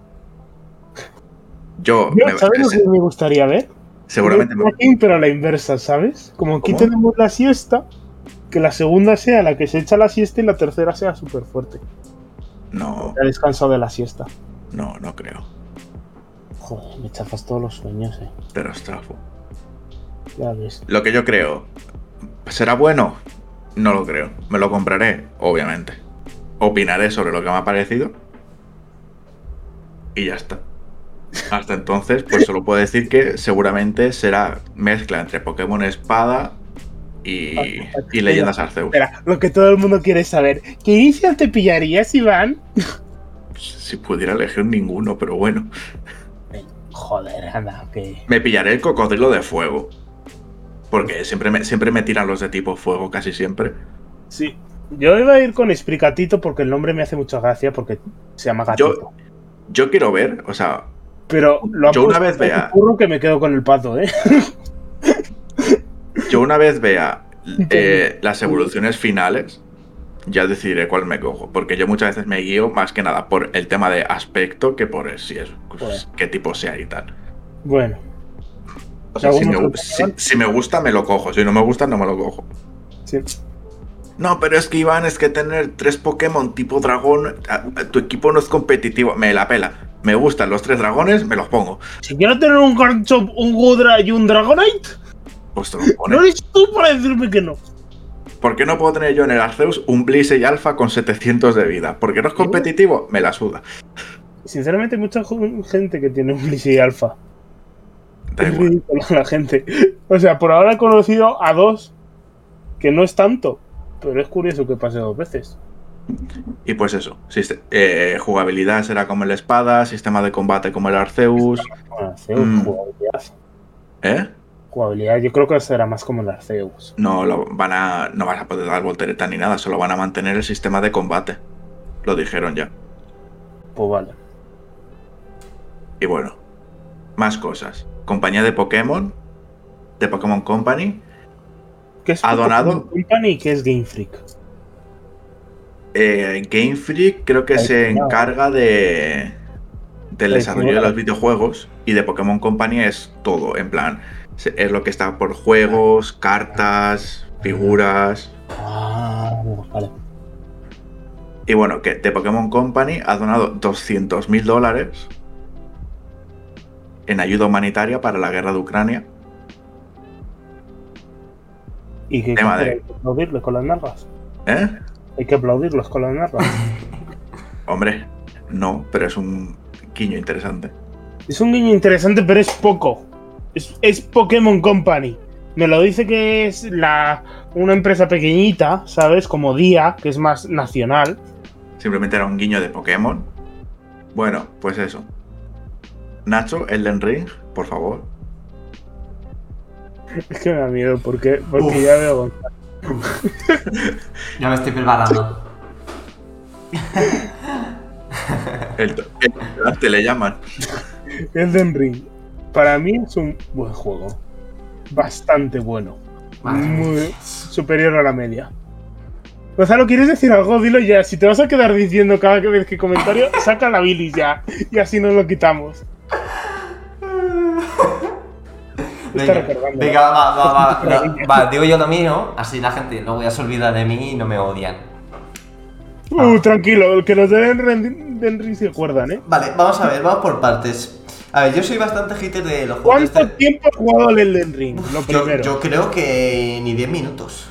Yo, Yo, me- ¿sabes lo ese- que me gustaría ver? seguramente me, Joaquín, pero a la inversa, ¿sabes? Como aquí ¿Cómo? tenemos la siesta, que la segunda sea la que se echa la siesta y la tercera sea súper fuerte. no, Ya descansado de la siesta. no, no creo. Joder, me chafas todos los sueños, eh. Te los trafo. Ya ves. Lo que yo creo, ¿será bueno? No lo creo. Me lo compraré, obviamente. Opinaré sobre lo que me ha parecido. Y ya está. Hasta entonces, pues solo puedo decir que seguramente será mezcla entre Pokémon Espada y, y Leyendas Arceus. Espera, lo que todo el mundo quiere saber. ¿Qué inicial te pillarías, Iván? Si pudiera elegir ninguno, pero bueno. Joder, anda, que... Me pillaré el cocodrilo de fuego. Porque siempre me, siempre me tiran los de tipo fuego, casi siempre. Sí. Yo iba a ir con Spricatito porque el nombre me hace mucha gracia porque se llama Gatito. Yo, yo quiero ver, o sea, Pero lo han yo una puesto vez tan vea- curro que me quedo con el pato, ¿eh? yo una vez vea eh, las evoluciones finales, ya decidiré cuál me cojo. Porque yo muchas veces me guío más que nada por el tema de aspecto que por el, si es, pues, Bueno. qué tipo sea y tal. Bueno, O sea, si me, ¿Algunos si- otros? si me gusta, me lo cojo. Si no me gusta, no me lo cojo. sí. No, pero es que Iván, es que tener tres Pokémon tipo dragón, a- a- tu equipo no es competitivo. Me la pela. Me gustan los tres dragones, me los pongo. Si quiero tener un Garchomp, un Godra y un Dragonite, Pues te los pones. no eres tú para decirme que no. ¿Por qué no puedo tener yo en el Arceus un Blaze y Alpha con setecientos de vida? ¿Porque no es competitivo? Me la suda. Sinceramente, hay mucha jo- gente que tiene un Blissey Alpha. Da Es igual. ridículo la gente. O sea, por ahora he conocido a dos, que no es tanto, pero es curioso que pase dos veces. Y pues eso. siste- eh, jugabilidad será como el espada, sistema de combate como el Arceus. Bueno, Arceus, Mm. jugabilidad. ¿Eh? Jugabilidad, yo creo que será más como el Arceus. No, lo van a, no vas a poder dar voltereta ni nada, solo van a mantener el sistema de combate. Lo dijeron ya. Pues vale. Y bueno, más cosas. Compañía de Pokémon, de Pokémon Company, ¿Qué es ¿Ha donado? Pokémon Company y qué es Game Freak? eh, Game Freak creo que Ahí se está. encarga de del Ahí desarrollo de está. los videojuegos y de Pokémon Company es todo, en plan, se- es lo que está por juegos, cartas, figuras. Ah, vale. Y bueno, que de Pokémon Company ha donado doscientos mil dólares en ayuda humanitaria para la guerra de Ucrania. ¿Y qué Tema qué- de- hay que aplaudirles con las narras? ¿Eh? Hay que aplaudirlos con las narras. Hombre, no, pero es un guiño interesante. Es un guiño interesante, pero es poco. Es, es Pokémon Company. Me lo dice que es la una empresa pequeñita, ¿sabes? Como Día, que es más nacional. Simplemente era un guiño de Pokémon. Bueno, pues eso. Nacho, Elden Ring, por favor. Es que me da miedo, porque, porque Uf. ya veo. Ya me estoy preparando. El, el te le llaman. Elden Ring. Para mí es un buen juego. Bastante bueno. Vale. Muy superior a la media. Gonzalo, ¿quieres decir algo? Dilo ya. Si te vas a quedar diciendo cada vez que comentario, saca la bilis ya. Y así nos lo quitamos. Está Venga, recordando. venga, va, va, va, va, no, va, digo yo lo mío, así la gente luego ya se olvida de mí y no me odian. Uh, tranquilo, que los de Elden Ring se acuerdan, ¿eh? Vale, vamos a ver, vamos por partes. A ver, yo soy bastante hater de los juegos de ¿Cuánto este... tiempo has jugado al Elden Ring? Lo Yo, primero. yo creo que ni diez minutos.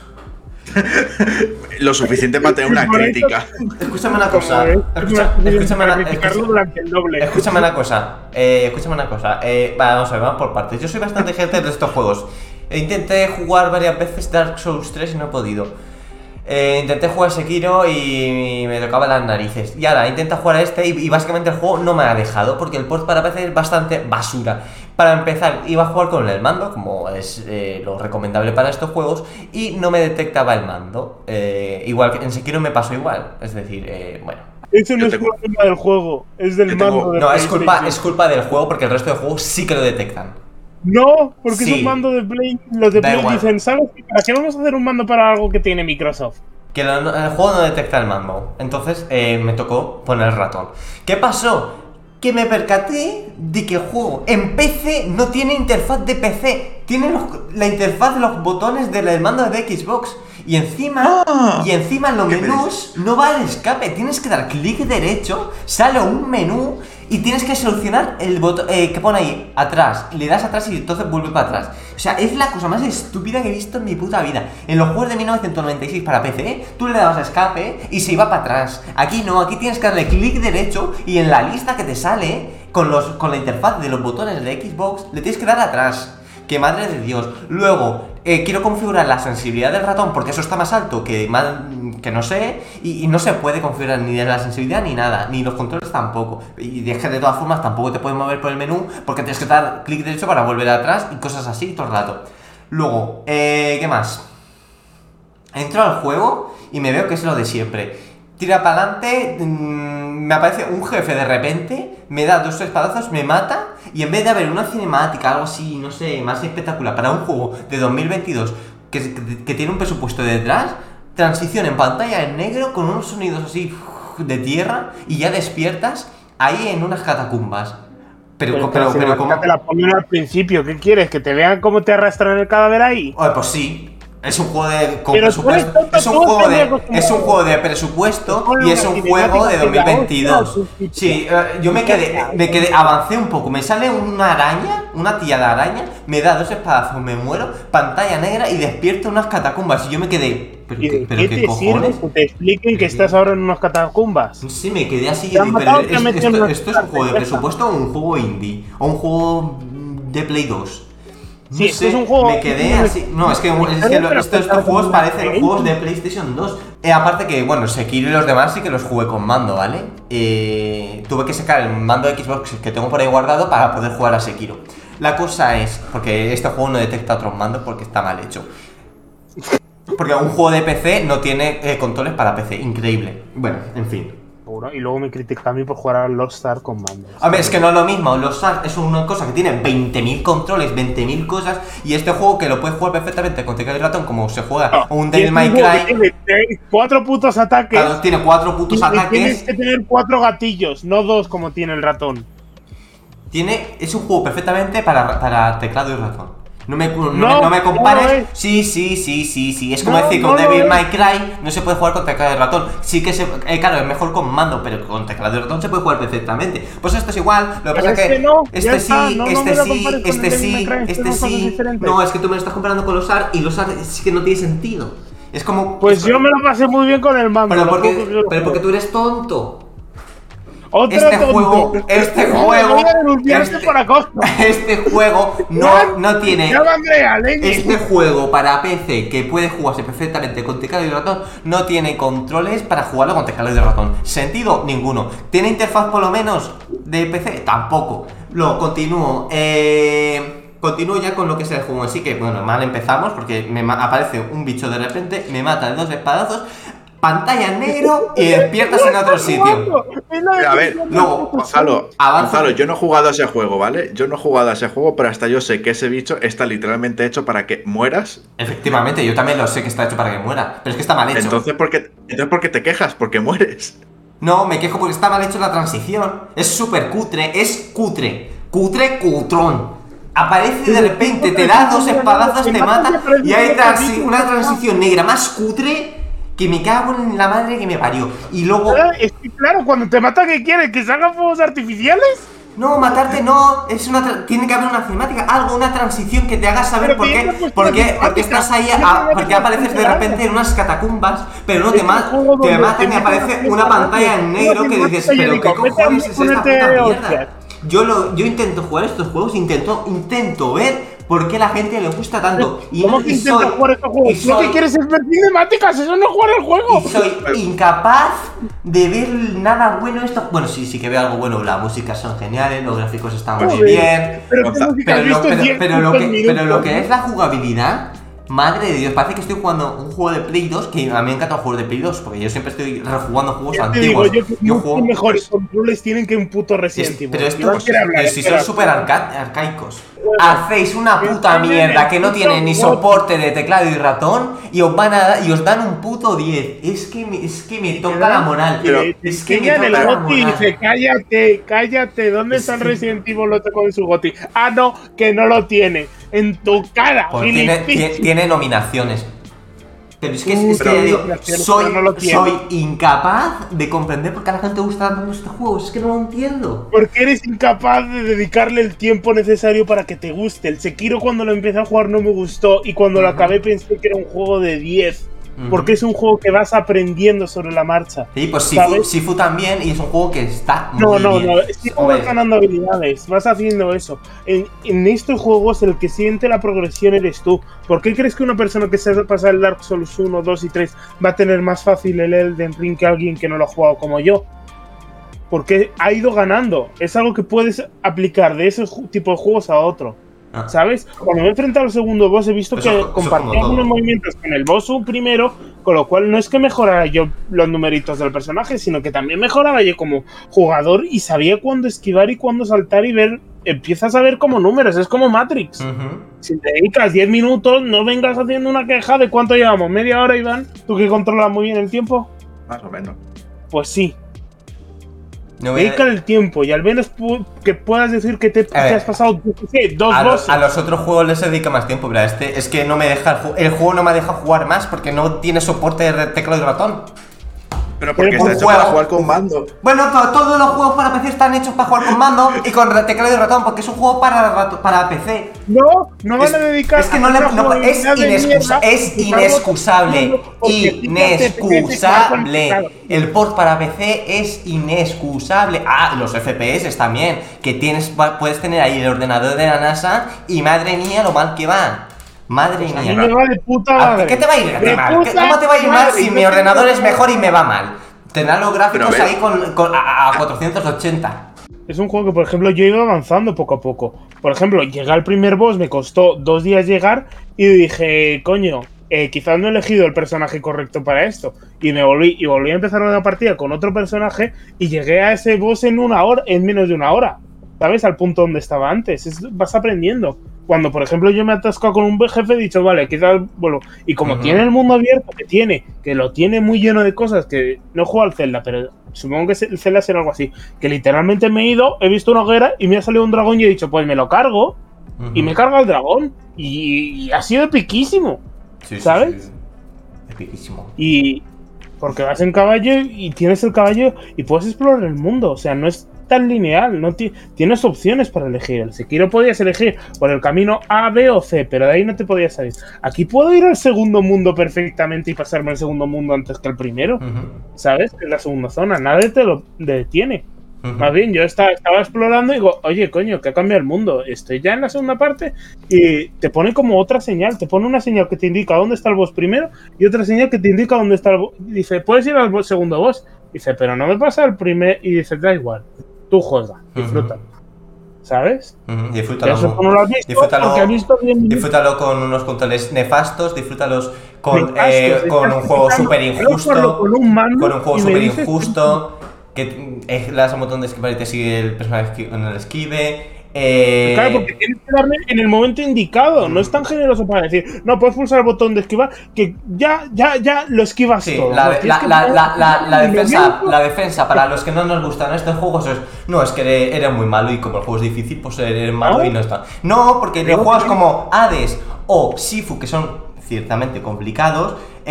Lo suficiente para tener una Por eso- crítica. Escúchame una cosa. Como es, Escucha, es escúchame para una, criticarlo escucha- durante el doble. escúchame una cosa. Eh, escúchame una cosa. Eh, vale, vamos a ver, vamos por partes. Yo soy bastante hater de estos juegos. Intenté jugar varias veces Dark Souls tres y no he podido. Eh, intenté jugar Sekiro y me tocaba las narices. Y ahora intenta jugar a este y, y básicamente el juego no me ha dejado porque el port para P C es bastante basura. Para empezar, iba a jugar con el mando, como es eh, lo recomendable para estos juegos, y no me detectaba el mando. Eh, igual que en Sekiro me pasó igual. Es decir, eh, bueno. Eso no Yo es tengo- culpa del juego, es del yo tengo- mando de No, es culpa, PlayStation. es culpa del juego porque el resto de juegos sí que lo detectan. No, porque Sí. es un mando de Play. Los de Da Play igual. dicen, ¿sabes qué? ¿Para qué vamos a hacer un mando para algo que tiene Microsoft? Que lo- el juego no detecta el mando. Entonces eh, me tocó poner el ratón. ¿Qué pasó? Que me percaté de que el juego en P C no tiene interfaz de P C. Tiene los- la interfaz de los botones del mando de Xbox. Y encima, Ah, y encima en los ¿qué me menús no va al escape. Tienes que dar clic derecho, sale un menú y tienes que seleccionar el botón eh, que pone ahí, atrás. Le das atrás y entonces vuelve para atrás. O sea, es la cosa más estúpida que he visto en mi puta vida. En los juegos de mil novecientos noventa y seis para P C, tú le dabas a escape y se iba para atrás. Aquí no, aquí tienes que darle clic derecho y en la lista que te sale con, los, con la interfaz de los botones de Xbox, le tienes que dar atrás. ¡Qué madre de Dios! Luego, eh, quiero configurar la sensibilidad del ratón porque eso está más alto que, más, que no sé. Y, y no se puede configurar ni la sensibilidad ni nada, ni los controles tampoco. Y es que de todas formas tampoco te puedes mover por el menú porque tienes que dar clic derecho para volver atrás y cosas así todo el rato. Luego, eh, ¿qué más? Entro al juego y me veo que es lo de siempre. Tira para adelante, mmm, me aparece un jefe de repente, me da dos espadazos, me mata y en vez de haber una cinemática, algo así, no sé, más espectacular para un juego de dos mil veintidós que, que, que tiene un presupuesto detrás, transición en pantalla en negro con unos sonidos así de tierra y ya despiertas ahí en unas catacumbas. Pero, pero, pero, si pero la ¿cómo? te la ponen al principio, ¿qué quieres? ¿Que te vean cómo te arrastran el cadáver ahí? Oye, pues sí. Es un juego de con Pero tú eres presupuesto. tonto, Es un tú juego estás de acostumbrado. es un juego de presupuesto Ponle y es una un cinemática juego de que dos mil veintidós. la hostia, Sí, eh, yo me quedé me quedé avancé un poco, me sale una araña, una tía de araña, me da dos espadazos, me muero, pantalla negra y despierto en unas catacumbas y yo me quedé, pero ¿Y qué, de pero qué qué te sirve cojones. que te expliquen que estás ahora en unas catacumbas? No sé, me quedé así y Te han digo, matado, pero te han es- metido en esto, una esto es un juego de cárcel, ya está. presupuesto o un juego indie o un juego de Play dos. No Sí, esto sé, es un juego- me quedé así. No, es que, es que lo- Pero estos, estos para juegos con- parecen ¿eh? juegos de PlayStation dos. Eh, aparte que, bueno, Sekiro y los demás sí que los jugué con mando, ¿vale? Eh, tuve que sacar el mando de Xbox que tengo por ahí guardado para poder jugar a Sekiro. La cosa es, porque este juego no detecta otros mandos porque está mal hecho. Porque un juego de P C no tiene eh, controles para P C, increíble. Bueno, en fin. Seguro, y luego me critica a mí por jugar a Lost Star con mando. A ver, es que no es lo mismo, los S A R es una cosa que tiene veinte mil controles, veinte mil cosas, y este juego que lo puedes jugar perfectamente con teclado y ratón como se juega un Devil May Cry, Tiene tres- cuatro putos ataques. claro, tiene cuatro putos y- y tienes ataques, que tener cuatro gatillos, no dos como tiene el ratón. tiene, es un juego perfectamente para, para teclado y ratón. No me, no, No, me, no me no compares. lo es. Sí, sí, sí, sí, sí. Es como No, decir que no un lo Devil es. May Cry no se puede jugar con teclado y ratón. Sí que se. Eh, claro, es mejor con mando, pero con teclado y ratón se puede jugar perfectamente. Pues esto es igual. Lo que Pero pasa es este que. no, ya este está, sí, no, no este me lo sí, compares con este el Devil sí, May Cry, este son cosas sí. diferentes. No, es que tú me lo estás comparando con los A R y los A R sí que no tiene sentido. Es como. Pues es yo como- me lo pasé muy bien con el mando. Pero lo porque, poco que lo pero jugué. porque tú eres tonto. Otro Este tonto. juego, este Me juego, voy a denunciarte este- por acoso. Este juego no, no tiene. Llama a Andrea, leñe. Este juego para P C que puede jugarse perfectamente con teclado y ratón no tiene controles para jugarlo con teclado y ratón. Sentido ninguno. ¿Tiene interfaz por lo menos de P C? Tampoco. Lo continúo. Eh, continúo ya con lo que es el juego. Así que bueno, mal empezamos porque me ma- aparece un bicho de repente, me mata de dos espadazos, pantalla en negro y despiertas en otro sitio. A ver, Luego, Gonzalo, avanza. Gonzalo, yo no he jugado a ese juego, ¿vale? Yo no he jugado a ese juego, pero hasta yo sé que ese bicho está literalmente hecho para que mueras. Efectivamente, yo también lo sé que está hecho para que muera, pero es que está mal hecho. Entonces, ¿por qué, entonces, ¿por qué te quejas? Porque mueres. No, me quejo porque está mal hecho la transición. Es súper cutre, es cutre. Cutre, cutrón. aparece de repente, te da dos espadazos, te mata y hay transi una transición negra más cutre que me cago en la madre que me parió. Y luego... Es que claro, cuando te mata, ¿qué quieres? ¿Que salgan fuegos artificiales? No, matarte no, es una tiene que haber una cinemática, algo, una transición que te haga saber por qué, por qué, por qué estás ahí, a, por qué apareces de repente en unas catacumbas, pero no te, ma te matan y aparece una pantalla en negro que dices, pero qué cojones es esta puta mierda. Yo, lo, yo intento jugar estos juegos, intento, intento ver por qué la gente le gusta tanto. Y, ¿Cómo que intentas jugar estos juegos? Lo que quieres es ver cinemáticas, eso no es jugar el juego. Y soy incapaz de ver nada bueno esto. Bueno, sí, sí que veo algo bueno. Las músicas son geniales, los gráficos están muy bien. Pero, pero, lo, pero, pero, lo que, pero lo que es la jugabilidad, madre de Dios, parece que estoy jugando un juego de Play dos, que a mí me encanta el juego de Play dos, porque yo siempre estoy rejugando juegos antiguos. Digo, yo, yo juego mejores controles tienen que un puto Resident Evil. Pero esto, pero si son súper arca arcaicos. Hacéis una puta mierda que no tiene ni soporte de teclado y ratón y os van a y os dan un puto diez. Es que me, es que me toca la moral. Pero es que me toca la moral. Dice, cállate, cállate, ¿dónde está el Resident Evil Lote con su Goti? Ah, no, que no lo tiene. En tu cara. Pues tiene, tiene, tiene nominaciones. Pero es que, uh, es que digo, soy, no soy incapaz de comprender por qué a la gente gusta tanto este juego. Es que no lo entiendo. Porque eres incapaz de dedicarle el tiempo necesario para que te guste. El Sekiro, cuando lo empecé a jugar, no me gustó. Y cuando uh-huh. lo acabé, pensé que era un juego de diez. Uh-huh. Porque es un juego que vas aprendiendo sobre la marcha. Sí, pues Sifu, Sifu también, y es un juego que está muy no, no, bien. No, no, Sifu vas ganando habilidades, vas haciendo eso. En, en estos juegos el que siente la progresión eres tú. ¿Por qué crees que una persona que sabe pasar el Dark Souls uno, dos y tres va a tener más fácil el Elden Ring que alguien que no lo ha jugado como yo? Porque ha ido ganando. Es algo que puedes aplicar de ese tipo de juegos a otro. Ah. ¿Sabes? Cuando me he enfrentado al segundo boss he visto eso, que eso compartía algunos movimientos con el boss primero, con lo cual no es que mejorara yo los numeritos del personaje, sino que también mejoraba yo como jugador y sabía cuándo esquivar y cuándo saltar y ver, empiezas a ver como números, es como Matrix. Uh-huh. Si te dedicas diez minutos, no vengas haciendo una queja de cuánto llevamos, media hora, Iván, tú que controlas muy bien el tiempo. Más o menos. Pues sí. No Dedica a... el tiempo y al menos pu que puedas decir que te, te has pasado ¿qué? dos a bosses. Lo, a los otros juegos les dedica más tiempo, pero a este es que no me deja el, el juego no me deja jugar más porque no tiene soporte de teclado y ratón. Pero porque pero está hecho juego. Para jugar con mando. Bueno, to todos los juegos para P C están hechos para jugar con mando y con teclado y ratón, porque es un juego para, para P C. No, no van es, a dedicar es que no le, no, es, inexcusa, es inexcusable. Inexcusable. El port para P C es inexcusable. Ah, los F P S también. Que tienes, puedes tener ahí el ordenador de la NASA y madre mía lo mal que va. Madre mía. Me va de puta madre. ¿Qué te va a ir de mal? ¿Cómo te va a ir mal si mi ordenador es mejor y me va mal? Tendrá los gráficos ahí con, con, a, a cuatrocientos ochenta. Es un juego que, por ejemplo, yo he ido avanzando poco a poco. Por ejemplo, llegué al primer boss, me costó dos días llegar y dije, coño, eh, quizás no he elegido el personaje correcto para esto. Y me volví y volví a empezar una partida con otro personaje y llegué a ese boss en una hora, en menos de una hora. ¿Sabes? Al punto donde estaba antes. Es, vas aprendiendo. Cuando, por ejemplo, yo me he atascado con un jefe, he dicho, vale, quizás vuelvo. Y como uh-huh. tiene el mundo abierto que tiene, que lo tiene muy lleno de cosas, que no he jugado al Zelda, pero supongo que el Zelda será algo así, que literalmente me he ido, he visto una hoguera y me ha salido un dragón y he dicho, pues me lo cargo, uh-huh. y me carga el dragón. Y, y ha sido epiquísimo, sí, ¿sabes? Sí, sí. Epiquísimo. Y porque vas en caballo y tienes el caballo y puedes explorar el mundo, o sea, no es tan lineal, no tienes opciones para elegir. El Sekiro podías elegir por el camino A, B o C, pero de ahí no te podías salir. Aquí puedo ir al segundo mundo perfectamente y pasarme el segundo mundo antes que el primero, uh-huh. ¿sabes? En la segunda zona, nadie te lo detiene. Uh-huh. Más bien, yo estaba, estaba explorando y digo, oye, coño, que ha cambiado el mundo. Estoy ya en la segunda parte y te pone como otra señal, te pone una señal que te indica dónde está el boss primero y otra señal que te indica dónde está el boss. Dice, puedes ir al segundo boss. Dice, pero no me pasa el primer. Y dice, da igual. Tú juega, disfruta. Uh-huh. ¿Sabes? Uh-huh. Disfrútalo. Eso no lo has visto, disfrútalo, has visto bien... disfrútalo con unos controles nefastos, disfrútalos con, nefastos, eh, con un juego súper injusto. Con un, mando con un juego súper injusto. Que eh, le das un botón de esquivar y te sigue el personaje en el esquive. Eh... Claro, porque tienes que darle en el momento indicado. No es tan generoso para decir, no, puedes pulsar el botón de esquivar, que ya, ya, ya lo esquivas Sí, todo. la, No, la, que la, la, la, la en el defensa, momento- la defensa para los que no nos gustan estos juegos es, no, es que eres, eres muy malo y como el juego es difícil, pues eres malo ¿No? y no está. No, porque los Digo juegos que- como Hades o Sifu, que son ciertamente complicados,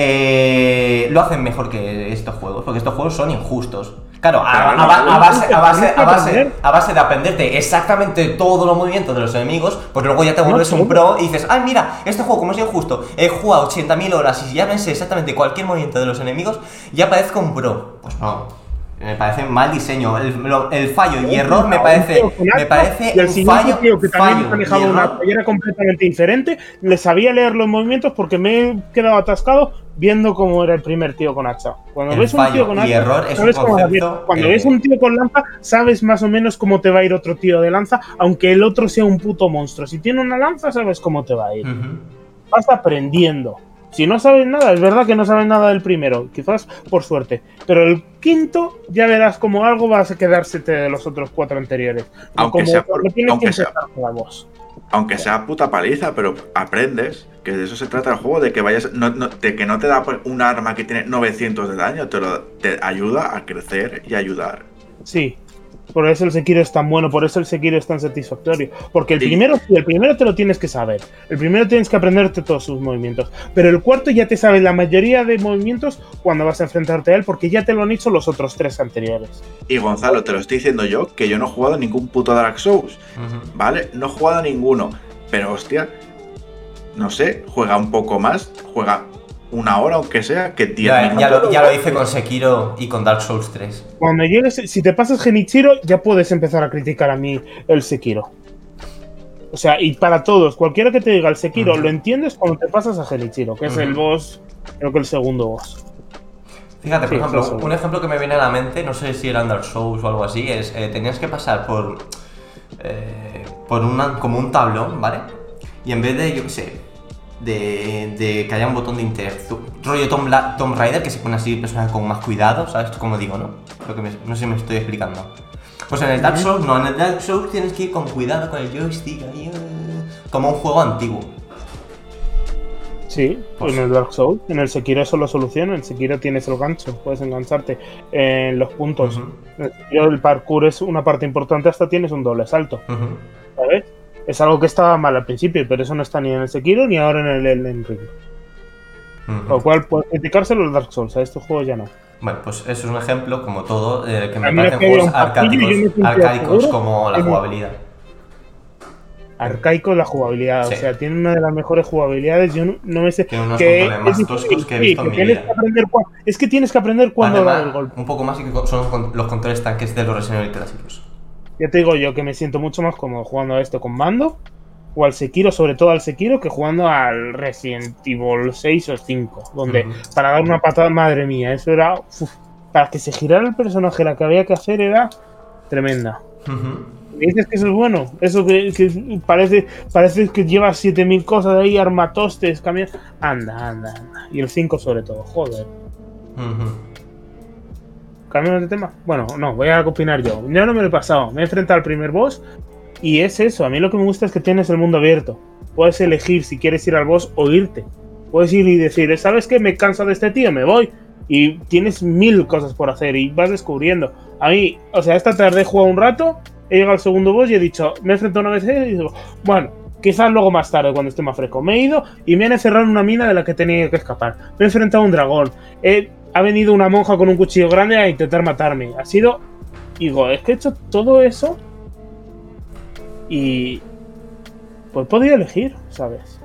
eh, lo hacen mejor que estos juegos, porque estos juegos son injustos. Claro, a, a, a, a base, a, base, a, base, a base de aprenderte exactamente todos los movimientos de los enemigos, pues luego ya te vuelves un pro y dices, ah, mira, este juego como es injusto, he jugado ochenta mil horas y ya me sé exactamente cualquier movimiento de los enemigos, ya parezco un pro. Pues no, me parece mal diseño, el, lo- el fallo y error me parece, me parece y el un siguiente fallo, tío que también fallo manejaba y una error. playera completamente diferente, le sabía leer los movimientos porque me he quedado atascado viendo cómo era el primer tío con hacha. Cuando El ves un fallo tío con y hacha, error es sabes un cómo va a ir. concepto, Cuando eh, ves un tío con lanza, sabes más o menos cómo te va a ir otro tío de lanza, aunque el otro sea un puto monstruo. Si tiene una lanza, sabes cómo te va a ir. Ujú. Vas aprendiendo. Si no sabes nada, es verdad que no sabes nada del primero, quizás por suerte. Pero el quinto ya verás como algo vas a quedársete de los otros cuatro anteriores. No Aunque como sea otro, por- que tienes aunque que sea- empezar con la voz. Aunque sea puta paliza, pero aprendes. Que de eso se trata el juego, de que vayas. No, no- de que no te da pues, un arma que tiene novecientos de daño, te, lo, te ayuda a crecer y ayudar. Sí. Por eso el Sekiro es tan bueno, por eso el Sekiro es tan satisfactorio. Porque el Sí. primero, sí, el primero te lo tienes que saber. El primero tienes que aprenderte todos sus movimientos. Pero el cuarto ya te sabes la mayoría de movimientos cuando vas a enfrentarte a él, porque ya te lo han hecho los otros tres anteriores. Y Gonzalo, te lo estoy diciendo yo, que yo no he jugado ningún puto Dark Souls. Ujú. ¿Vale? No he jugado a ninguno. Pero hostia, no sé, juega un poco más, juega una hora aunque sea, que diez Ya, minutos. ya, lo, ya lo hice con Sekiro y con Dark Souls tres. Cuando llegues, si te pasas Genichiro, ya puedes empezar a criticar a mí el Sekiro. O sea, y para todos, cualquiera que te diga el Sekiro, Ujú. lo entiendes cuando te pasas a Genichiro, que es Ujú. el boss, creo que el segundo boss. Fíjate, por Sí, ejemplo, eso. un ejemplo que me viene a la mente, no sé si era en Dark Souls o algo así, es eh, tenías que pasar por eh, por una, como un tablón, ¿vale? Y en vez de, yo qué sé, de, de que haya un botón de inter, rollo Tomb, La- Tomb Raider, que se pone así personaje con más cuidado, ¿sabes? Como digo, ¿no? Creo que me- no sé si me estoy explicando. Pues en el Dark Souls, no, en el Dark Souls tienes que ir con cuidado con el joystick, ahí, eh, como un juego antiguo. Sí, Pues- en el Dark Souls, en el Sekiro eso lo soluciona, en el Sekiro tienes el gancho, puedes engancharte en los puntos. Ujú. En el Sekiro el parkour es una parte importante, hasta tienes un doble salto, Ujú. ¿sabes? Es algo que estaba mal al principio, pero eso no está ni en el Sekiro ni ahora en el Elden Ring. Ujú. Lo cual puede criticárselo los Dark Souls, a estos juegos ya no. Bueno, pues eso es un ejemplo, como todo, eh, que me A mí me parecen queda juegos un pasillo y yo me arcaicos, sentía arcaicos seguro como la en el- jugabilidad. Arcaico la jugabilidad, Sí. o sea, tiene una de las mejores jugabilidades. Yo no, no me sé. Tiene unos que controles más es toscos difícil, que he sí, visto en que mi tienes vida. que aprender cua- es que tienes que aprender cuándo Además, dar el golpe. un poco más y que son los con- los controles tanques de los Resident Evil clásicos. Ya te digo yo que me siento mucho más cómodo jugando a esto con mando o al Sekiro, sobre todo al Sekiro, que jugando al Resident Evil seis o cinco, donde Ujú. para dar una patada, madre mía, eso era. Uf, para que se girara el personaje, la que había que hacer era tremenda. Ujú. ¿Me dices que eso es bueno? Eso que, que parece, parece que llevas siete mil cosas ahí, armatostes, cambias. Anda, anda, anda. Y el cinco sobre todo, joder. Ujú. ¿Cambiamos de tema? Bueno, no, voy a opinar yo. Yo no me lo he pasado. Me he enfrentado al primer boss y es eso. A mí lo que me gusta es que tienes el mundo abierto. Puedes elegir si quieres ir al boss o irte. Puedes ir y decir, ¿sabes qué? Me canso de este tío, me voy. Y tienes mil cosas por hacer y vas descubriendo. A mí, o sea, esta tarde he jugado un rato, he llegado al segundo boss y he dicho, me he enfrentado una vez y digo, bueno, quizás luego más tarde cuando esté más fresco. Me he ido y me han encerrado en una mina de la que tenía que escapar. Me he enfrentado a un dragón. He, ha venido una monja con un cuchillo grande a intentar matarme. Ha sido... Digo, es que he hecho todo eso y... Pues podía elegir, ¿sabes?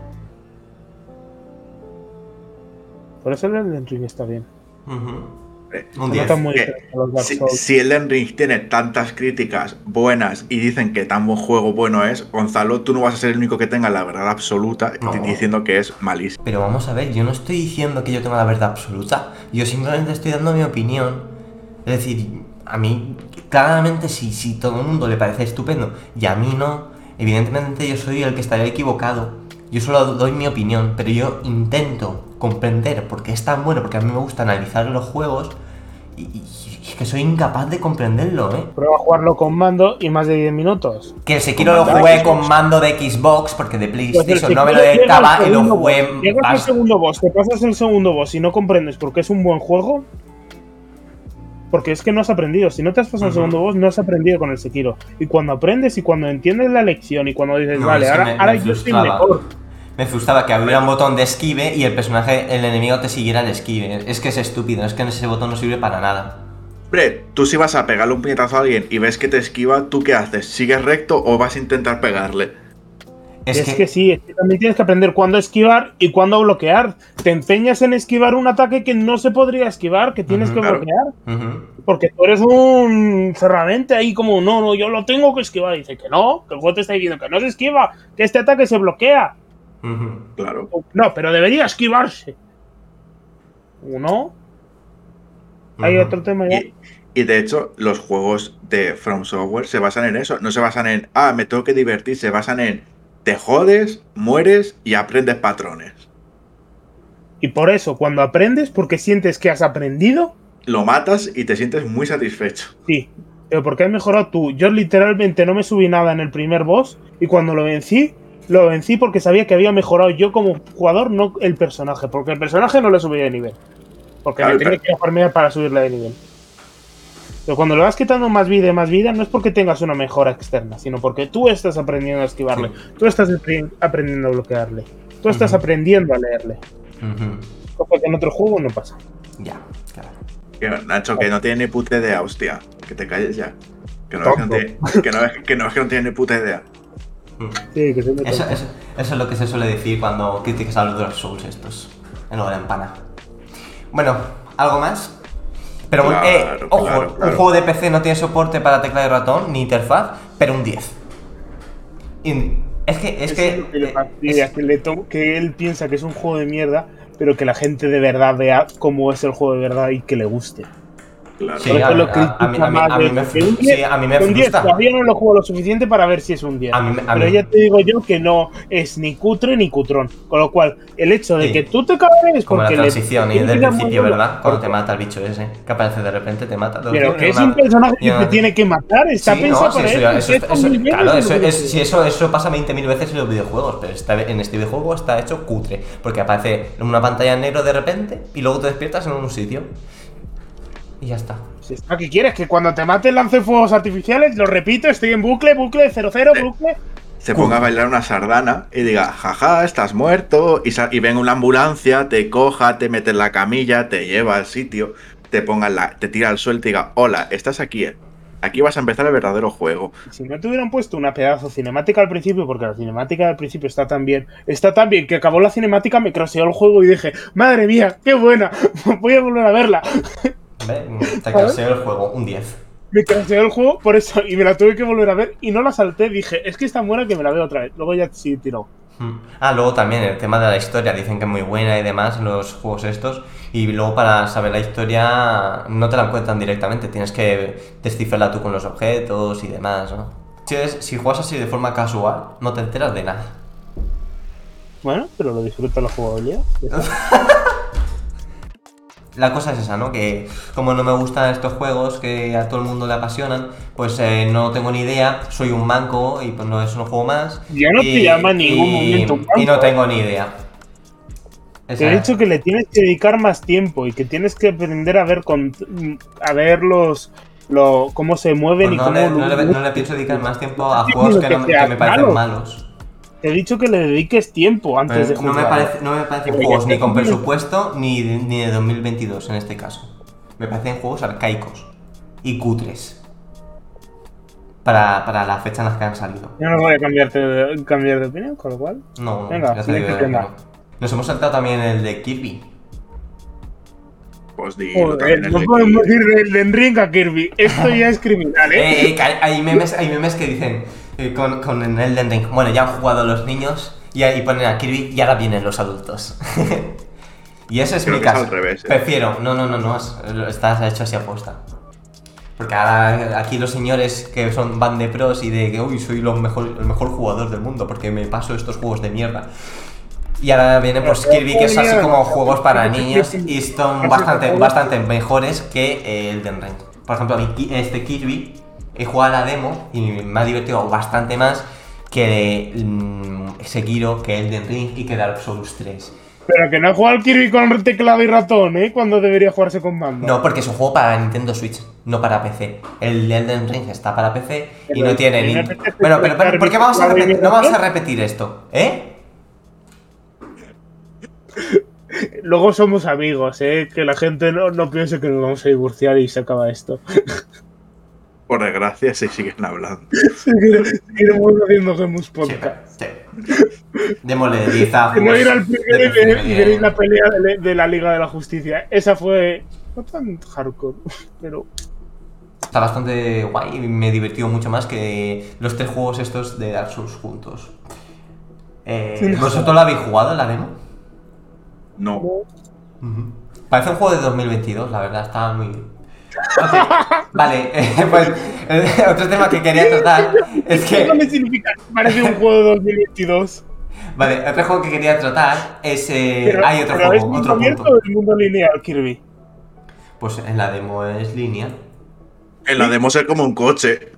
Por eso el Elden Ring está bien. Ujú. Eh, Un Se diez. nota muy que diferente a los Dark Si, Souls. si Elden Ring tiene tantas críticas buenas y dicen que tan buen juego bueno es, Gonzalo, tú no vas a ser el único que tenga la verdad absoluta No. diciendo que es malísimo. Pero vamos a ver, yo no estoy diciendo que yo tenga la verdad absoluta. Yo simplemente estoy dando mi opinión. Es decir, a mí, claramente, si, si todo el mundo le parece estupendo y a mí no, evidentemente yo soy el que estaría equivocado. Yo solo doy mi opinión, pero yo intento comprender por qué es tan bueno, porque a mí me gusta analizar los juegos y, y- Es que soy incapaz de comprenderlo, ¿eh? Prueba a jugarlo con mando y más de diez minutos. Que el Sekiro lo jugué con mando de Xbox, porque de Pues el PlayStation no me lo Sekiro llega dictaba al y lo segundo jugué... boss. Llegas al bas- segundo boss, te pasas el segundo boss y no comprendes por qué es un buen juego. Porque es que no has aprendido. Si no te has pasado el Ujú. segundo boss, no has aprendido con el Sekiro. Y cuando aprendes y cuando entiendes la lección y cuando dices, No, vale, es que ahora, me- ahora me yo soy frustraba. mejor. Me frustraba que hubiera un botón de esquive y el personaje, el enemigo te siguiera el esquive. Es que es estúpido, es que ese botón no sirve para nada. Hombre, tú si vas a pegarle un puñetazo a alguien y ves que te esquiva, ¿tú qué haces? ¿Sigues recto o vas a intentar pegarle? Es, Es, que, que... sí, es que también tienes que aprender cuándo esquivar y cuándo bloquear. Te empeñas en esquivar un ataque que no se podría esquivar, que tienes Ujú, que claro. bloquear. Ujú. Porque tú eres un cerramente ahí como, no, no, yo lo tengo que esquivar. Y dice que no, que el juego te está diciendo que no se esquiva, que este ataque se bloquea. Ujú. Claro. No, pero debería esquivarse. ¿No? Hay Ujú. otro tema ya. Y, y de hecho, los juegos de From Software se basan en eso. No se basan en, ah, me tengo que divertir. Se basan en, te jodes, mueres y aprendes patrones. Y por eso, cuando aprendes, porque sientes que has aprendido, Lo matas y te sientes muy satisfecho. sí. Pero porque has mejorado tú. Yo literalmente no me subí nada en el primer boss y cuando lo vencí, lo vencí porque sabía que había mejorado yo como jugador, no el personaje. Porque el personaje no le subí de nivel. Porque Claro, me tenía pero- que farmear para subirle de nivel. Pero cuando le vas quitando más vida y más vida, no es porque tengas una mejora externa, sino porque tú estás aprendiendo a esquivarle. Sí. Tú estás apre- aprendiendo a bloquearle. Tú estás Ujú. aprendiendo a leerle. Ujú. Cosa que en otro juego no pasa. Ya, claro. Que, Nacho, que no tiene ni puta idea, hostia. Que te calles ya. Que no, ves que, no tiene, que, no ves, que no ves que no tiene ni puta idea. Mm. Sí, que se me Eso, toca. eso, eso es lo que se suele decir cuando criticas a los Dark Souls estos. En lo de la empana. Bueno, ¿algo más? Pero Claro, eh, ojo, claro, claro. un juego de P C no tiene soporte para teclado y ratón ni interfaz, pero un diez. Y es que, es Eso que, lo que le eh, fastidia, es- que, le to- que él piensa que es un juego de mierda, pero que la gente de verdad vea cómo es el juego de verdad y que le guste. Claro. Sí, Por eso a- lo a- critica a mí- a mí- más a mí de me eso, que un fru- diez, sí, a mí me un diez frustra. todavía no lo juego lo suficiente para ver si es un diez. A mí me- a pero mí- ya te digo yo que no es ni cutre ni cutrón. Con lo cual, el hecho de Sí. que tú te cabrees como la porque le- transición y tiene del que ser principio, muy ¿verdad? Cuando porque- te mata el bicho ese, que aparece de repente, te mata. te Pero tiene que es una- un personaje y que una- te tiene que matar, está Sí, pensado no, sí, para eso, eso. ya- eso, está eso- muy bien, claro, eso eso, es lo es, que- si eso, eso pasa veinte mil veces en los videojuegos, pero esta- en este videojuego está hecho cutre, porque aparece en una pantalla en negro de repente y luego te despiertas en un sitio. Y ya está. Si está, ¿qué quieres? Que cuando te maten lance fuegos artificiales, lo repito, estoy en bucle, bucle, cero, cero, bucle. Se ponga a bailar una sardana y diga, jaja, estás muerto. Y, sa- y venga una ambulancia, te coja, te mete en la camilla, te lleva al sitio, te ponga en la, te tira al suelo y te diga, hola, estás aquí. eh. Aquí vas a empezar el verdadero juego. Si no te hubieran puesto una pedazo cinemática al principio, porque la cinemática al principio está tan bien, está tan bien que acabó la cinemática, me crasheó el juego y dije, madre mía, qué buena, voy a volver a verla. ¿Ve? Te crasheó el juego, un diez. Me crasheó el juego por eso y me la tuve que volver a ver y no la salté. Dije, es que es tan buena que me la veo otra vez. Luego ya sí tiró. Mm. Ah, luego también el tema de la historia, dicen que es muy buena y demás en los juegos estos. Y luego para saber la historia no te la cuentan directamente, tienes que descifrarla tú con los objetos y demás, ¿no? Si, es- si juegas así de forma casual, no te enteras de nada. Bueno, pero lo disfruta la jugabilidad. Ya está. La cosa es esa, ¿no? Que como no me gustan estos juegos que a todo el mundo le apasionan, pues eh, no tengo ni idea, soy un manco y pues no es un juego más. Yo no te y, llamo en ningún y- momento un Y no manco. tengo ni idea. Te Esa- he dicho que le tienes que dedicar más tiempo y que tienes que aprender a ver con, a ver los lo, cómo se mueven pues y no, cómo le, no, le, lu- no le pienso dedicar más tiempo a Sí, juegos que que, no, sean que me parecen malos. malos. Te he dicho que le dediques tiempo antes de Pero no, jugar. me parece, no me parecen Pero juegos ya ni sé con que- presupuesto ni de, ni de dos mil veintidós en este caso. Me parecen juegos arcaicos y cutres. Para, para la fecha en la que han salido. Yo no voy a cambiarte de, cambiar de opinión, con lo cual. No, Venga, ya te digo siguiente que tema. no. Nos hemos saltado también el de Kirby. Pues dilo Joder, también el no de podemos Kirby. ir del de Ring a Kirby. Esto ya es criminal, ¿eh? Eh, eh, que hay, hay memes, hay memes que dicen eh, con, con el Elden Ring. Bueno, ya han jugado los niños y ahí ponen a Kirby y ahora vienen los adultos. Y ese es Creo mi que es caso. al revés, ¿eh? Prefiero, no, no, no, no, es- está hecho así aposta. Porque ahora aquí los señores que son van de pros y de que uy, soy lo mejor, el mejor jugador del mundo porque me paso estos juegos de mierda. Y ahora viene pues Kirby, que es así como juegos para niños y son bastante, bastante mejores que eh, Elden Ring. por ejemplo, a mí Ki- este Kirby, he jugado a la demo y me ha divertido bastante más que mm, Sekiro, que Elden Ring y que Dark Souls tres. Pero que no he jugado al Kirby con teclado y ratón, ¿eh? Cuando debería jugarse con mando. No, porque es un juego para Nintendo Switch, no para P C. El Elden Ring está para P C y Pero no tiene ni... no te apetece Bueno, pero, pero ¿por qué vamos a jugar repetir? en No vamos a ratón? repetir esto, ¿eh? Luego somos amigos, ¿eh? Que la gente no, no piense que nos vamos a divorciar y se acaba esto. Por desgracia, se siguen hablando. Seguiremos haciendo Gemus Sí, Podcast. sí. Démosle diez a Que no ir al de primero y P C, ver- y bien. veréis la pelea de, de la Liga de la Justicia. Esa fue no tan hardcore, pero Está bastante guay y me divirtió mucho más que los tres juegos estos de Dark Souls juntos. Eh, Sí. ¿Vosotros lo habéis jugado en la demo? No. Ujú. Parece un juego de dos mil veintidós, la verdad, está muy... Ok, vale, eh, pues eh, otro tema que quería tratar es eso no me que... significa que parece un juego de dos mil veintidós. Vale, otro juego que quería tratar es... eh, Pero, hay otro pero ¿es juego, mundo otro abierto punto. o es mundo lineal, Kirby? Pues en la demo es lineal. En la demo es como un coche.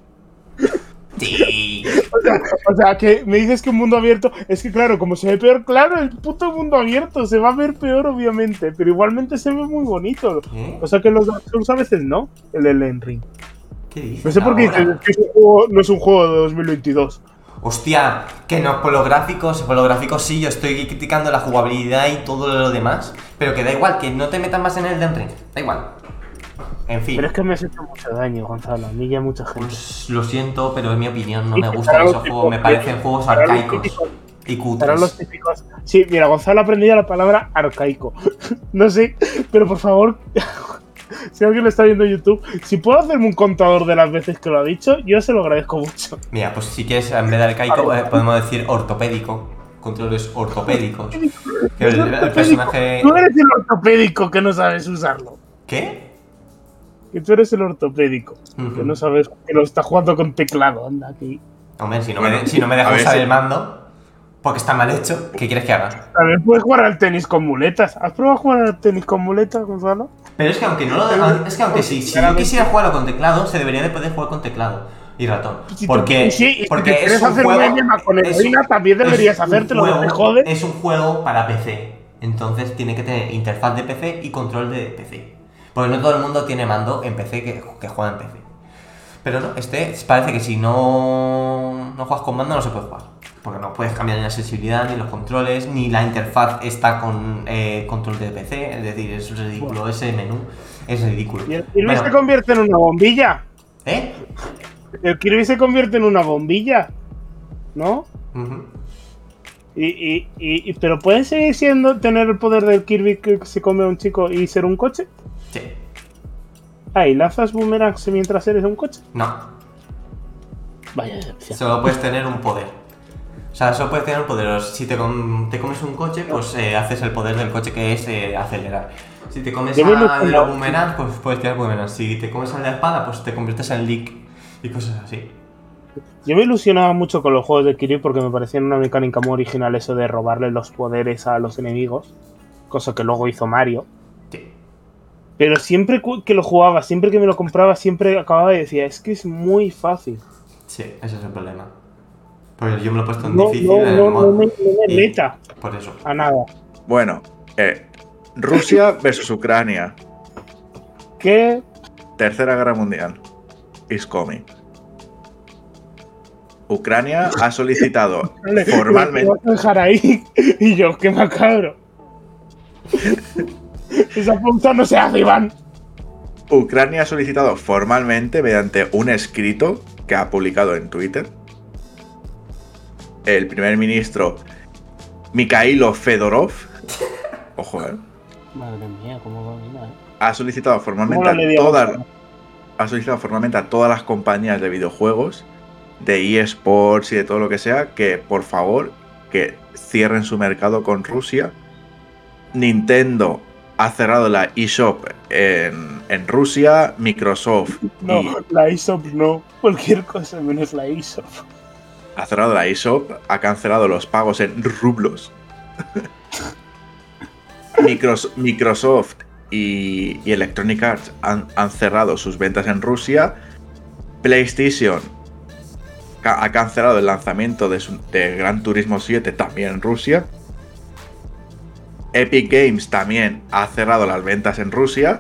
Sí. O sea, o sea, que me dices que un mundo abierto. Es que, claro, como se ve peor, claro, el puto mundo abierto se va a ver peor, obviamente. Pero igualmente se ve muy bonito. ¿Qué? O sea que los Dark Souls a veces no, el Elden Ring. ¿Qué dices? No sé por qué ahora? dices que es un juego- no es un juego de dos mil veintidós. Hostia, que no, por los gráficos, por los gráficos sí, yo estoy criticando la jugabilidad y todo lo demás, pero que da igual, que no te metas más en el Elden Ring, da igual. En fin, Pero es que me has hecho mucho daño, Gonzalo. A mí ya mucha gente. pues lo siento, pero es mi opinión, no Y me que gustan para esos los juegos, me típicos- parecen juegos para los arcaicos típicos- y Serán los cutres. típicos. Sí, mira, Gonzalo ha aprendido la palabra arcaico. No sé, pero por favor, si alguien lo está viendo en YouTube, si puedo hacerme un contador de las veces que lo ha dicho, yo se lo agradezco mucho. Mira, pues si quieres, en vez de arcaico, eh, podemos decir ortopédico, controles ortopédicos. Que el, el personaje... Tú eres el ortopédico que no sabes usarlo. ¿Qué? Que tú eres el ortopédico Ujú. que no sabes que lo está jugando con teclado. Anda, aquí. Hombre, si no, Bueno, me, de- si no me deja a ver usar si- el mando, porque está mal hecho, ¿qué quieres que haga? También puedes jugar al tenis con muletas. ¿Has probado a jugar al tenis con muletas, Gonzalo? Pero es que aunque no lo es que aunque si, si yo quisiera jugarlo con teclado, se debería de poder jugar con teclado y ratón. Si Porque, te, sí, y si porque te es quieres un hacer juego. una llama con es un- heroína, también deberías es un hacértelo, no te juego- jodes. Es un juego para P C. Entonces tiene que tener interfaz de P C y control de P C. Porque no todo el mundo tiene mando en P C que, que juega en P C. Pero no, este parece que si no, no juegas con mando no se puede jugar. Porque no puedes cambiar ni la sensibilidad, ni los controles, ni la interfaz está con eh, control de P C. Es decir, es ridículo. Ese menú es ridículo. Y el Kirby Bueno, se convierte en una bombilla. ¿eh? El Kirby se convierte en una bombilla. ¿No? Ujú. Y, y, y, y- pero puede seguir siendo tener el poder del Kirby que se come a un chico y ser un coche. Sí. Ah, ¿y lanzas boomerangs mientras eres un coche? No. Vaya decepción. Solo puedes tener un poder. O sea, solo puedes tener un poder. Si te, com- te comes un coche, pues eh, haces el poder del coche que es eh, acelerar. Si te comes Yo me lo a como- los boomerangs, pues puedes tirar boomerangs. Si te comes a la espada, pues te conviertes en Lick y cosas así. Yo me ilusionaba mucho con los juegos de Kirby porque me parecían una mecánica muy original eso de robarle los poderes a los enemigos. Cosa que luego hizo Mario. Sí. Pero siempre cu- que lo jugaba, siempre que me lo compraba, siempre acababa y decía, es que es muy fácil. Sí, ese es el problema. Porque yo me lo he puesto en No, difícil no, en el no, mod. no me, no me y meta Por eso. a nada. Bueno, eh, Rusia versus Ucrania. ¿Qué? Tercera Guerra Mundial. Is coming. Ucrania ha solicitado Vale, formalmente. lo vas a dejar ahí. Y yo, qué macabro. Esa punta no se hace, Iván. Ucrania ha solicitado formalmente, mediante un escrito que ha publicado en Twitter, el primer ministro Mikhailo Fedorov, ojo, eh, Madre mía, cómo domina, eh. ha solicitado formalmente ¿Cómo le a digo? todas, ha solicitado formalmente a todas las compañías de videojuegos, de eSports y de todo lo que sea, que por favor que cierren su mercado con Rusia. Nintendo ha cerrado la eShop en, en Rusia, Microsoft No, y la eShop no. Cualquier cosa menos la eShop. ha cerrado la eShop, ha cancelado los pagos en rublos. Micros- Microsoft y, y Electronic Arts han, han cerrado sus ventas en Rusia. PlayStation ha, ha cancelado el lanzamiento de, su, de Gran Turismo siete también en Rusia. Epic Games también ha cerrado las ventas en Rusia.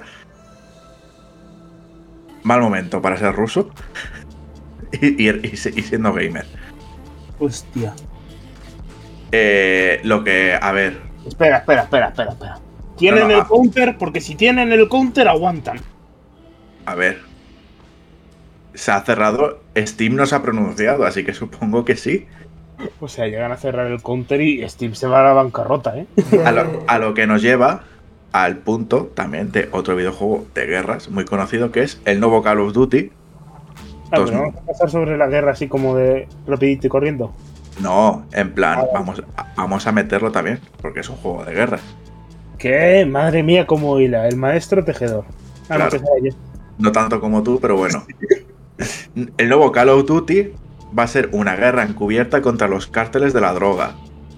Mal momento para ser ruso y, y, y, y siendo gamer. Hostia. Eh, lo que, a ver. Espera, espera, espera, espera, espera. Tienen No, no, el a- counter, porque si tienen el counter aguantan. A ver. Se ha cerrado. Steam no se ha pronunciado, así que supongo que sí. O sea, llegan a cerrar el counter y Steam se va a la bancarrota, ¿eh? A lo, a lo que nos lleva al punto también de otro videojuego de guerras muy conocido, que es el nuevo Call of Duty. Ah, Dos- pero vamos a pasar sobre la guerra así como de rapidito y corriendo. No, en plan, Ah, vale. vamos, a- vamos a meterlo también, porque es un juego de guerras. ¿Qué? Madre mía, como hila, el maestro tejedor. Ah, Claro. no, que sea yo. No tanto como tú, pero bueno. El nuevo Call of Duty va a ser una guerra encubierta contra los cárteles de la droga.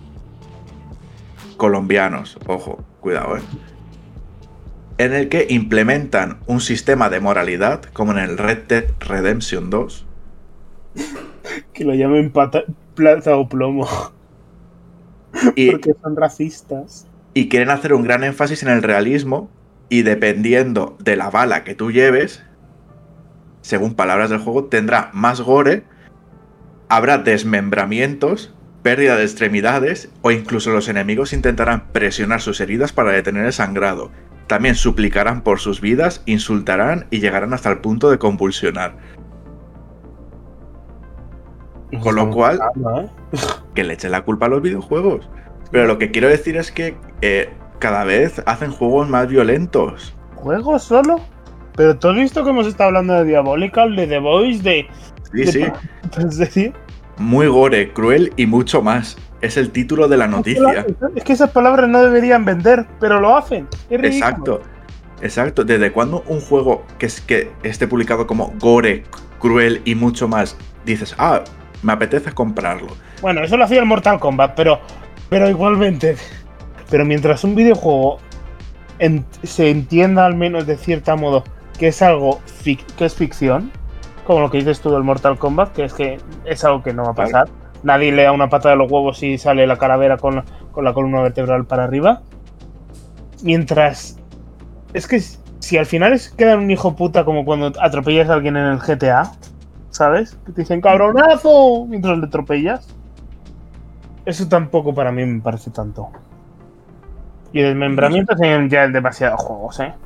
Colombianos, ojo, cuidado, eh. En el que implementan un sistema de moralidad, como en el Red Dead Redemption dos. Que lo llamen pata- plata o plomo. Y, Porque son racistas. y quieren hacer un gran énfasis en el realismo. Y dependiendo de la bala que tú lleves, según palabras del juego, tendrá más gore, habrá desmembramientos, pérdida de extremidades, o incluso los enemigos intentarán presionar sus heridas para detener el sangrado. También suplicarán por sus vidas, insultarán y llegarán hasta el punto de convulsionar. Con lo cual, ¿eh? que le echen la culpa a los videojuegos. Pero lo que quiero decir es que eh, cada vez hacen juegos más violentos. ¿Juegos solo? Pero tú has visto que hemos estado hablando de Diabolical, de The Voice, de. Sí, de sí. ¿En serio? Muy gore, cruel y mucho más. Es el título de la noticia. Es que esas palabras no deberían vender, pero lo hacen. Es ridículo. Exacto. Exacto. ¿Desde cuándo un juego que, es, que esté publicado como gore, cruel y mucho más, dices, ah, me apetece comprarlo? Bueno, eso lo hacía el Mortal Kombat, pero, pero igualmente. Pero mientras un videojuego en- se entienda al menos de cierta modo que es algo fic- que es ficción, como lo que dices tú del Mortal Kombat, que es que es algo que no va a pasar. Nadie le da una pata de los huevos y sale la calavera con la, con la columna vertebral para arriba. Mientras. Es que si al final es queda un hijo puta como cuando atropellas a alguien en el G T A, ¿sabes? Que te dicen cabronazo mientras le atropellas. Eso tampoco para mí me parece tanto. Y desmembramientos en ya en demasiados juegos, ¿eh?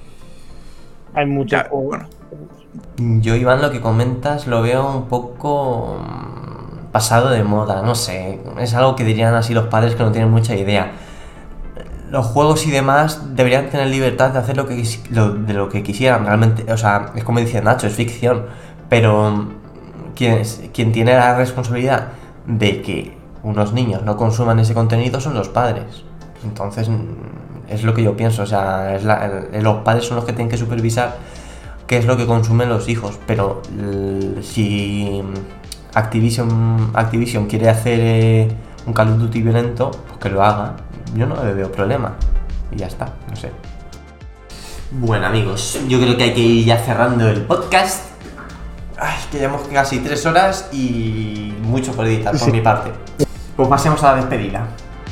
Hay muchos Ya, juegos. bueno, Yo, Iván, lo que comentas lo veo un poco mm, pasado de moda, no sé. Es algo que dirían así los padres que no tienen mucha idea. Los juegos y demás deberían tener libertad de hacer lo que, quis- lo- de lo que quisieran, realmente. O sea, es como dice Nacho, es ficción. Pero mm, quien, es- quien tiene la responsabilidad de que unos niños no consuman ese contenido son los padres. Entonces, mm, es lo que yo pienso. O sea, es la- el- los padres son los que tienen que supervisar qué es lo que consumen los hijos. Pero l- si Activision, Activision quiere hacer eh, un Call of Duty violento, pues que lo haga. Yo no le veo problema. Y ya está, no sé. Bueno, amigos, yo creo que hay que ir ya cerrando el podcast. Ay, que llevamos casi tres horas y mucho por editar por Sí. mi parte. Pues pasemos a la despedida.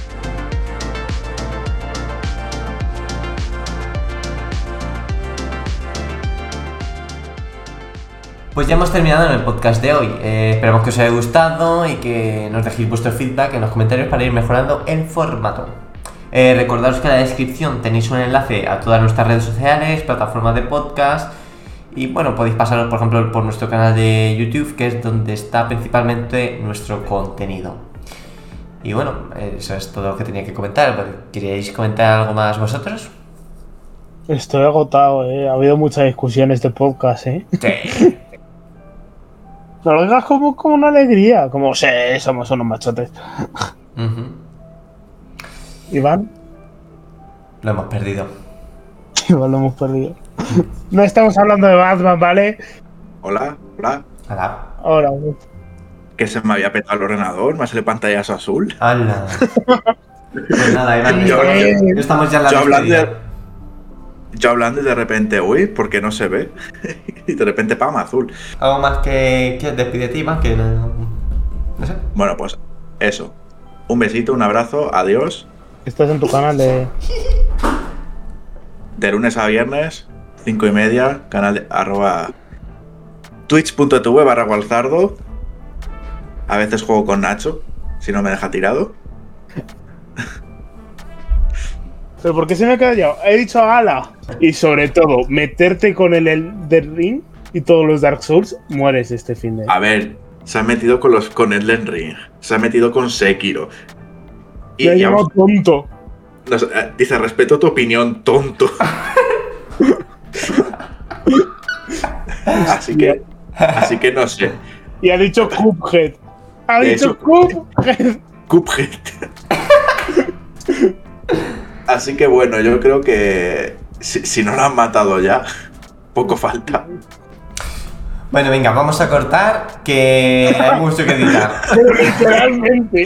Pues ya hemos terminado en el podcast de hoy. Eh, esperamos que os haya gustado y que nos dejéis vuestro feedback en los comentarios para ir mejorando el formato. Eh, recordaros que en la descripción tenéis un enlace a todas nuestras redes sociales, plataformas de podcast. Y bueno, podéis pasaros por ejemplo por nuestro canal de YouTube, que es donde está principalmente nuestro contenido. Y bueno, eso es todo lo que tenía que comentar. ¿Queréis comentar algo más vosotros? Estoy agotado, ¿eh? Ha habido muchas discusiones de podcast, ¿eh? Sí. No lo digas como, como una alegría. Como, sí, somos unos machotes. Uh-huh. Iván, Lo hemos perdido. igual lo hemos perdido. No estamos hablando de Batman, ¿vale? hola, hola. Hala. Ahora, Que se me había petado el ordenador, me sale pantallazo azul. ¡Hala! Pues nada, Iván, Yo- estamos, yo- estamos ya en la yo hablando despedida. yo hablando y de repente, uy, ¿por qué no se ve? Y de repente, pam, azul. Algo más que, que despide más que no, no sé. Bueno, pues eso. Un besito, un abrazo, adiós. Estás en tu canal de... De lunes a viernes, cinco y media, canal de arroba twitch.tv barra Gualzardo. A veces juego con Nacho, si no me deja tirado. ¿Pero por qué se me ha callado? He dicho ala. Y sobre todo, meterte con el Elden Ring y todos los Dark Souls, mueres este fin de... A ver, se ha metido con los con Elden Ring, se ha metido con Sekiro. Y ha llamado tonto. No sé, eh, dice, respeto tu opinión, tonto. Así que, así que no sé. Y ha dicho Cuphead. Ha De dicho hecho, Cuphead. Cuphead. Así que bueno, yo creo que si, si no lo han matado ya, poco falta. Bueno, venga, vamos a cortar, que hay mucho que editar. Literalmente.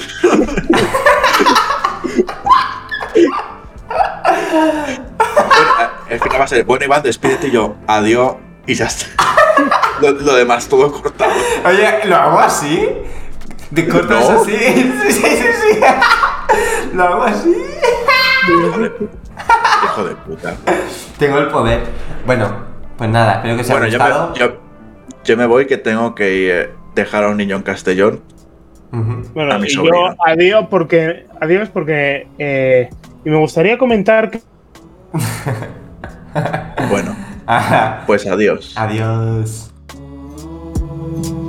Bueno, el final va a ser, bueno Iván, despídete y yo, adiós y ya está. Lo, lo demás todo cortado. Oye, ¿lo hago así? ¿De cortas ¿No? así? Sí, sí, sí, sí. ¿Lo hago así? Hijo de, hijo de puta. Tengo el poder. Bueno, pues nada, espero que os haya Bueno, yo me, gustado. yo, yo me voy que tengo que ir, dejar a un niño en Castellón. Ujú. Bueno, A mi y sobrino. yo adiós porque... Adiós porque... Eh, y me gustaría comentar que... Bueno, Ajá. pues adiós. Adiós.